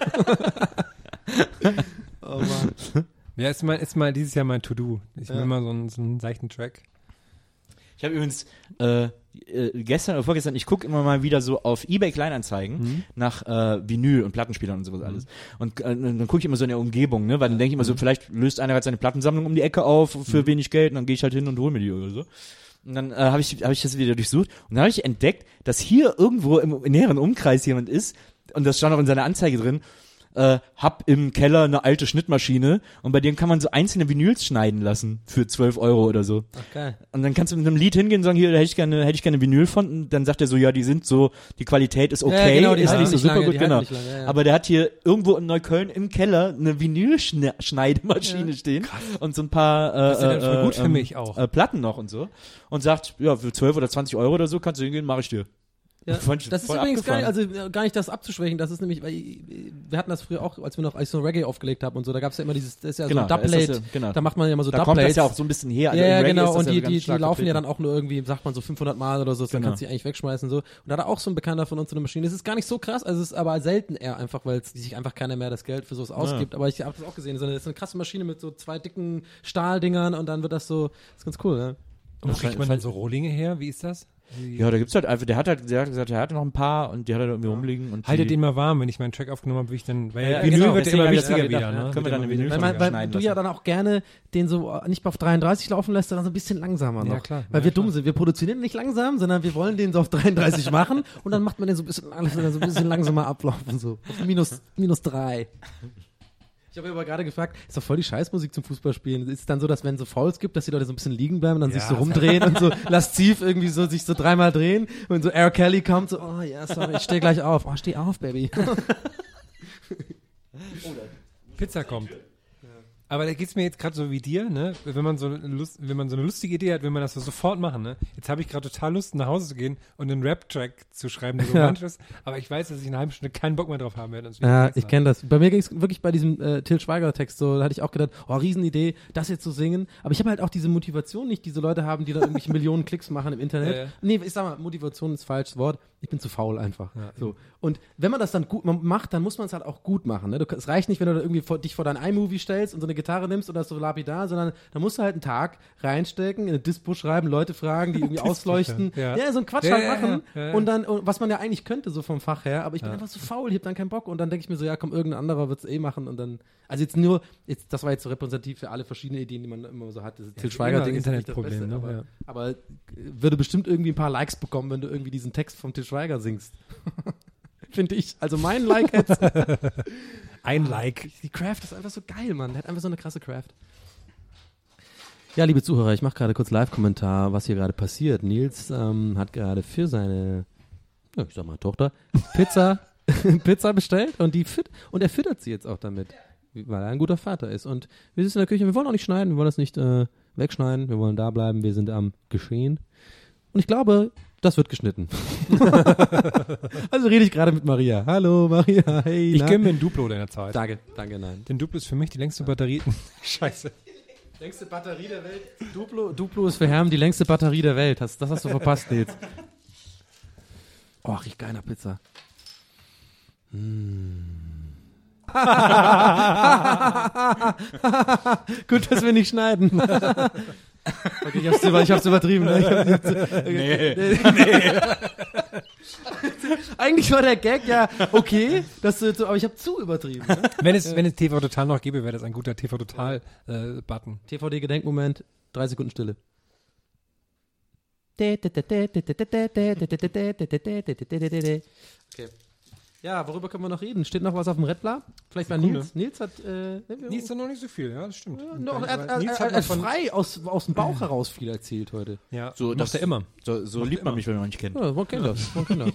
Oh Mann. Ja, ist mal, ist mal dieses Jahr mein To-Do. Ich will Ja. mal so einen, so einen seichten Track. Ich habe übrigens äh, äh, gestern oder vorgestern, ich gucke immer mal wieder so auf eBay Kleinanzeigen Mhm. nach äh, Vinyl und Plattenspielern und sowas alles. Und äh, dann gucke ich immer so in der Umgebung, ne, weil dann denke ich immer so, vielleicht löst einer halt seine Plattensammlung um die Ecke auf für wenig Geld und dann gehe ich halt hin und hole mir die oder so. Und dann äh, habe ich, hab ich das wieder durchsucht und dann habe ich entdeckt, dass hier irgendwo im näheren Umkreis jemand ist und das stand auch in seiner Anzeige drin, äh, hab im Keller eine alte Schnittmaschine und bei dem kann man so einzelne Vinyls schneiden lassen für zwölf Euro oder so. Ach, geil. Und dann kannst du mit einem Lied hingehen und sagen, hier, da hätte ich gerne, hätte ich gerne Vinyl von. Und dann sagt er so, ja, die sind so, die Qualität ist okay, Ja, genau, die ist halten nicht so nicht super lange, gut, die halten genau. nicht lange, ja, ja. Aber der hat hier irgendwo in Neukölln im Keller eine Vinylschneidemaschine stehen und so ein paar äh, Das ist ja dann voll äh, gut für ähm, mich auch. Äh, Platten noch und so. Und sagt, ja, für zwölf oder zwanzig Euro oder so kannst du hingehen, mache ich dir. Ja, Fand ich das ist voll übrigens gar nicht, abgefahren. also äh, gar nicht das abzuschwächen, das ist nämlich, weil äh, wir hatten das früher auch, als wir noch als so Reggae aufgelegt haben und so, da gab es ja immer dieses, das ist ja Genau, so da ein ist das Dubplate, ja- genau. da macht man ja immer so Da kommt Dubplates. das ja auch so ein bisschen her. Also ja, im ja, Reggae genau, ist das und ja die, so ganz die, die stark laufen ja vertreten. dann auch nur irgendwie, sagt man so fünfhundert Mal oder so, dann Genau. kannst du die eigentlich wegschmeißen so. Und da hat auch so ein Bekannter von uns so eine Maschine, das ist gar nicht so krass, also es ist aber selten eher einfach, weil es sich einfach keiner mehr das Geld für sowas ausgibt, aber ich habe das auch gesehen, so eine, das ist eine krasse Maschine mit so zwei dicken Stahldingern und dann wird das so, das ist ganz cool, ja. Und wo kriegt man dann so Rohlinge her? Wie ist das? Ja, da gibt's halt einfach, der hat halt, der hat gesagt, er hatte noch ein paar und die hat er da irgendwie rumliegen und Haltet die, den mal warm, wenn ich meinen Track aufgenommen habe, will ich dann, weil Ja, Vinyl genau, wird ja deswegen immer hab ich wichtiger gerade wieder, gedacht, ne? ja, können Wird wir dann immer eine Vinyl Weil, von man, weil schneiden du ja lassen. dann auch gerne den so äh, nicht auf dreiunddreißig laufen lässt, sondern so ein bisschen langsamer noch. Ja, klar. Weil Ja, wir klar. dumm sind. Wir produzieren nicht langsam, sondern wir wollen den so auf dreiunddreißig machen und dann macht man den so ein bisschen, alles so ein bisschen langsamer ablaufen, so. Auf minus, minus drei. Ich habe aber gerade gefragt, ist doch voll die Scheißmusik zum Fußballspielen. Ist es dann so, dass wenn es so Fouls gibt, dass die Leute so ein bisschen liegen bleiben und dann Ja, sich so das- rumdrehen und so lasziv irgendwie so sich so dreimal drehen und so R. Kelly kommt so, oh ja, sorry, ich stehe gleich auf. Oh, steh auf, Baby. Pizza kommt. Aber da geht's mir jetzt gerade so wie dir, ne? Wenn man so eine Lust, wenn man so eine lustige Idee hat, will man das so sofort machen, ne? Jetzt habe ich gerade total Lust, nach Hause zu gehen und einen Rap-Track zu schreiben, der romantisch ist. Aber ich weiß, dass ich in einer halben Stunde keinen Bock mehr drauf haben werde. Ja, ich kenne das. Bei mir ging es wirklich bei diesem äh, Til Schweiger-Text so, da hatte ich auch gedacht, oh, Riesenidee, das jetzt zu singen. Aber ich habe halt auch diese Motivation nicht, diese Leute haben, die da irgendwelche Millionen Klicks machen im Internet. Ja, ja. Nee, ich sag mal, Motivation ist falsches Wort. Ich bin zu faul einfach. Ja, so. Und wenn man das dann gut macht, dann muss man es halt auch gut machen. Ne? Du, es reicht nicht, wenn du da irgendwie vor, dich vor dein iMovie stellst und so eine Gitarre nimmst oder so lapidar, sondern da musst du halt einen Tag reinstecken, in eine Dispo schreiben, Leute fragen, die irgendwie ausleuchten. Ja. ja, so einen Quatsch Ja, halt ja, machen. ja, ja. Und dann, und was man ja eigentlich könnte, so vom Fach her, aber ich bin Ja. einfach zu faul, ich hab dann keinen Bock. Und dann denke ich mir so, ja komm, irgendein anderer wird's eh machen. Und dann, also jetzt nur, jetzt, das war jetzt so repräsentativ für alle verschiedenen Ideen, die man immer so hat. Das Til Schweiger-Ding ist nicht das Internetproblem, Beste, ne? aber, Ja. aber würde bestimmt irgendwie ein paar Likes bekommen, wenn du irgendwie diesen Text vom Til Schweiger singst. Finde ich. Also mein Like jetzt. Ein Like. Die Craft ist einfach so geil, Mann. Der hat einfach so eine krasse Craft. Ja, liebe Zuhörer, ich mache gerade kurz Live-Kommentar, was hier gerade passiert. Nils ähm, hat gerade für seine, ja, ich sag mal Tochter, Pizza, Pizza bestellt und die füt- und er füttert sie jetzt auch damit, weil er ein guter Vater ist. Und wir sitzen in der Küche, wir wollen auch nicht schneiden, wir wollen das nicht äh, wegschneiden, wir wollen da bleiben, wir sind am Geschehen. Und ich glaube, das wird geschnitten. Also rede ich gerade mit Maria. Hallo Maria, hey. Ich na? gönne mir ein Duplo deiner Zeit. Danke, danke, nein. Denn Duplo ist für mich die längste Batterie. Scheiße. Längste Batterie der Welt. Duplo, Duplo ist für Herm die längste Batterie der Welt. Das, das hast du verpasst, Nils. Oh, riecht geil nach Pizza. Mm. Gut, dass wir nicht schneiden. Okay, ich hab's, über, ich hab's übertrieben. Ne? Ich hab's, ich hab's, okay. Nee. nee. Eigentlich war der Gag ja okay, dass du so, aber ich habe zu übertrieben. Ne? Wenn es, wenn es T V Total noch gäbe, wäre das ein guter T V Total äh, Button. T V D-Gedenkmoment, drei Sekunden Stille. Okay. Ja, worüber können wir noch reden? Steht noch was auf dem Redbla? Vielleicht bei Sekunde. Nils. Nils hat, äh, Nils ist noch nicht so viel, ja, das stimmt. Ja, noch, er, er, Nils er, hat er, noch von- frei aus, aus dem Bauch heraus viel erzählt heute. Ja, So, macht das- er immer. So, so liebt man mich, wenn man mich kennt. Ja, man kennt das. Man kennt das.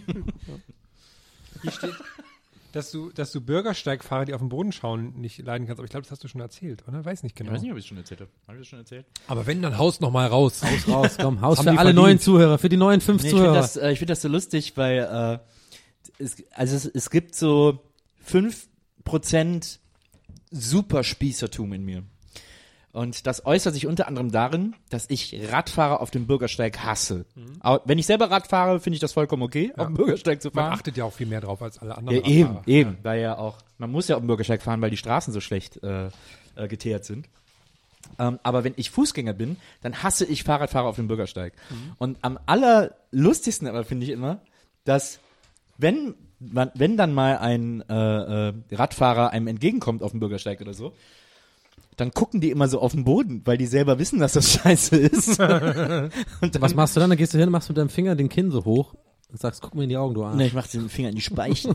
Hier steht, dass du, dass du Bürgersteigfahrer, die auf den Boden schauen, nicht leiden kannst. Aber ich glaube, das hast du schon erzählt, oder? Weiß nicht genau. Ich weiß nicht, ob ich es schon erzählt habe. Habe ich das schon erzählt? Aber wenn, dann haust noch mal raus. Haus raus, komm, Haus Haben für die alle verdient. neuen Zuhörer, für die neuen fünf Nee, ich finde Zuhörer. das, äh, ich find das so lustig, weil äh, es, also es, es gibt so fünf Prozent Superspießertum in mir. Und das äußert sich unter anderem darin, dass ich Radfahrer auf dem Bürgersteig hasse. Aber wenn ich selber Rad fahre, finde ich das vollkommen okay, auf dem Bürgersteig zu Man fahren. achtet ja auch viel mehr drauf als alle anderen. Ja, eben, Radfahrer. eben, weil ja auch, man muss ja auf dem Bürgersteig fahren, weil die Straßen so schlecht äh, äh, geteert sind. Ähm, aber wenn ich Fußgänger bin, dann hasse ich Fahrradfahrer auf dem Bürgersteig. Und am allerlustigsten aber finde ich immer, dass wenn man, wenn dann mal ein äh, äh, Radfahrer einem entgegenkommt auf dem Bürgersteig oder so, dann gucken die immer so auf den Boden, weil die selber wissen, dass das scheiße ist. Und dann, Was machst du dann? Dann gehst du hin und machst mit deinem Finger den Kinn so hoch und sagst, guck mir in die Augen, du Arsch. Ne, ich mach den Finger in die Speichen.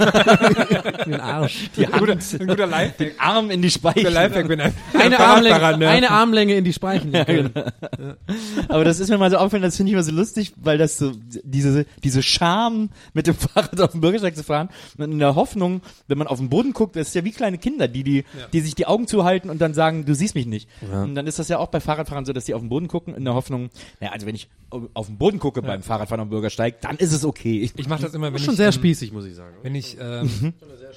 In den Arsch. Die Hand, Ein guter Lifehack. den Arm in die Speichen. Der Lifehack, wenn ein Eine Fahrradfahrer, Armlänge, ne? eine Armlänge in die Speichen. Ja, genau. Aber das ist mir mal so aufgefallen, das finde ich immer so lustig, weil das so, diese, diese Scham mit dem Fahrrad auf dem Bürgersteig zu fahren, und in der Hoffnung, wenn man auf den Boden guckt, das ist ja wie kleine Kinder, die, die, die sich die Augen zuhalten und dann sagen, du siehst mich nicht. Ja. Und dann ist das ja auch bei Fahrradfahrern so, dass die auf den Boden gucken, in der Hoffnung, naja, also wenn ich auf den Boden gucke beim Fahrradfahren auf dem Bürgersteig, dann ist es okay. Ich mache das immer, wenn Das ist ich schon sehr ähm, spießig, muss ich sagen. wenn ich ähm,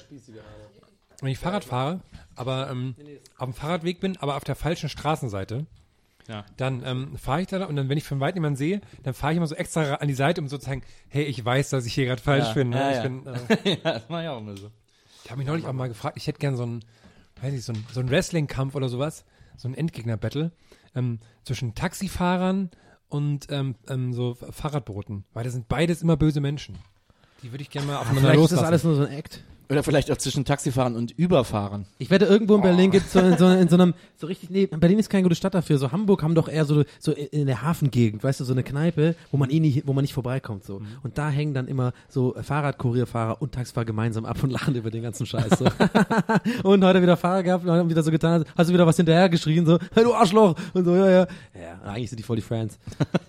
wenn ich Fahrrad fahre, aber ähm, auf dem Fahrradweg bin, aber auf der falschen Straßenseite, Ja. dann ähm, fahre ich da und dann, wenn ich von weitem jemanden sehe, dann fahre ich immer so extra an die Seite, um so zu sagen, hey, ich weiß, dass ich hier gerade falsch Ja, bin. Ne? ja, ich ja. bin äh, Ja, das mache ich auch immer so. ich habe mich neulich auch mal gefragt, ich hätte gern so einen, weiß nicht, so einen, so einen Wrestling-Kampf oder sowas, so ein Endgegner-Battle ähm, zwischen Taxifahrern und ähm, ähm, so Fahrradbooten, weil das sind beides immer böse Menschen. Die würde ich gerne mal aufeinander Vielleicht ist das loslassen. alles nur so ein Act. Oder vielleicht auch zwischen Taxifahrern und Überfahrern. Ich wette, irgendwo in Berlin gibt's so in so, in so einem, so richtig, nee, Berlin ist keine gute Stadt dafür. So Hamburg haben doch eher so, so in der Hafengegend, weißt du, so eine Kneipe, wo man eh nicht, wo man nicht vorbeikommt, so. Und da hängen dann immer so Fahrradkurierfahrer und Taxifahrer gemeinsam ab und lachen über den ganzen Scheiß, so. Und heute wieder Fahrer gehabt und haben wieder so getan, hast du wieder was hinterher geschrien, so, hey, du Arschloch! Und so, ja, ja. Ja, eigentlich sind die voll die Friends.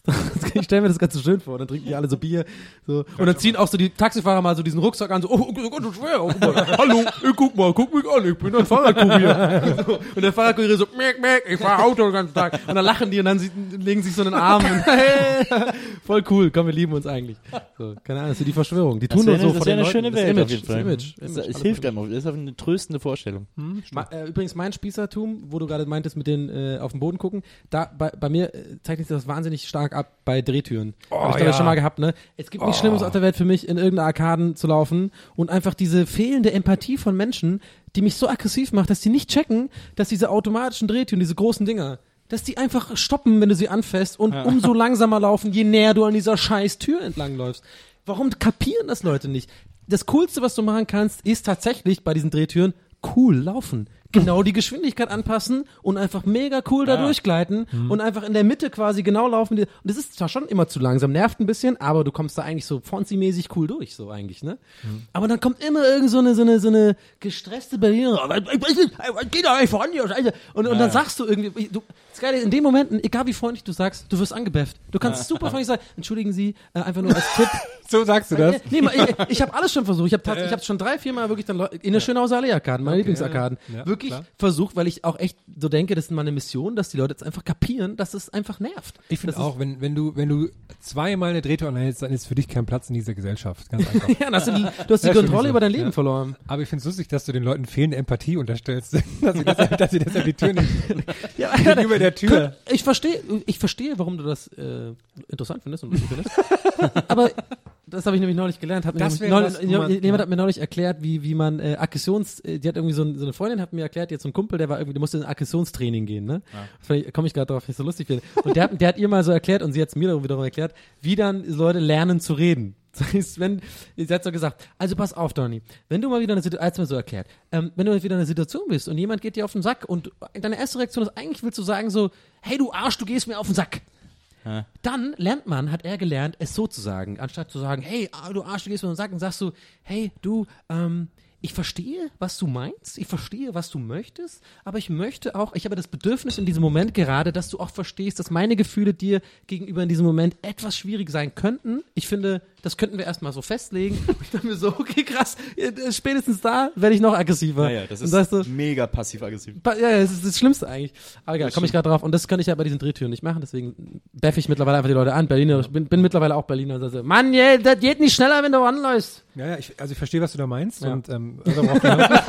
Ich stelle mir das ganz so schön vor. Dann trinken die alle so Bier. So. Und dann ziehen auch so die Taxifahrer mal so diesen Rucksack an. So, oh, oh Gott, so schwer. Oh, guck mal. Hallo, ey, guck mal, guck mich an. Ich bin ein Fahrradkurier. So. Und der Fahrradkurier so, meck, meck, ich fahr Auto den ganzen Tag. Und dann lachen die und dann sie, legen sich so einen Arm. Und, hey, voll cool. Komm, wir lieben uns eigentlich. So, keine Ahnung, das ist die Verschwörung. Die tun nur so das von wäre den eine schöne Leuten. Welt Das auf jeden Fall. Image. Das, Image. es hilft einem. Das ist eine tröstende Vorstellung. Hm, Ma, äh, übrigens mein Spießertum, wo du gerade meintest mit den äh, auf den Boden gucken, da bei, bei mir äh, zeichnet sich das wahnsinnig stark ab bei Drehtüren. Oh, Hab ich glaube ja. ich schon mal gehabt, ne? Es gibt nichts Schlimmes auf der Welt für mich, in irgendeine Arkaden zu laufen und einfach diese fehlende Empathie von Menschen, die mich so aggressiv macht, dass die nicht checken, dass diese automatischen Drehtüren, diese großen Dinger, dass die einfach stoppen, wenn du sie anfasst und ja. umso langsamer laufen, je näher du an dieser scheiß Tür entlang läufst. Warum kapieren das Leute nicht? Das Coolste, was du machen kannst, ist tatsächlich bei diesen Drehtüren cool laufen. Genau die Geschwindigkeit anpassen und einfach mega cool da Ja. durchgleiten Mhm. und einfach in der Mitte quasi genau laufen. Und das ist zwar schon immer zu langsam, nervt ein bisschen, aber du kommst da eigentlich so Fonzi-mäßig cool durch, so eigentlich, ne? Mhm. Aber dann kommt immer irgend so eine, so eine, so eine gestresste Berlinerin, geh da nicht voran, und, und dann sagst du irgendwie, du, das Geile ist, in den Momenten, egal wie freundlich du sagst, du wirst angebefft. Du kannst super freundlich sagen, entschuldigen Sie, äh, einfach nur als Tipp. So sagst du das? Äh, Nee, ich, ich habe alles schon versucht. Ich habe tats- ich habe schon drei, vier Mal wirklich dann Leute, in der Schönhauser Allee-Arkaden, meine Lieblingsarkaden, ja, ja, wirklich klar. versucht, weil ich auch echt so denke, das ist meine Mission, dass die Leute jetzt einfach kapieren, dass es einfach nervt. Ich finde Das ist- auch, wenn, wenn du, wenn du zweimal eine Drehtür anhältst, dann ist für dich kein Platz in dieser Gesellschaft. Ganz einfach. Ja, dann hast du, die, du hast die Ja, stimmt Kontrolle so. über dein Leben Ja. verloren. Aber ich finde es lustig, dass du den Leuten fehlende Empathie unterstellst, dass sie das, dass sie das an die Tür nicht, Ja, gegenüber der Tür. Ich verstehe, ich verstehe, warum du das äh, interessant findest und lustig findest. Aber das habe ich nämlich neulich gelernt. Hat mir Das nämlich wäre neulich, was, wo man- jemand ja. hat mir neulich erklärt, wie wie man äh, Aggressions, äh, die hat irgendwie so, ein, so eine Freundin hat mir erklärt, jetzt so ein Kumpel, der war irgendwie, der musste in ein Aggressionstraining gehen, ne? Ja. Komme ich gerade drauf, ich so lustig finde. Und der hat, der hat ihr mal so erklärt und sie hat es mir wiederum erklärt, wie dann Leute lernen zu reden. Das heißt, wenn, sie hat so gesagt, also pass auf, Donny, wenn du mal wieder eine Situation, als mir so erklärt, ähm, wenn du wieder in einer Situation bist und jemand geht dir auf den Sack und deine erste Reaktion ist, eigentlich willst du sagen so, hey du Arsch, du gehst mir auf den Sack. Ja. Dann lernt man, hat er gelernt, es so zu sagen, anstatt zu sagen, hey, ah, du Arsch, du gehst mir auf den Sack, und sagst du, hey, du, ähm, ich verstehe, was du meinst, ich verstehe, was du möchtest, aber ich möchte auch, ich habe das Bedürfnis in diesem Moment gerade, dass du auch verstehst, dass meine Gefühle dir gegenüber in diesem Moment etwas schwierig sein könnten. Ich finde, das könnten wir erstmal so festlegen. Ich dachte mir so, okay, krass, spätestens da werde ich noch aggressiver. Ja, ja, das Und ist sagst du, mega passiv-aggressiv. Pa- Ja, ja, das ist das Schlimmste eigentlich. Aber egal, komme ich gerade drauf. Und das kann ich ja bei diesen Drehtüren nicht machen, deswegen beffe ich mittlerweile einfach die Leute an. Berliner, ich bin, bin mittlerweile auch Berliner. Und sage, Mann, je, das geht nicht schneller, wenn du anläufst. Ja, ja, ich, also ich verstehe, was du da meinst. Ja. Und ähm, also worauf du hinaus-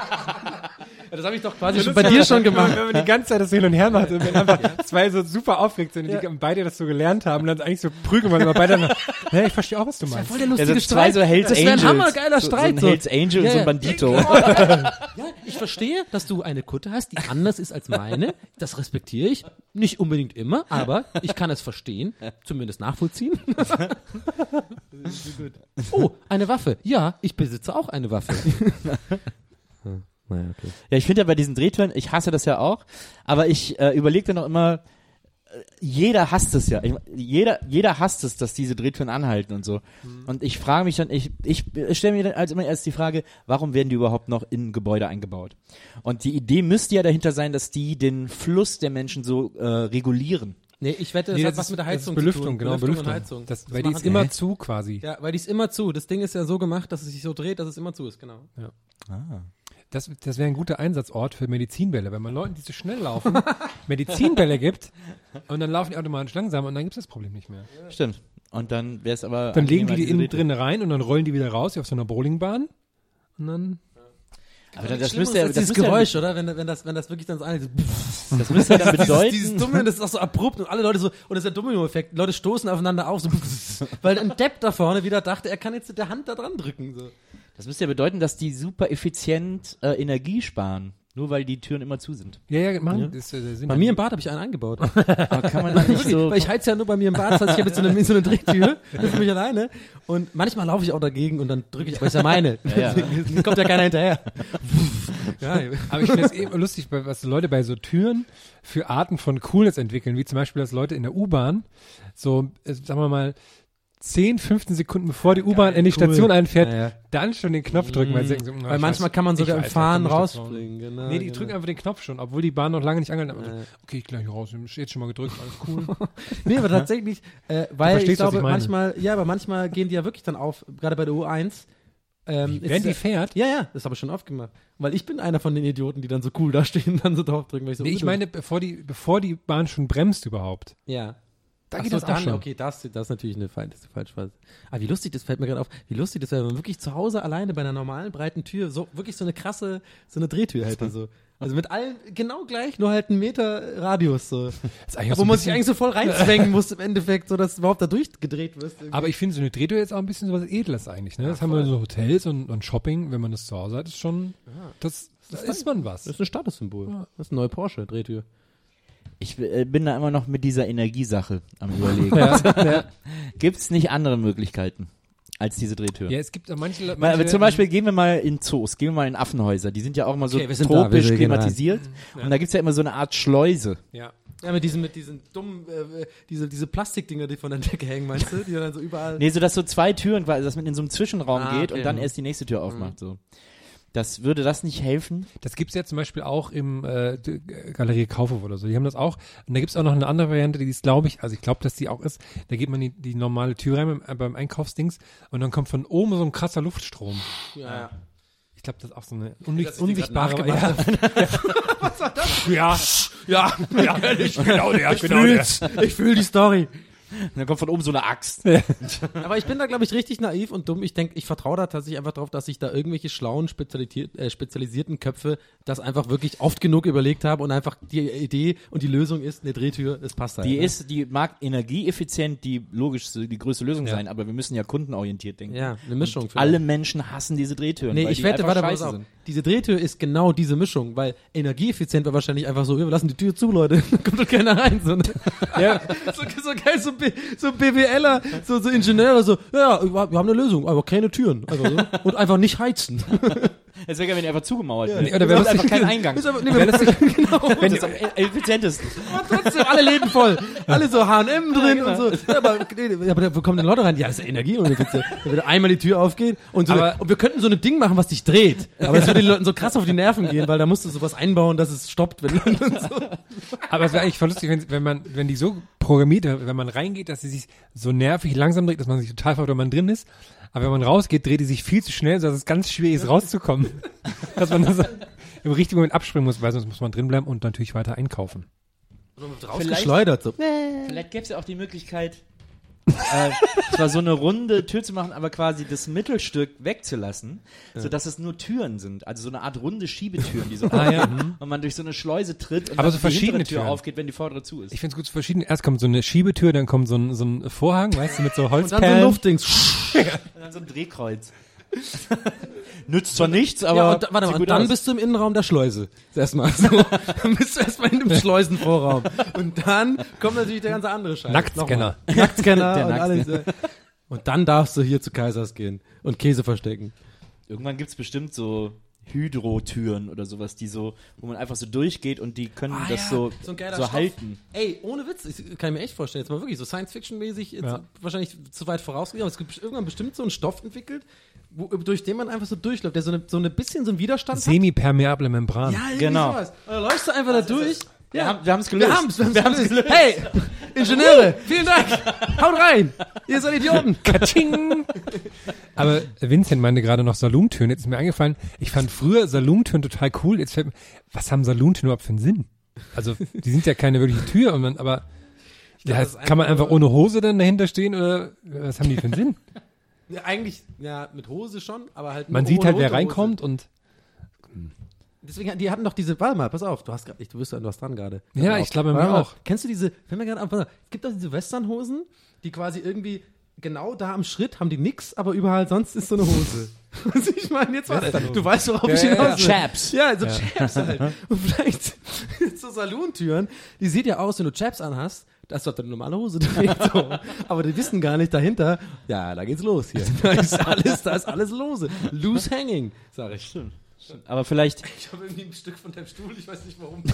Ja, das habe ich doch quasi schon bei dir schon gemacht. Wenn man die ganze Zeit das hin und her macht und wenn einfach zwei so super aufgeregt sind und die beide das so gelernt haben, dann eigentlich so prügeln wir immer beide. Dann, hey, ich verstehe auch, was du meinst. Voll der Ja, lustige so zwei Streit. so Hells das wäre ein Angels. hammergeiler So- Streit. So ein Hells Angel und Ja, so ja. ein Bandito. Ja, ich verstehe, dass du eine Kutte hast, die anders ist als meine. Das respektiere ich. Nicht unbedingt immer, aber ich kann es verstehen, zumindest nachvollziehen. Oh, eine Waffe. Ja, ich besitze auch eine Waffe. Naja, okay. Ja, ich finde ja bei diesen Drehtüren, ich hasse das ja auch, aber ich äh, überlege dann auch immer, äh, jeder hasst es ja. Ich, jeder, jeder hasst es, dass diese Drehtüren anhalten und so. Mhm. Und ich frage mich dann, ich, ich stelle mir dann als immer erst die Frage, warum werden die überhaupt noch in Gebäude eingebaut? Und die Idee müsste ja dahinter sein, dass die den Fluss der Menschen so äh, regulieren. Nee, ich wette, das Nee, hat das was ist- mit der das ist Heizung Belüftung, zu tun. genau, Belüftung Belüftung. und Heizung. Das, Das weil die ist machen- immer Hä? zu quasi. Ja, weil die ist immer zu. Das Ding ist ja so gemacht, dass es sich so dreht, dass es immer zu ist, genau. Das, das wäre ein guter Einsatzort für Medizinbälle, wenn man Leuten, die so schnell laufen, Medizinbälle gibt und dann laufen die automatisch langsam und dann gibt es das Problem nicht mehr. Stimmt. Und dann wäre es aber... Dann legen die angenehmer, die diese innen Drehtür- drin rein und dann rollen die wieder raus, wie auf so einer Bowlingbahn. Und dann... Aber das, das Schlimm müsste ist ja... das Das dieses müsste ja, Geräusch, oder? Wenn, wenn, das, wenn das wirklich dann so eine, das müsste ja dann bedeuten... dieses, dieses Dumme, das ist auch so abrupt und alle Leute so, und das ist der Domino-Effekt, Leute stoßen aufeinander auf, so, weil ein Depp da vorne wieder dachte, er kann jetzt mit der Hand da dran drücken, so. Das müsste ja bedeuten, dass die super effizient äh, Energie sparen. Nur weil die Türen immer zu sind. Ja, ja, machen. Ja. Das ist, äh, der Sinn. Bei mir im Bad habe ich einen eingebaut. Aber kann man dann nicht so... Weil ich heiz ja nur bei mir im Bad, das heißt, ich habe jetzt so eine, so eine Drehtür, das ist für mich alleine. Und manchmal laufe ich auch dagegen und dann drücke ich, aber ist ja meine. Ja, ja. Kommt ja keiner hinterher. Ja, Aber ich finde es eben lustig, bei- was Leute bei so Türen für Arten von Coolness entwickeln, wie zum Beispiel, dass Leute in der U-Bahn so, äh, sagen wir mal, zehn, fünfzehn Sekunden bevor die U-Bahn in die cool. Station einfährt, Ja, ja. dann schon den Knopf drücken, weil sie denken, so, na, Weil ich manchmal weiß, kann man ich sogar im weiß, Fahren da kommt die Station. rausspringen. Genau, Nee, die genau. drücken einfach den Knopf schon, obwohl die Bahn noch lange nicht angehalten hat. Ja. So, okay, ich gleich raus, jetzt schon mal gedrückt, alles cool. Nee, aber tatsächlich, äh, weil ich verstehst, was glaube, ich meine. manchmal, ja, aber manchmal gehen die ja wirklich dann auf, gerade bei der U eins. Ähm, ist Während die ja- fährt? Ja, ja, das habe ich schon oft gemacht. Weil ich bin einer von den Idioten, die dann so cool da stehen und dann so draufdrücken, weil ich so Nee, ich unten- meine, bevor die, bevor die Bahn schon bremst überhaupt. Ja. Da Ach geht so, das auch dann, schon. okay, das, das ist natürlich eine falsche Falschphase. Aber wie lustig, das fällt mir gerade auf, wie lustig das wäre, wenn man wirklich zu Hause alleine bei einer normalen breiten Tür so wirklich so eine krasse, so eine Drehtür hätte. So. Also mit allen genau gleich, nur halt einen Meter Radius. So. Das ist eigentlich auch Wo so ein man sich bisschen- eigentlich so voll reinzwängen muss im Endeffekt, so dass du überhaupt da durchgedreht wirst. irgendwie. Aber ich finde so eine Drehtür jetzt auch ein bisschen so was Edles eigentlich. Ne? Das haben wir in so Hotels und, und Shopping, wenn man das zu Hause hat, ist schon, das, das ist man was. Das ist ein Statussymbol. Das ist eine neue Porsche-Drehtür. Ich äh, bin da immer noch mit dieser Energiesache am Überlegen. Ja. Gibt's nicht andere Möglichkeiten als diese Drehtür? Ja, es gibt auch manche, Weil, manche aber zum Beispiel gehen wir mal in Zoos, gehen wir mal in Affenhäuser. Die sind ja auch immer so Okay, wir sind da, wir tropisch gehen rein. klimatisiert. Und da gibt's ja immer so eine Art Schleuse. ja. Ja, mit diesen, mit diesen dummen, äh, diese, diese Plastikdinger, die von der Decke hängen, meinst du? Die dann so überall. Nee, so dass so zwei Türen, quasi, dass man in so einem Zwischenraum Ah, geht okay. und dann Mhm. erst die nächste Tür aufmacht. So. Das würde das nicht helfen? Das gibt's ja zum Beispiel auch im äh, d- Galerie Kaufhof oder so. Die haben das auch. Und da gibt's auch noch eine andere Variante, die ist, glaube ich, also ich glaube, dass die auch ist. Da geht man die, die normale Tür rein beim, beim Einkaufsdings und dann kommt von oben so ein krasser Luftstrom. Ja. Ich glaube, das ist auch so eine unli- Dass ich die grad unsichtbare nachgemacht ja. Was war das? Ja, ja, ja, ich, genau der, Ich fühl's. Ich fühl die Story. Und dann kommt von oben so eine Axt. Aber ich bin da, glaube ich, richtig naiv und dumm. Ich denke, ich vertraue da tatsächlich einfach drauf, dass sich da irgendwelche schlauen, spezialisiert, äh, spezialisierten Köpfe das einfach wirklich oft genug überlegt haben und einfach die Idee und die Lösung ist eine Drehtür, das passt halt. Die ne? ist, die mag energieeffizient die logisch die größte Lösung Ja. sein, aber wir müssen ja kundenorientiert denken. Ja, eine Mischung. Und alle Menschen hassen diese Drehtüren. Nee, weil ich die wette, einfach warte, pass scheiße auf. sind. Diese Drehtür ist genau diese Mischung, weil energieeffizient war wahrscheinlich einfach so, wir lassen die Tür zu, Leute, da kommt doch keiner rein. So, ne? Ja. so, so geil, so, B, so BWLer, so, so Ingenieure, so, ja, wir haben eine Lösung, aber keine Türen. Einfach so. Und einfach nicht heizen. Es wäre geil, wenn die einfach zugemauert Ja, wird. nee, oder wäre Es ist lustig- einfach kein Eingang. Ist aber, nee, wenn das genau. Wenn das am e- effizientesten. Aber trotzdem alle Läden voll. Alle so H und M drin Ja, genau. und so. Ja, aber, nee, aber wo kommen denn Leute rein? Ja, das ist Energie. Und wenn du einmal die Tür aufgeht und so. Aber- und wir könnten so ein Ding machen, was dich dreht. Aber das würde den Leuten so krass auf die Nerven gehen, weil da musst du sowas einbauen, dass es stoppt. Wenn und so. Aber es wäre eigentlich voll lustig, wenn, wenn man, wenn die so programmiert, wenn man reingeht, dass sie sich so nervig langsam dreht, dass man sich total freut, wenn man drin ist. Aber wenn man rausgeht, dreht die sich viel zu schnell, sodass es ganz schwierig ist, rauszukommen. Dass man das im richtigen Moment abspringen muss, weil sonst muss man drin bleiben und natürlich weiter einkaufen. Rausgeschleudert so. Vielleicht gäbe es ja auch die Möglichkeit, äh, zwar so eine runde Tür zu machen, aber quasi das Mittelstück wegzulassen, sodass es nur Türen sind. Also so eine Art runde Schiebetüren, die so Ah, ja. aufgehen und man durch so eine Schleuse tritt und Aber dann so die hintere verschiedene Tür Türen. aufgeht, wenn die vordere zu ist. Ich finde es gut zu verschieden. Erst kommt so eine Schiebetür, dann kommt so ein, so ein Vorhang, weißt du, mit so Und dann so ein Holzperlen. Luftdings. Und dann so ein Drehkreuz. Nützt zwar nichts, aber Ja, und, da- warte mal, sieht und gut dann aus. bist du im Innenraum der Schleuse. Erstmal so. Dann bist du erstmal in dem Schleusenvorraum. Und dann kommt natürlich der ganze andere Scheiß. Nacktscanner. Nochmal. Nacktscanner Der und alles. äh. Und dann darfst du hier zu Kaisers gehen und Käse verstecken. Irgendwann gibt's bestimmt so Hydrotüren oder sowas, die so, wo man einfach so durchgeht und die können Ah, das ja, so, so ein geiler so Stoff. halten. Ey, ohne Witz, ich kann ich mir echt vorstellen, jetzt mal wirklich so Science-Fiction-mäßig, jetzt Ja. wahrscheinlich zu weit vorausgegangen, aber es gibt irgendwann bestimmt so einen Stoff entwickelt, wo, durch den man einfach so durchläuft, der so eine, so eine bisschen so einen Widerstand hat. Semipermeable Membran. Ja, irgendwie Genau. sowas. Und dann läufst du einfach da durch. Wir haben- wir haben's gelöst. Wir haben's, wir Wir haben's haben's gelöst. gelöst. Hey, Ingenieure, vielen Dank. Haut rein. Ihr seid Idioten. Katsching! Aber Vincent meinte gerade noch Salontüren. Jetzt ist mir eingefallen, ich fand früher Salontüren total cool. Jetzt fällt mir, was haben Salontüren überhaupt für einen Sinn? Also, die sind ja keine wirkliche Tür, und man, aber glaub, ja, das ist kann man einfach einfach ohne Hose dann dahinter stehen oder was haben die für einen Sinn? Ja, eigentlich, ja, mit Hose schon, aber halt nur Man sieht ohne halt, wer Unterhose. reinkommt und Deswegen, die hatten doch diese, warte mal, pass auf, du hast grad, ich, du bist an was dran gerade. Ja, Pass ich auf. glaube, bei mir Warte mal, auch. Kennst du diese, fällt mir gerade an, pass auf, es gibt doch diese Westernhosen, die quasi irgendwie genau da am Schritt haben die nix, aber überall sonst ist so eine Hose. Was ich meine, jetzt warte, du weißt, worauf ich Ja, ja, hinaus will. Chaps. Ja, so Chaps halt. Und vielleicht so Salontüren, die sieht ja aus, wenn du Chaps anhast, da ist doch eine normale Hose drin. So. Aber die wissen gar nicht dahinter, ja, da geht's los hier. Da ist alles, da ist alles lose. Loose hanging, sag ich. Stimmt. Aber vielleicht, Ich habe irgendwie ein Stück von deinem Stuhl, ich weiß nicht warum.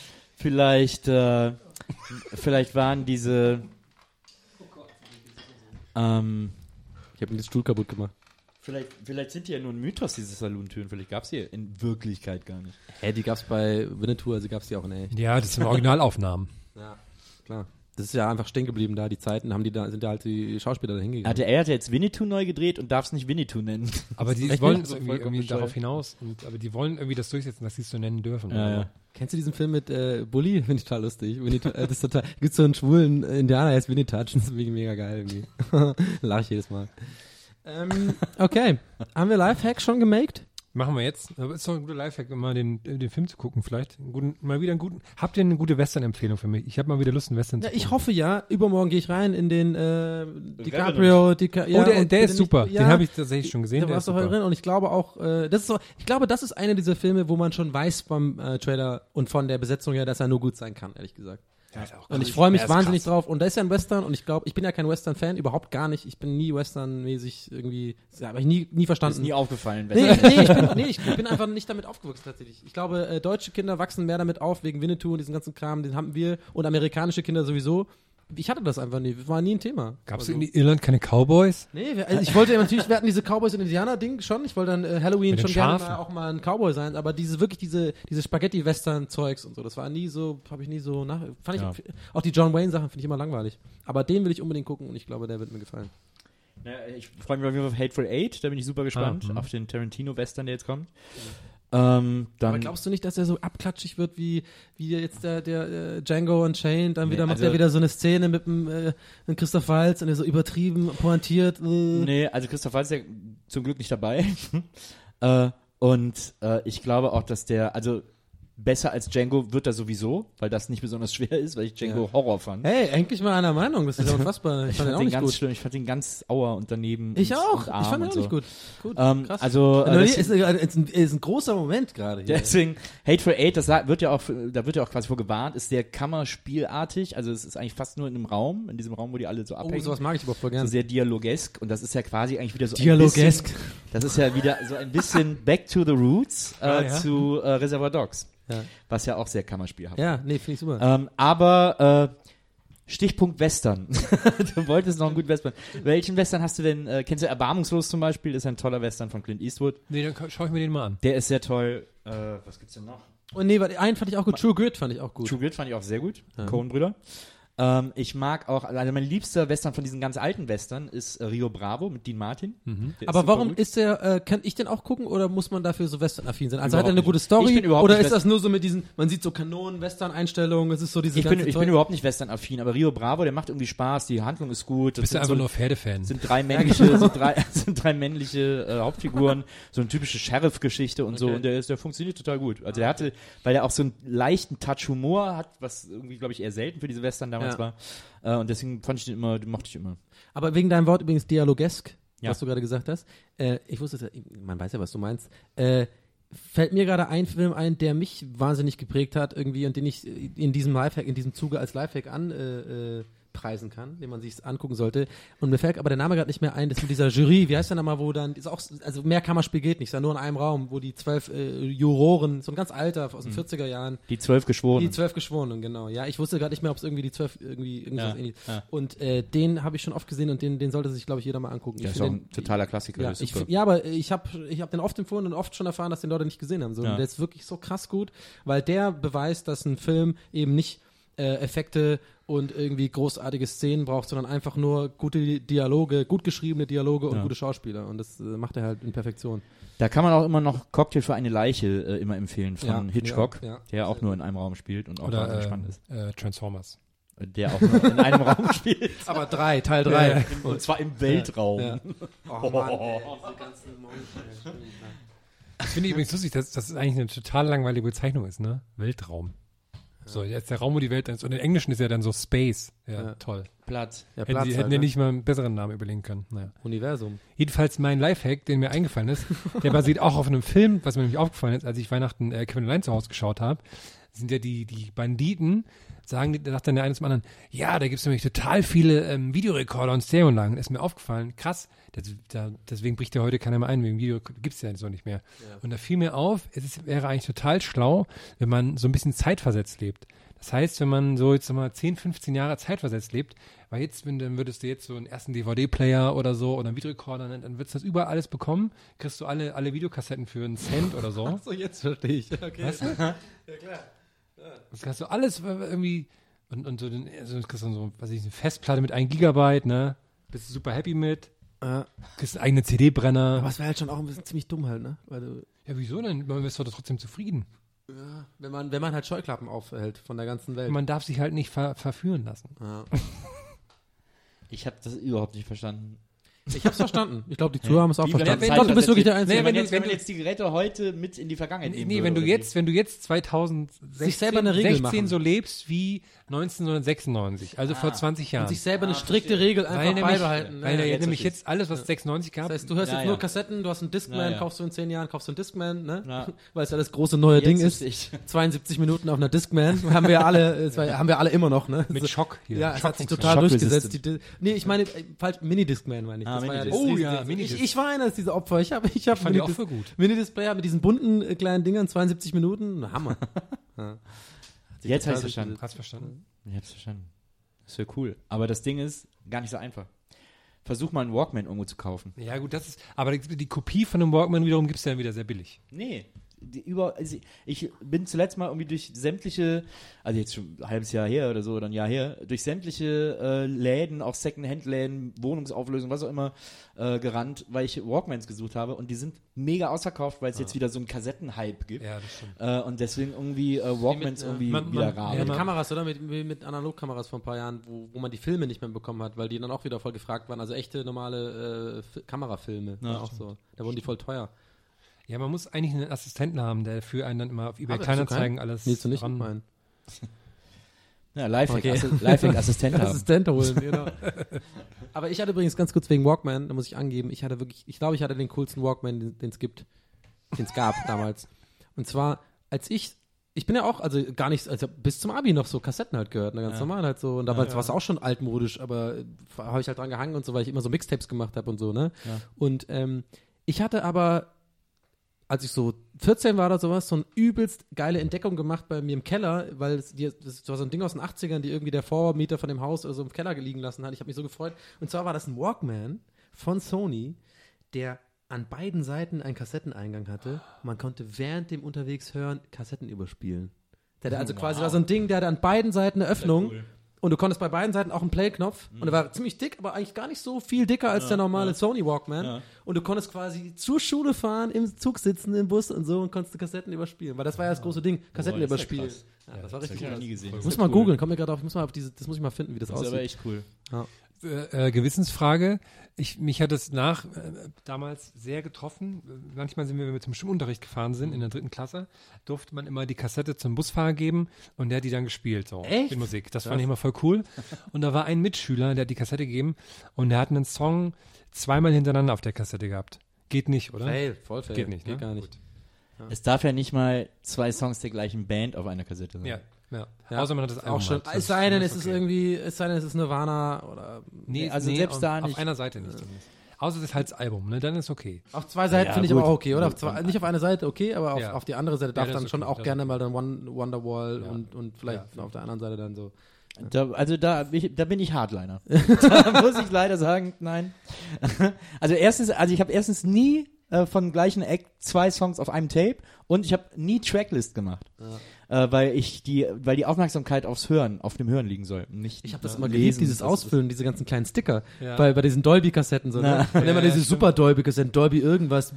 vielleicht, äh, vielleicht waren diese, Ähm, Ich habe mir den Stuhl kaputt gemacht. vielleicht, vielleicht sind die ja nur ein Mythos, diese Saloon-Türen. Vielleicht gab es die in Wirklichkeit gar nicht. Hä, die gab's bei Winnetou, also gab's die auch in echt. Ja, das sind Originalaufnahmen. Ja, klar. Das ist ja einfach stehen geblieben da, die Zeiten, haben die da, sind da halt die Schauspieler da hingegangen. Hatte er hat jetzt Winnetou neu gedreht und darf es nicht Winnetou nennen. Aber die Echt wollen nicht? so So irgendwie, vollkommen irgendwie bescheuert. darauf hinaus. Und, aber die wollen irgendwie das durchsetzen, dass sie es so nennen dürfen. Ja, ja. Kennst du diesen Film mit äh, Bully? Finde ich total lustig. Winnie, äh, das ist total, gibt's so einen schwulen Indianer, der heißt Winnie Touch, das ist wirklich mega geil irgendwie. Lach ich jedes Mal. Ähm, okay, haben wir Lifehack schon gemaked? Machen wir jetzt. Aber ist doch ein guter Lifehack, mal den, den Film zu gucken vielleicht. Einen guten, mal wieder einen guten. Habt ihr eine gute Western-Empfehlung für mich? Ich habe mal wieder Lust, einen Western Ja, zu ich gucken. hoffe ja. Übermorgen gehe ich rein in den äh, DiCaprio. Dica, ja, Oh, der, und der bitte ist super. Nicht, ja, Den habe ich tatsächlich schon gesehen. Da Der warst ist du heute super. drin und ich glaube auch, äh, das ist so, ich glaube, das ist einer dieser Filme, wo man schon weiß beim äh, Trailer und von der Besetzung her, dass er nur gut sein kann, ehrlich gesagt. Ja, ist auch Und ich krass. freue mich Der ist wahnsinnig krass. drauf. Und da ist ja ein Western und ich glaube, ich bin ja kein Western-Fan, überhaupt gar nicht. Ich bin nie Western-mäßig irgendwie, das habe ich nie, nie Ist verstanden. nie aufgefallen. Nee, nee, ich bin, nee, ich bin einfach nicht damit aufgewachsen tatsächlich. Ich glaube, äh, deutsche Kinder wachsen mehr damit auf, wegen Winnetou und diesem ganzen Kram, den haben wir. Und amerikanische Kinder sowieso. Ich hatte das einfach nie, war nie ein Thema. Gab es Also- in Irland keine Cowboys? Nee, wir, also ich wollte ja natürlich, wir hatten diese Cowboys und Indianer-Ding schon. Ich wollte dann äh, Halloween Mit den schon gerne Schafen. mal auch mal ein Cowboy sein, aber diese wirklich diese diese Spaghetti-Western-Zeugs und so, das war nie so, habe ich nie so nach. Fand ich Ja. auch die John Wayne-Sachen finde ich immer langweilig. Aber den will ich unbedingt gucken und ich glaube, der wird mir gefallen. Ja, ich freue mich auf jeden Fall auf Hateful Eight, da bin ich super gespannt, Ah, mhm. auf den Tarantino-Western, der jetzt kommt. Ähm, dann, Aber glaubst du nicht, dass er so abklatschig wird wie wie jetzt der der äh, Django Unchained, dann Nee, wieder macht also- er wieder so eine Szene mit dem äh, mit Christoph Waltz und er so übertrieben pointiert. Äh. nee, also Christoph Waltz ist ja zum Glück nicht dabei. äh, und äh, ich glaube auch, dass der, also besser als Django wird er sowieso, weil das nicht besonders schwer ist, weil ich Django Ja. Horror fand. Hey, endlich mal einer Meinung, das ist ja unfassbar. Ich, Ich fand den fand auch den nicht ganz gut. schlimm, ich fand den ganz auer und daneben. Ich und, auch. Und Ich arm fand den und auch so. nicht gut. Gut, Ähm, krass. also, äh, Äh, das- ist, ein, ist, ein, ist ein großer Moment gerade hier. Deswegen, Hateful Eight, das sa- wird ja auch, da wird ja auch quasi vorgewarnt, ist sehr kammerspielartig, also es ist eigentlich fast nur in einem Raum, in diesem Raum, wo die alle so Oh, abhängen. sowas mag ich aber voll so gerne. sehr dialogesk und das ist ja quasi eigentlich wieder so Dialogesk. ein bisschen, das ist ja wieder so ein bisschen Back to the Roots äh, Ah, ja. zu äh, Reservoir Dogs, Ja. was ja auch sehr kammerspielhaft ist. Ja, nee, finde ich super. Ähm, aber äh, Stichpunkt Western. Du wolltest noch einen guten Western. Welchen Western hast du denn, äh, kennst du Erbarmungslos zum Beispiel, ist ein toller Western von Clint Eastwood. Nee, dann schaue ich mir den mal an. Der ist sehr toll. Äh, was gibt's denn noch? Und nee, warte, einen fand ich auch gut. True Grit fand ich auch gut. True Grit fand ich auch sehr gut. Coen-Brüder. Ähm, ich mag auch, also mein liebster Western von diesen ganz alten Western ist äh, Rio Bravo mit Dean Martin. Der ist Aber super warum gut. ist der, äh, kann ich den auch gucken oder muss man dafür so Western-affin sein? Also hat er Überhaupt eine nicht. gute Story Ich bin überhaupt oder nicht ist das nur so mit diesen, man sieht so Kanonen, Western-Einstellungen, es ist so diese Ich bin, ganze ich Zeug. bin überhaupt nicht Western-affin, aber Rio Bravo, der macht irgendwie Spaß, die Handlung ist gut. Das Bist du sind einfach so, nur Pferdefan? sind drei männliche, sind drei, sind drei männliche äh, Hauptfiguren, so eine typische Sheriff-Geschichte und so, Okay. und der ist, der funktioniert total gut. Also der hatte, weil er auch so einen leichten Touch Humor hat, was irgendwie, glaube ich, eher selten für diese Western damals Ja. war. Äh, und deswegen fand ich den immer, den mochte ich immer. Aber wegen deinem Wort übrigens dialogesk, Ja. was du gerade gesagt hast, äh, ich wusste, es ja, man weiß ja, was du meinst, äh, fällt mir gerade ein Film ein, der mich wahnsinnig geprägt hat irgendwie und den ich in diesem Lifehack, in diesem Zuge als Lifehack an äh, äh, preisen kann, den man sich angucken sollte. Und mir fällt aber der Name gerade nicht mehr ein, das ist mit dieser Jury, wie heißt der nochmal, wo dann, ist auch, also mehr Kammerspiel geht nicht, ist ja nur in einem Raum, wo die zwölf äh, Juroren, so ein ganz alter, aus den vierziger Jahren, Die zwölf Geschworenen. die zwölf Geschworenen, genau. Ja, ich wusste gerade nicht mehr, ob es irgendwie die zwölf, irgendwie irgendwas Ja, ähnliches. ja. Und äh, den habe ich schon oft gesehen und den, den sollte sich, glaube ich, jeder mal angucken. Ja, Ich ist auch find ein den- totaler Klassiker. ja, der ist ich, super. find- ja, aber ich habe ich hab den oft empfohlen und oft schon erfahren, dass den Leute nicht gesehen haben. So, Ja. und der ist wirklich so krass gut, weil der beweist, dass ein Film eben nicht äh, Effekte und irgendwie großartige Szenen braucht, sondern einfach nur gute Dialoge, gut geschriebene Dialoge und Ja. gute Schauspieler. Und das äh, macht er halt in Perfektion. Da kann man auch immer noch Cocktail für eine Leiche äh, immer empfehlen von Ja, Hitchcock, ja, ja. der auch nur in einem Raum spielt und auch Oder wahnsinnig äh, spannend ist. äh, Transformers. Der auch nur in einem Raum spielt. Aber drei, Teil drei. Und zwar im Weltraum. Ja. Oh Mann, ey, diese ganzen Monster. Das finde ich übrigens lustig, dass das eigentlich eine total langweilige Bezeichnung ist, ne? Weltraum. So, jetzt der Raum, wo die Welt ist. Und im Englischen ist ja dann so Space. Ja, Ja. toll. Platz. Ja, Hätten, Platz sie, halt, hätten ja ne? nicht mal einen besseren Namen überlegen können. Naja. Universum. Jedenfalls mein Lifehack, den mir eingefallen ist, der basiert auch auf einem Film, was mir nämlich aufgefallen ist, als ich Weihnachten äh, Kevin allein zu Hause geschaut habe, sind ja die, die Banditen, sagen, die- da sagt dann der eine zum anderen, ja, da gibt es nämlich total viele ähm, Videorekorder und Stereoanlagen. Das ist mir aufgefallen, krass, das, da, deswegen bricht ja heute keiner mehr ein, wegen Video gibt es ja so nicht mehr. Und da fiel mir auf, es ist, wäre eigentlich total schlau, wenn man so ein bisschen zeitversetzt lebt. Das heißt, wenn man so jetzt mal zehn, fünfzehn Jahre zeitversetzt lebt, weil jetzt, wenn, dann würdest du jetzt so einen ersten D V D-Player oder so oder einen Videorekorder, dann, dann würdest du das überall alles bekommen, kriegst du alle, alle Videokassetten für einen Cent oder so. Ach so, jetzt verstehe ich. Okay. Weißt du? Ja, klar. Ja. Das kannst du alles irgendwie und, und so, den, also kriegst du so, was weiß ich, eine Festplatte mit ein Gigabyte, ne? Bist du super happy mit. Äh, kriegst einen eigenen C D-Brenner. aber es wäre halt schon auch ein bisschen ziemlich dumm halt, ne? Weil du, ja, wieso denn? Man ist doch trotzdem zufrieden. ja, wenn man, wenn man halt Scheuklappen aufhält von der ganzen Welt. Man darf sich halt nicht ver- verführen lassen. Ja. Ich habe das überhaupt nicht verstanden. Ich hab's verstanden. Ich glaube, die Zuhörer haben es auch Wie, verstanden. wenn- Ich glaube, du bist wirklich der Nee, Einzige. wenn, wenn du- jetzt, wenn wenn man du- jetzt die Geräte heute mit in die Vergangenheit Nee, nehmen nee, würde, wenn du oder jetzt, wenn du jetzt zweitausendsechzehn Sich selber eine Regel sechzehn machen. so lebst wie neunzehnhundertsechsundneunzig, also vor zwanzig Jahren. Und sich selber eine strikte Regel einfach weil nämlich, beibehalten. weil ja, er ja. jetzt nämlich verstehe jetzt alles, was es sechsundneunzig gab, Das heißt, du hörst Ja, jetzt ja. nur Kassetten, du hast einen Discman, Ja, ja. kaufst du in zehn Jahren, kaufst du einen Discman, ne? Ja. Weil es ja das große neue Jetzt Ding ist ist. ich. zweiundsiebzig Minuten auf einer Discman. haben wir ja alle, das war, haben wir alle immer noch, ne? mit Schock hier. Ja, es hat sich Schockfunktion. total durchgesetzt. Shock-resistant. Die, Di- nee, ich meine, äh, falsch, Mini-Discman meine ich. Ah, Das war ja das Minidisc. Oh riesige ja, Ding. Minidisc. Ich, ich war einer dieser Opfer. Ich habe ich hab fand die auch Minidisc- für gut. Minidisc-Player mit diesen bunten äh, kleinen Dingern, zweiundsiebzig Minuten. Hammer. Jetzt habe ich total verstanden. Hast verstanden? Ich hab's verstanden. Das wäre cool. Aber das Ding ist gar nicht so einfach. Versuch mal einen Walkman irgendwo zu kaufen. Ja gut, das ist, aber die, die Kopie von dem Walkman wiederum gibt's ja dann wieder sehr billig. Nee. Die, über, also ich bin zuletzt mal irgendwie durch sämtliche, also jetzt schon ein halbes Jahr her oder so, oder ein Jahr her, durch sämtliche äh, Läden, auch Second-Hand-Läden, Wohnungsauflösung, was auch immer, äh, gerannt, weil ich Walkmans gesucht habe und die sind mega ausverkauft, weil es jetzt wieder so einen Kassetten-Hype gibt. Ja, das stimmt. Äh, und deswegen irgendwie äh, Walkmans ja. irgendwie Man- wieder man- rar. Ja, mit man- Kameras, oder? Mit, mit Analogkameras vor ein paar Jahren, wo, wo man die Filme nicht mehr bekommen hat, weil die dann auch wieder voll gefragt waren. Also echte, normale äh, F- Kamerafilme. Ja, war auch so. Da wurden die voll teuer. Ja, man muss eigentlich einen Assistenten haben, der für einen dann immer auf eBay Aber Kleinanzeigen hast du alles Willst du nicht ran- meinen? Ja, Lifehack, Okay. Assi- Lifehack-Assistent haben. Assistent holen, genau. Aber ich hatte übrigens ganz kurz wegen Walkman, da muss ich angeben, ich hatte wirklich, ich glaube, ich hatte den coolsten Walkman, den es gibt, den es gab damals. Und zwar, als ich, ich bin ja auch, also gar nicht, also bis zum Abi noch so Kassetten halt gehört, ne, ganz Ja. normal halt so. Und damals war es auch schon altmodisch, aber äh, habe ich halt dran gehangen und so, weil ich immer so Mixtapes gemacht habe und so, ne. Ja. Und ähm, ich hatte aber, als ich so vierzehn war oder sowas, so eine übelst geile Entdeckung gemacht bei mir im Keller, weil es, die, das war so ein Ding aus den achtzigern, die irgendwie der Vormieter von dem Haus oder so im Keller liegen lassen hat. Ich habe mich so gefreut. Und zwar war das ein Walkman von Sony, der an beiden Seiten einen Kassetteneingang hatte. Man konnte während dem unterwegs hören Kassetten überspielen. Der hatte also quasi war so ein Ding, der hatte an beiden Seiten eine Öffnung. Und du konntest bei beiden Seiten auch einen Play-Knopf. Und der war ziemlich dick, aber eigentlich gar nicht so viel dicker als der normale Sony Walkman. Ja. Und du konntest quasi zur Schule fahren, im Zug sitzen, im Bus und so und konntest Kassetten überspielen. Weil das war ja das große Ding, Kassetten Boah, das ist ja überspielen. krass. Ja, das war Das richtig hab ich noch krass. nie gesehen. Ich Das muss ist mal cool. googeln, komm mir gerade auf, ich muss mal auf diese, das muss ich mal finden, wie das, Das ist aussieht. aber echt cool. Ja. Äh, äh, Gewissensfrage. Ich, mich hat es nach äh, damals sehr getroffen. Äh, Manchmal sind wir, wenn wir zum Schwimmunterricht gefahren sind, in der dritten Klasse, durfte man immer die Kassette zum Busfahrer geben und der hat die dann gespielt. So, Echt? Die Musik. Das fand ich immer voll cool. Und da war ein Mitschüler, der hat die Kassette gegeben und der hat einen Song zweimal hintereinander auf der Kassette gehabt. Geht nicht, oder? Fail, voll fail. Geht nicht, Geht ne? gar nicht. Es darf ja nicht mal zwei Songs der gleichen Band auf einer Kassette sein. Ja. Ja. Ja. Außer man hat das Album Auch schon. halt. Das Es sei denn, das es ist okay. irgendwie, es sei denn, es ist Nirvana oder Nee, also nee, selbst auf, da auf nicht. einer Seite nicht. Außer das ist halt das Album, ne? Dann ist okay. auf zwei Seiten Ja, finde ich gut. aber auch okay, oder? Auf Gut. zwei, nicht auf einer Seite okay, aber auf, Ja. auf die andere Seite darf das dann ist schon okay, auch das gerne ist mal dann One, Wonderwall Ja. und, und vielleicht Ja. auf der anderen Seite dann so. Da, also da, bin ich- da bin ich Hardliner. Da muss ich leider sagen, nein. Also erstens, also ich habe erstens nie äh, von gleichen Act zwei Songs auf einem Tape und ich habe nie Tracklist gemacht, äh, weil ich die, weil die Aufmerksamkeit aufs Hören, auf dem Hören liegen soll, nicht. Ich habe das äh, immer lesen, geliebt, dieses das- Ausfüllen, diese ganzen kleinen Sticker Ja. bei, bei diesen Dolby-Kassetten. So, ne? Na. Und immer Ja, diese ja, super Dolby-Kassetten, Dolby irgendwas,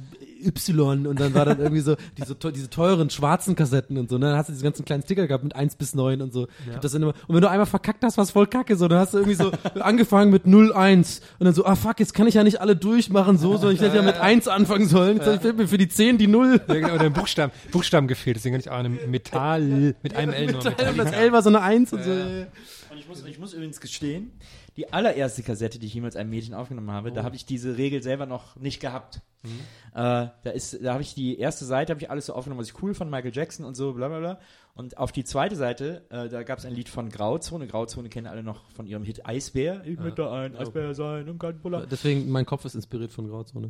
Y und dann war dann irgendwie so diese, te- diese teuren schwarzen Kassetten und so. Ne? Dann hast du diese ganzen kleinen Sticker gehabt mit eins bis neun und so. Ich hab das dann immer, und wenn du einmal verkackt hast, war's voll kacke. So, dann hast du irgendwie so angefangen mit null eins und dann so, ah fuck, jetzt kann ich ja nicht alle durchmachen, so, so ich hätte ja mit eins anfangen sollen. Jetzt fehlt mir für die zehn die null. Ja, genau, oder ein Buchstaben, Buchstaben gefehlt, deswegen kann ich auch eine Metall mit einem L nur. Und das L war so eine eins und so. Und ich muss, ich muss übrigens gestehen, die allererste Kassette, die ich jemals einem Mädchen aufgenommen habe, oh. da habe ich diese Regel selber noch nicht gehabt. Mhm. Äh, da ist, da habe ich die erste Seite, habe ich alles so aufgenommen, was ich cool fand, Michael Jackson und so, bla bla bla. Und auf die zweite Seite, äh, da gab es ein Lied von Grauzone. Grauzone kennen alle noch von ihrem Hit Eisbär. Ich ja. möchte ein Eisbär sein und kein Buller. Deswegen, mein Kopf ist inspiriert von Grauzone.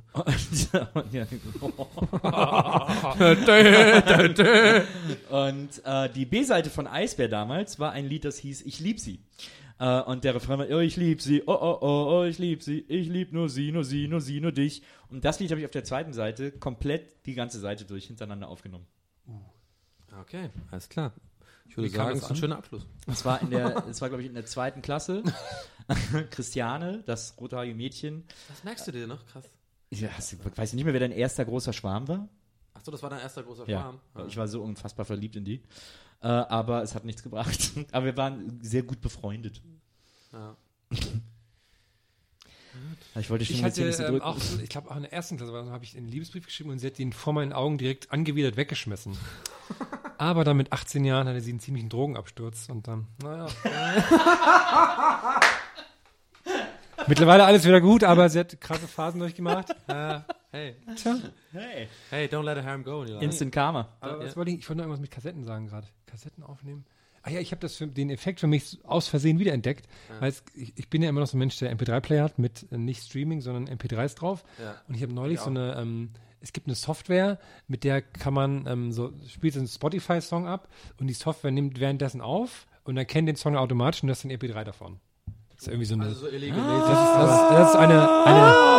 Und äh, die B-Seite von Eisbär damals war ein Lied, das hieß Ich lieb sie. Uh, und der Refrain war, oh, ich lieb sie, oh, oh, oh, oh, ich lieb sie, ich lieb nur sie, nur sie, nur sie, nur dich. Und das Lied habe ich auf der zweiten Seite komplett die ganze Seite durch hintereinander aufgenommen. Uh. Okay, alles klar. Ich würde Wie sagen, es ist ein schöner Abschluss. Das war, in der, das war, glaube ich, in der zweiten Klasse. Christiane, das rothaarige Mädchen. Was merkst du dir noch? Krass. Ja, ich weiß nicht mehr, wer dein erster großer Schwarm war. Achso, das war dein erster großer ja, Schwarm. Ja, ich war so unfassbar verliebt in die. Äh, aber es hat nichts gebracht. Aber wir waren sehr gut befreundet. Ja. Ich wollte schon ich hatte, ähm, auch, ich glaube auch in der ersten Klasse habe ich einen Liebesbrief geschrieben und sie hat ihn vor meinen Augen direkt angewidert weggeschmissen. Aber dann mit achtzehn Jahren hatte sie einen ziemlichen Drogenabsturz und dann, naja. Mittlerweile alles wieder gut, aber sie hat krasse Phasen durchgemacht. Uh, hey. Hey. Hey, don't let a harm go. Instant Karma. Aber was wollte ich, ich wollte noch irgendwas mit Kassetten sagen gerade. Kassetten aufnehmen. Ah ja, ich habe das für, den Effekt für mich aus Versehen wiederentdeckt, ja. weil es, ich, ich bin ja immer noch so ein Mensch, der M P drei Player hat mit äh, nicht Streaming, sondern M P dreis drauf. Ja. Und ich habe neulich ich so eine, ähm, es gibt eine Software, mit der kann man ähm, so, spielt so einen Spotify-Song ab und die Software nimmt währenddessen auf und erkennt den Song automatisch und das ist ein M P drei davon. Das ist irgendwie so eine. Also so illegal. Ah, das, ist, das, ist, das ist eine. eine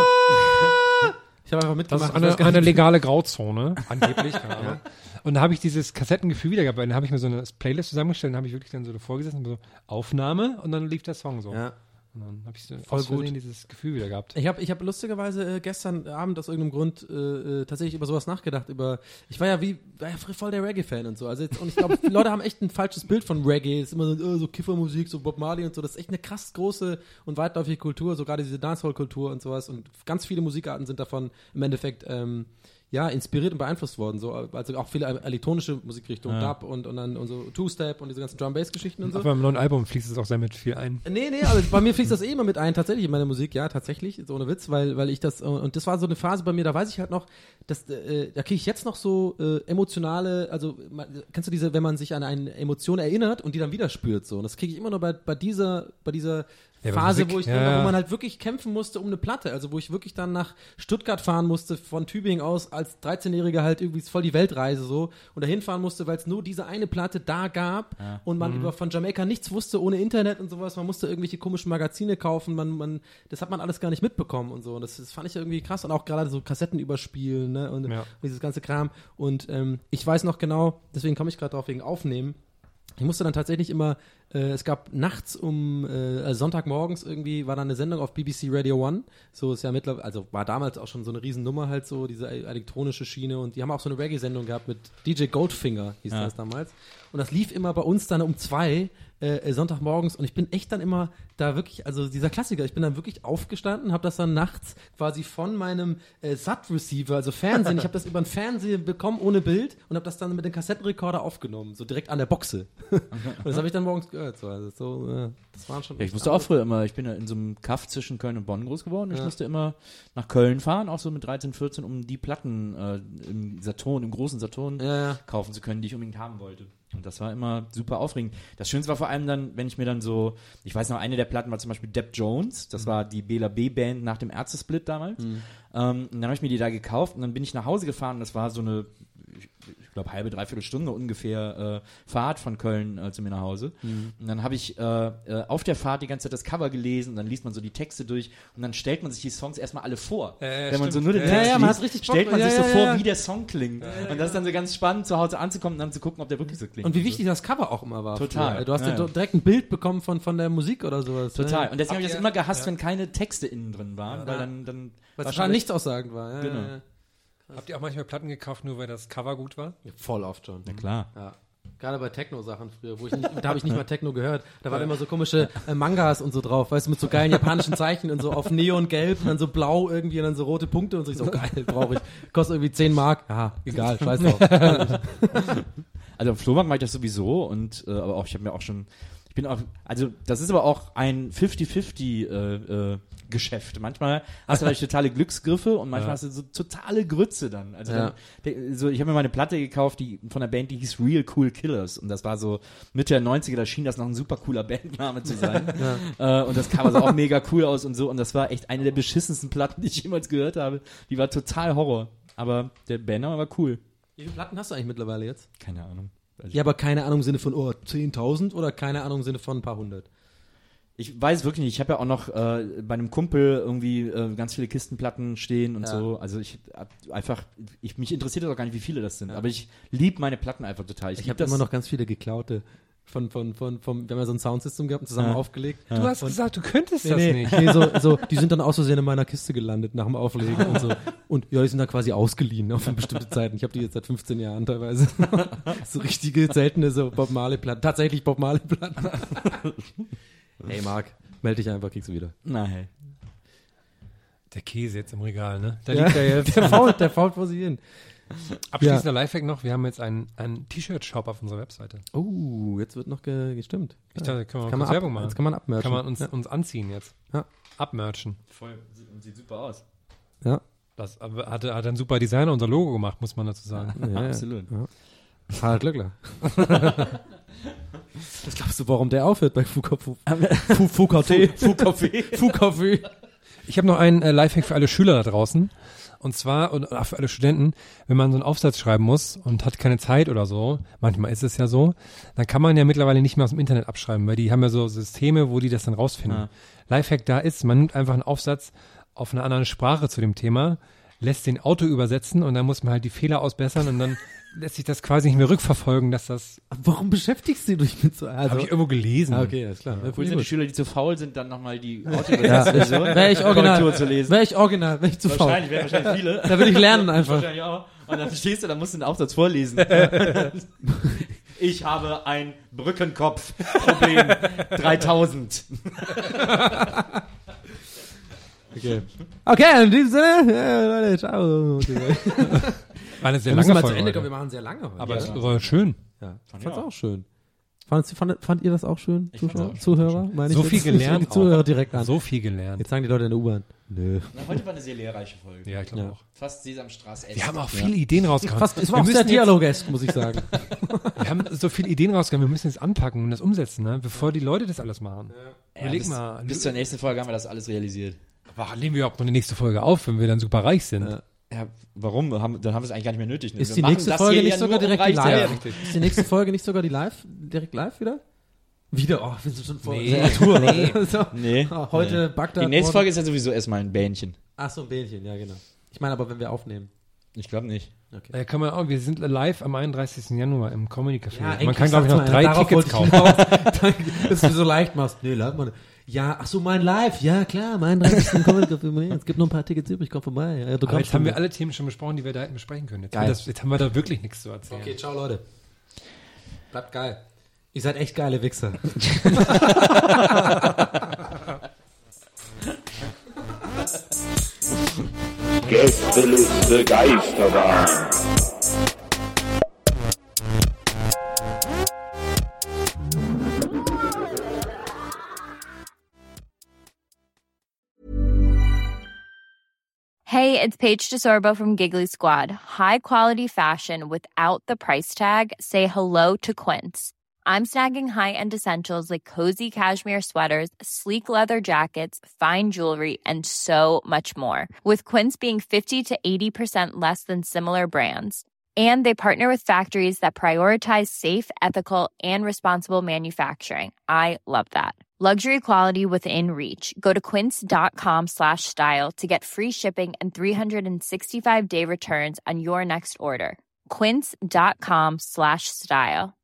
ich habe einfach mitgemacht. Das ist eine, eine legale Grauzone, angeblich. Keine Ahnung. Ja. Und da habe ich dieses Kassettengefühl wieder gehabt, weil dann habe ich mir so eine Playlist zusammengestellt und habe ich wirklich dann so davor gesessen und so Aufnahme und dann lief der Song so. Ja. Und dann habe ich so voll gut dieses Gefühl wieder gehabt. Ich habe ich hab lustigerweise äh, gestern Abend aus irgendeinem Grund äh, äh, tatsächlich über sowas nachgedacht. Über, ich war ja wie war ja voll der Reggae-Fan und so. Also jetzt, und ich glaube, Leute haben echt ein falsches Bild von Reggae. Es ist immer so, äh, so Kiffermusik, so Bob Marley und so. Das ist echt eine krass große und weitläufige Kultur, so gerade diese Dancehall-Kultur und sowas. Und ganz viele Musikarten sind davon im Endeffekt ähm, ja, inspiriert und beeinflusst worden. So, also auch viele elektronische Musikrichtungen, ja. Dub und, und dann und so Two-Step und diese ganzen Drum-Bass-Geschichten und so. Auf meinem neuen Album fließt es auch sehr mit viel ein. Nee, nee, aber bei mir fließt das eh immer mit ein, tatsächlich in meiner Musik, ja, tatsächlich, so ohne Witz, weil, weil ich das, und das war so eine Phase bei mir, da weiß ich halt noch, dass, äh, da kriege ich jetzt noch so äh, emotionale, also kennst du diese, wenn man sich an eine Emotion erinnert und die dann wieder spürt, so, und das kriege ich immer nur bei, bei dieser, bei dieser Ja, Phase, wo ich, ja. wo man halt wirklich kämpfen musste um eine Platte, also wo ich wirklich dann nach Stuttgart fahren musste, von Tübingen aus, als dreizehnjähriger halt irgendwie voll die Weltreise so, und dahin fahren musste, weil es nur diese eine Platte da gab ja. und man mhm. über von Jamaika nichts wusste, ohne Internet und sowas, man musste irgendwelche komischen Magazine kaufen, man, man, das hat man alles gar nicht mitbekommen und so, und das, das fand ich irgendwie krass, und auch gerade so Kassetten überspielen, ne, und, ja. und dieses ganze Kram, und ähm, ich weiß noch genau, deswegen komme ich gerade drauf, wegen Aufnehmen, ich musste dann tatsächlich immer, äh, es gab nachts um, äh, also Sonntagmorgens irgendwie, war da eine Sendung auf B B C Radio One, so ist ja mittlerweile, also war damals auch schon so eine Riesennummer halt so, diese elektronische Schiene, und die haben auch so eine Reggae-Sendung gehabt mit D J Goldfinger, hieß ja. das damals, und das lief immer bei uns dann um zwei, äh, Sonntagmorgens, und ich bin echt dann immer da wirklich, also dieser Klassiker, ich bin dann wirklich aufgestanden, habe das dann nachts quasi von meinem äh, S A T-Receiver, also Fernsehen, ich habe das über ein Fernsehen bekommen ohne Bild und habe das dann mit dem Kassettenrekorder aufgenommen, so direkt an der Boxe. Und das habe ich dann morgens gehört. So, also so, äh, das waren schon. Ja, ich musste auch früher immer, ich bin ja in so einem Kaff zwischen Köln und Bonn groß geworden. Ich ja. musste immer nach Köln fahren, auch so mit dreizehn, vierzehn, um die Platten äh, im Saturn, im großen Saturn ja, ja. kaufen zu können, die ich unbedingt haben wollte. Und das war immer super aufregend. Das Schönste war vor allem dann, wenn ich mir dann so, ich weiß noch, eine der Platten war zum Beispiel Depp Jones, das mhm. war die Bela B-Band nach dem Ärzte-Split damals. Mhm. Ähm, und dann habe ich mir die da gekauft und dann bin ich nach Hause gefahren und das war so eine, ich, ich glaube, halbe, dreiviertel Stunde ungefähr äh, Fahrt von Köln äh, zu mir nach Hause. Mhm. Und dann habe ich äh, äh, auf der Fahrt die ganze Zeit das Cover gelesen und dann liest man so die Texte durch und dann stellt man sich die Songs erstmal alle vor. Äh, Wenn man stimmt. so nur den ja, Text ja, liest, man liest, stellt man ja, sich ja, so ja, vor, ja. wie der Song klingt. Ja, ja, und das ist dann so ganz spannend, zu Hause anzukommen und dann zu gucken, ob der wirklich so klingt. Und wie wichtig das Cover auch immer war. Total. Früher. Du hast ja, ja direkt ein Bild bekommen von, von der Musik oder sowas. Total. Ja. Und deswegen habe ich das ihr, immer gehasst, ja. wenn keine Texte innen drin waren, ja. weil dann, dann weil es schon nichts aussagend war. Ja, genau. ja, ja. Habt ihr auch manchmal Platten gekauft, nur weil das Cover gut war? Ja, voll oft schon. Ja, klar. Ja. Gerade bei Techno-Sachen früher, wo ich nicht, da habe ich nicht mal Techno gehört. Da waren immer so komische äh, Mangas und so drauf, weißt du, mit so geilen japanischen Zeichen und so auf Neongelb und dann so blau irgendwie und dann so rote Punkte und so. Ich so, geil, brauche ich. Kostet irgendwie zehn Mark. Ja, egal, scheiß drauf. Also am Flohmarkt mache ich das sowieso und äh, aber auch, ich habe mir auch schon, Ich bin auch, also das ist aber auch ein fünfzig fünfzig äh, äh, Geschäft. Manchmal hast du halt totale Glücksgriffe und manchmal Ja. hast du so totale Grütze dann. Also Ja. dann, der, so, ich habe mir mal eine Platte gekauft, die von einer Band, die hieß Real Cool Killers und das war so Mitte der neunziger, da schien das noch ein super cooler Bandname zu sein. äh, und das kam also auch mega cool aus und so und das war echt eine der beschissensten Platten, die ich jemals gehört habe. Die war total Horror. Aber der Bandname war cool. Wie viele Platten hast du eigentlich mittlerweile jetzt? Keine Ahnung. Also Ja, aber keine Ahnung im Sinne von, oh, zehntausend oder keine Ahnung im Sinne von ein paar hundert? Ich weiß wirklich nicht. Ich habe ja auch noch äh, bei einem Kumpel irgendwie äh, ganz viele Kistenplatten stehen und Ja. so. Also ich hab einfach, ich, mich interessiert das auch gar nicht, wie viele das sind. Aber ich liebe meine Platten einfach total. Ich, Ich lieb habe das immer noch ganz viele geklaute. Von, von, von, vom, wir haben ja so ein Soundsystem gehabt und zusammen Ja. aufgelegt. Du hast gesagt, du könntest Nee, das nee, nicht. nee so, so, die sind dann aus Versehen in meiner Kiste gelandet nach dem Auflegen und so. Und ja, die sind dann quasi ausgeliehen auf bestimmte Zeiten. Ich habe die jetzt seit fünfzehn Jahren teilweise. So richtige, seltene so Bob Marley-Platten. Tatsächlich Bob Marley-Platten. Hey Marc, melde dich einfach, kriegst du wieder. Na hey. Der Käse jetzt im Regal, ne? Da Ja, liegt er jetzt. der fault, der fault vor sich hin. Abschließender Lifehack noch, wir haben jetzt einen, einen T-Shirt-Shop auf unserer Webseite. Oh, jetzt wird noch ge gestimmt. Ich dachte, können wir Kann kurz man ab- Werbung machen. jetzt kann man abmerchen. Kann man uns, Ja. uns anziehen jetzt. Ja. Abmerchen. Voll, sieht, sieht super aus. Ja, Das aber hat, hat ein super Designer unser Logo gemacht, muss man dazu sagen. ja, ja. Absolut. Ja. Harald Glöckler. Was glaubst du, warum der aufhört bei Foucault? Foucault. Foucault. Ich habe noch einen äh, Lifehack für alle Schüler da draußen. Und zwar, und auch für alle Studenten, wenn man so einen Aufsatz schreiben muss und hat keine Zeit oder so, manchmal ist es ja so, dann kann man ja mittlerweile nicht mehr aus dem Internet abschreiben, weil die haben ja so Systeme, wo die das dann rausfinden. Ja. Lifehack da ist, man nimmt einfach einen Aufsatz auf einer anderen Sprache zu dem Thema, lässt den Auto übersetzen und dann muss man halt die Fehler ausbessern und dann lässt sich das quasi nicht mehr rückverfolgen, dass das, Warum beschäftigst du dich mit so? Also, habe ich irgendwo gelesen. ah, okay, alles klar. Cool sind die Schüler, die zu faul sind, dann nochmal die Ja, Autoversion wäre ich original, Korrektur zu lesen. wäre ich original, wäre ich zu faul. Wahrscheinlich, werden wahrscheinlich viele. Da würde ich lernen einfach. Wahrscheinlich auch. Und dann stehst du, dann musst du den Aufsatz vorlesen. Ich habe ein Brückenkopfproblem dreitausend. Okay. Okay, in diesem Sinne, ja, Leute, ciao. Okay. War eine sehr Wir müssen lange mal Folge zu Ende heute. kommen, wir machen sehr lange heute. Aber ja. es war schön. Ja, Fand fand's ich auch. auch schön. Fandet, fandet, fand ihr das auch schön, Ich fand's Zuschauer, auch schön. Zuhörer? Meine So ich viel jetzt? gelernt Die Zuhörer auch. direkt an. So viel gelernt. Jetzt sagen die Leute in der U-Bahn. Nö. Na, heute war eine sehr lehrreiche Folge. Ja, ich glaube Ja. auch. Fast Sesamstraße S. Wir haben auch viele Ideen rausgehauen. Fast, es wir war auch müssen sehr jetzt- dialogesk, muss ich sagen. Wir haben so viele Ideen rausgehauen, wir müssen jetzt anpacken und das umsetzen, ne? Bevor die Leute das alles machen. Ja, Überleg bis, mal. bis zur nächsten Folge haben wir das alles realisiert. Aber nehmen wir überhaupt noch eine nächste Folge auf, wenn wir dann super reich sind? Ja. Ja, warum? Haben, dann haben wir es eigentlich gar nicht mehr nötig. Ne? Ist Wir die machen nächste das Folge hier nicht ja sogar nur, um direkt reich zu live? werden. richtig. Ist die nächste Folge nicht sogar die live, direkt live wieder? Wieder? Oh, wir sind schon vor Nee. der Tour. Nee. so. Nee. Ah, heute Bagdad. Die nächste morgen- Folge ist ja sowieso erstmal ein Bähnchen. Ach so, ein Bähnchen, ja genau. Ich meine aber, wenn wir aufnehmen. Ich glaube nicht. Da kann man auch, wir sind live am einunddreißigsten Januar im Comedy Café. man endlich kann, glaube ich, noch sagt's mal, drei darauf Tickets wollte ich kaufen. hinaus. Dass du so leicht machst. Nee, live mal. Ja, ach so, mein Live. Ja, klar, mein einunddreißigsten Comedy Café. Es gibt noch ein paar Tickets übrig, komm vorbei. Ja, Aber jetzt haben wir alle Themen schon besprochen, die wir da hätten besprechen können. Jetzt, Geil. haben wir das, jetzt haben wir da wirklich nichts zu erzählen. Okay, ciao Leute. Bleibt geil. Ihr seid echt geile Wichser. Gästeliste Geisterbahn. Hey, it's Paige DeSorbo from Giggly Squad. High quality fashion without the price tag. Say hello to Quince. I'm snagging high-end essentials like cozy cashmere sweaters, sleek leather jackets, fine jewelry, and so much more. With Quince being fifty to eighty percent less than similar brands. And they partner with factories that prioritize safe, ethical, and responsible manufacturing. I love that. Luxury quality within reach. Go to quince.com slash style to get free shipping and three sixty-five day returns on your next order. Quince.com slash style.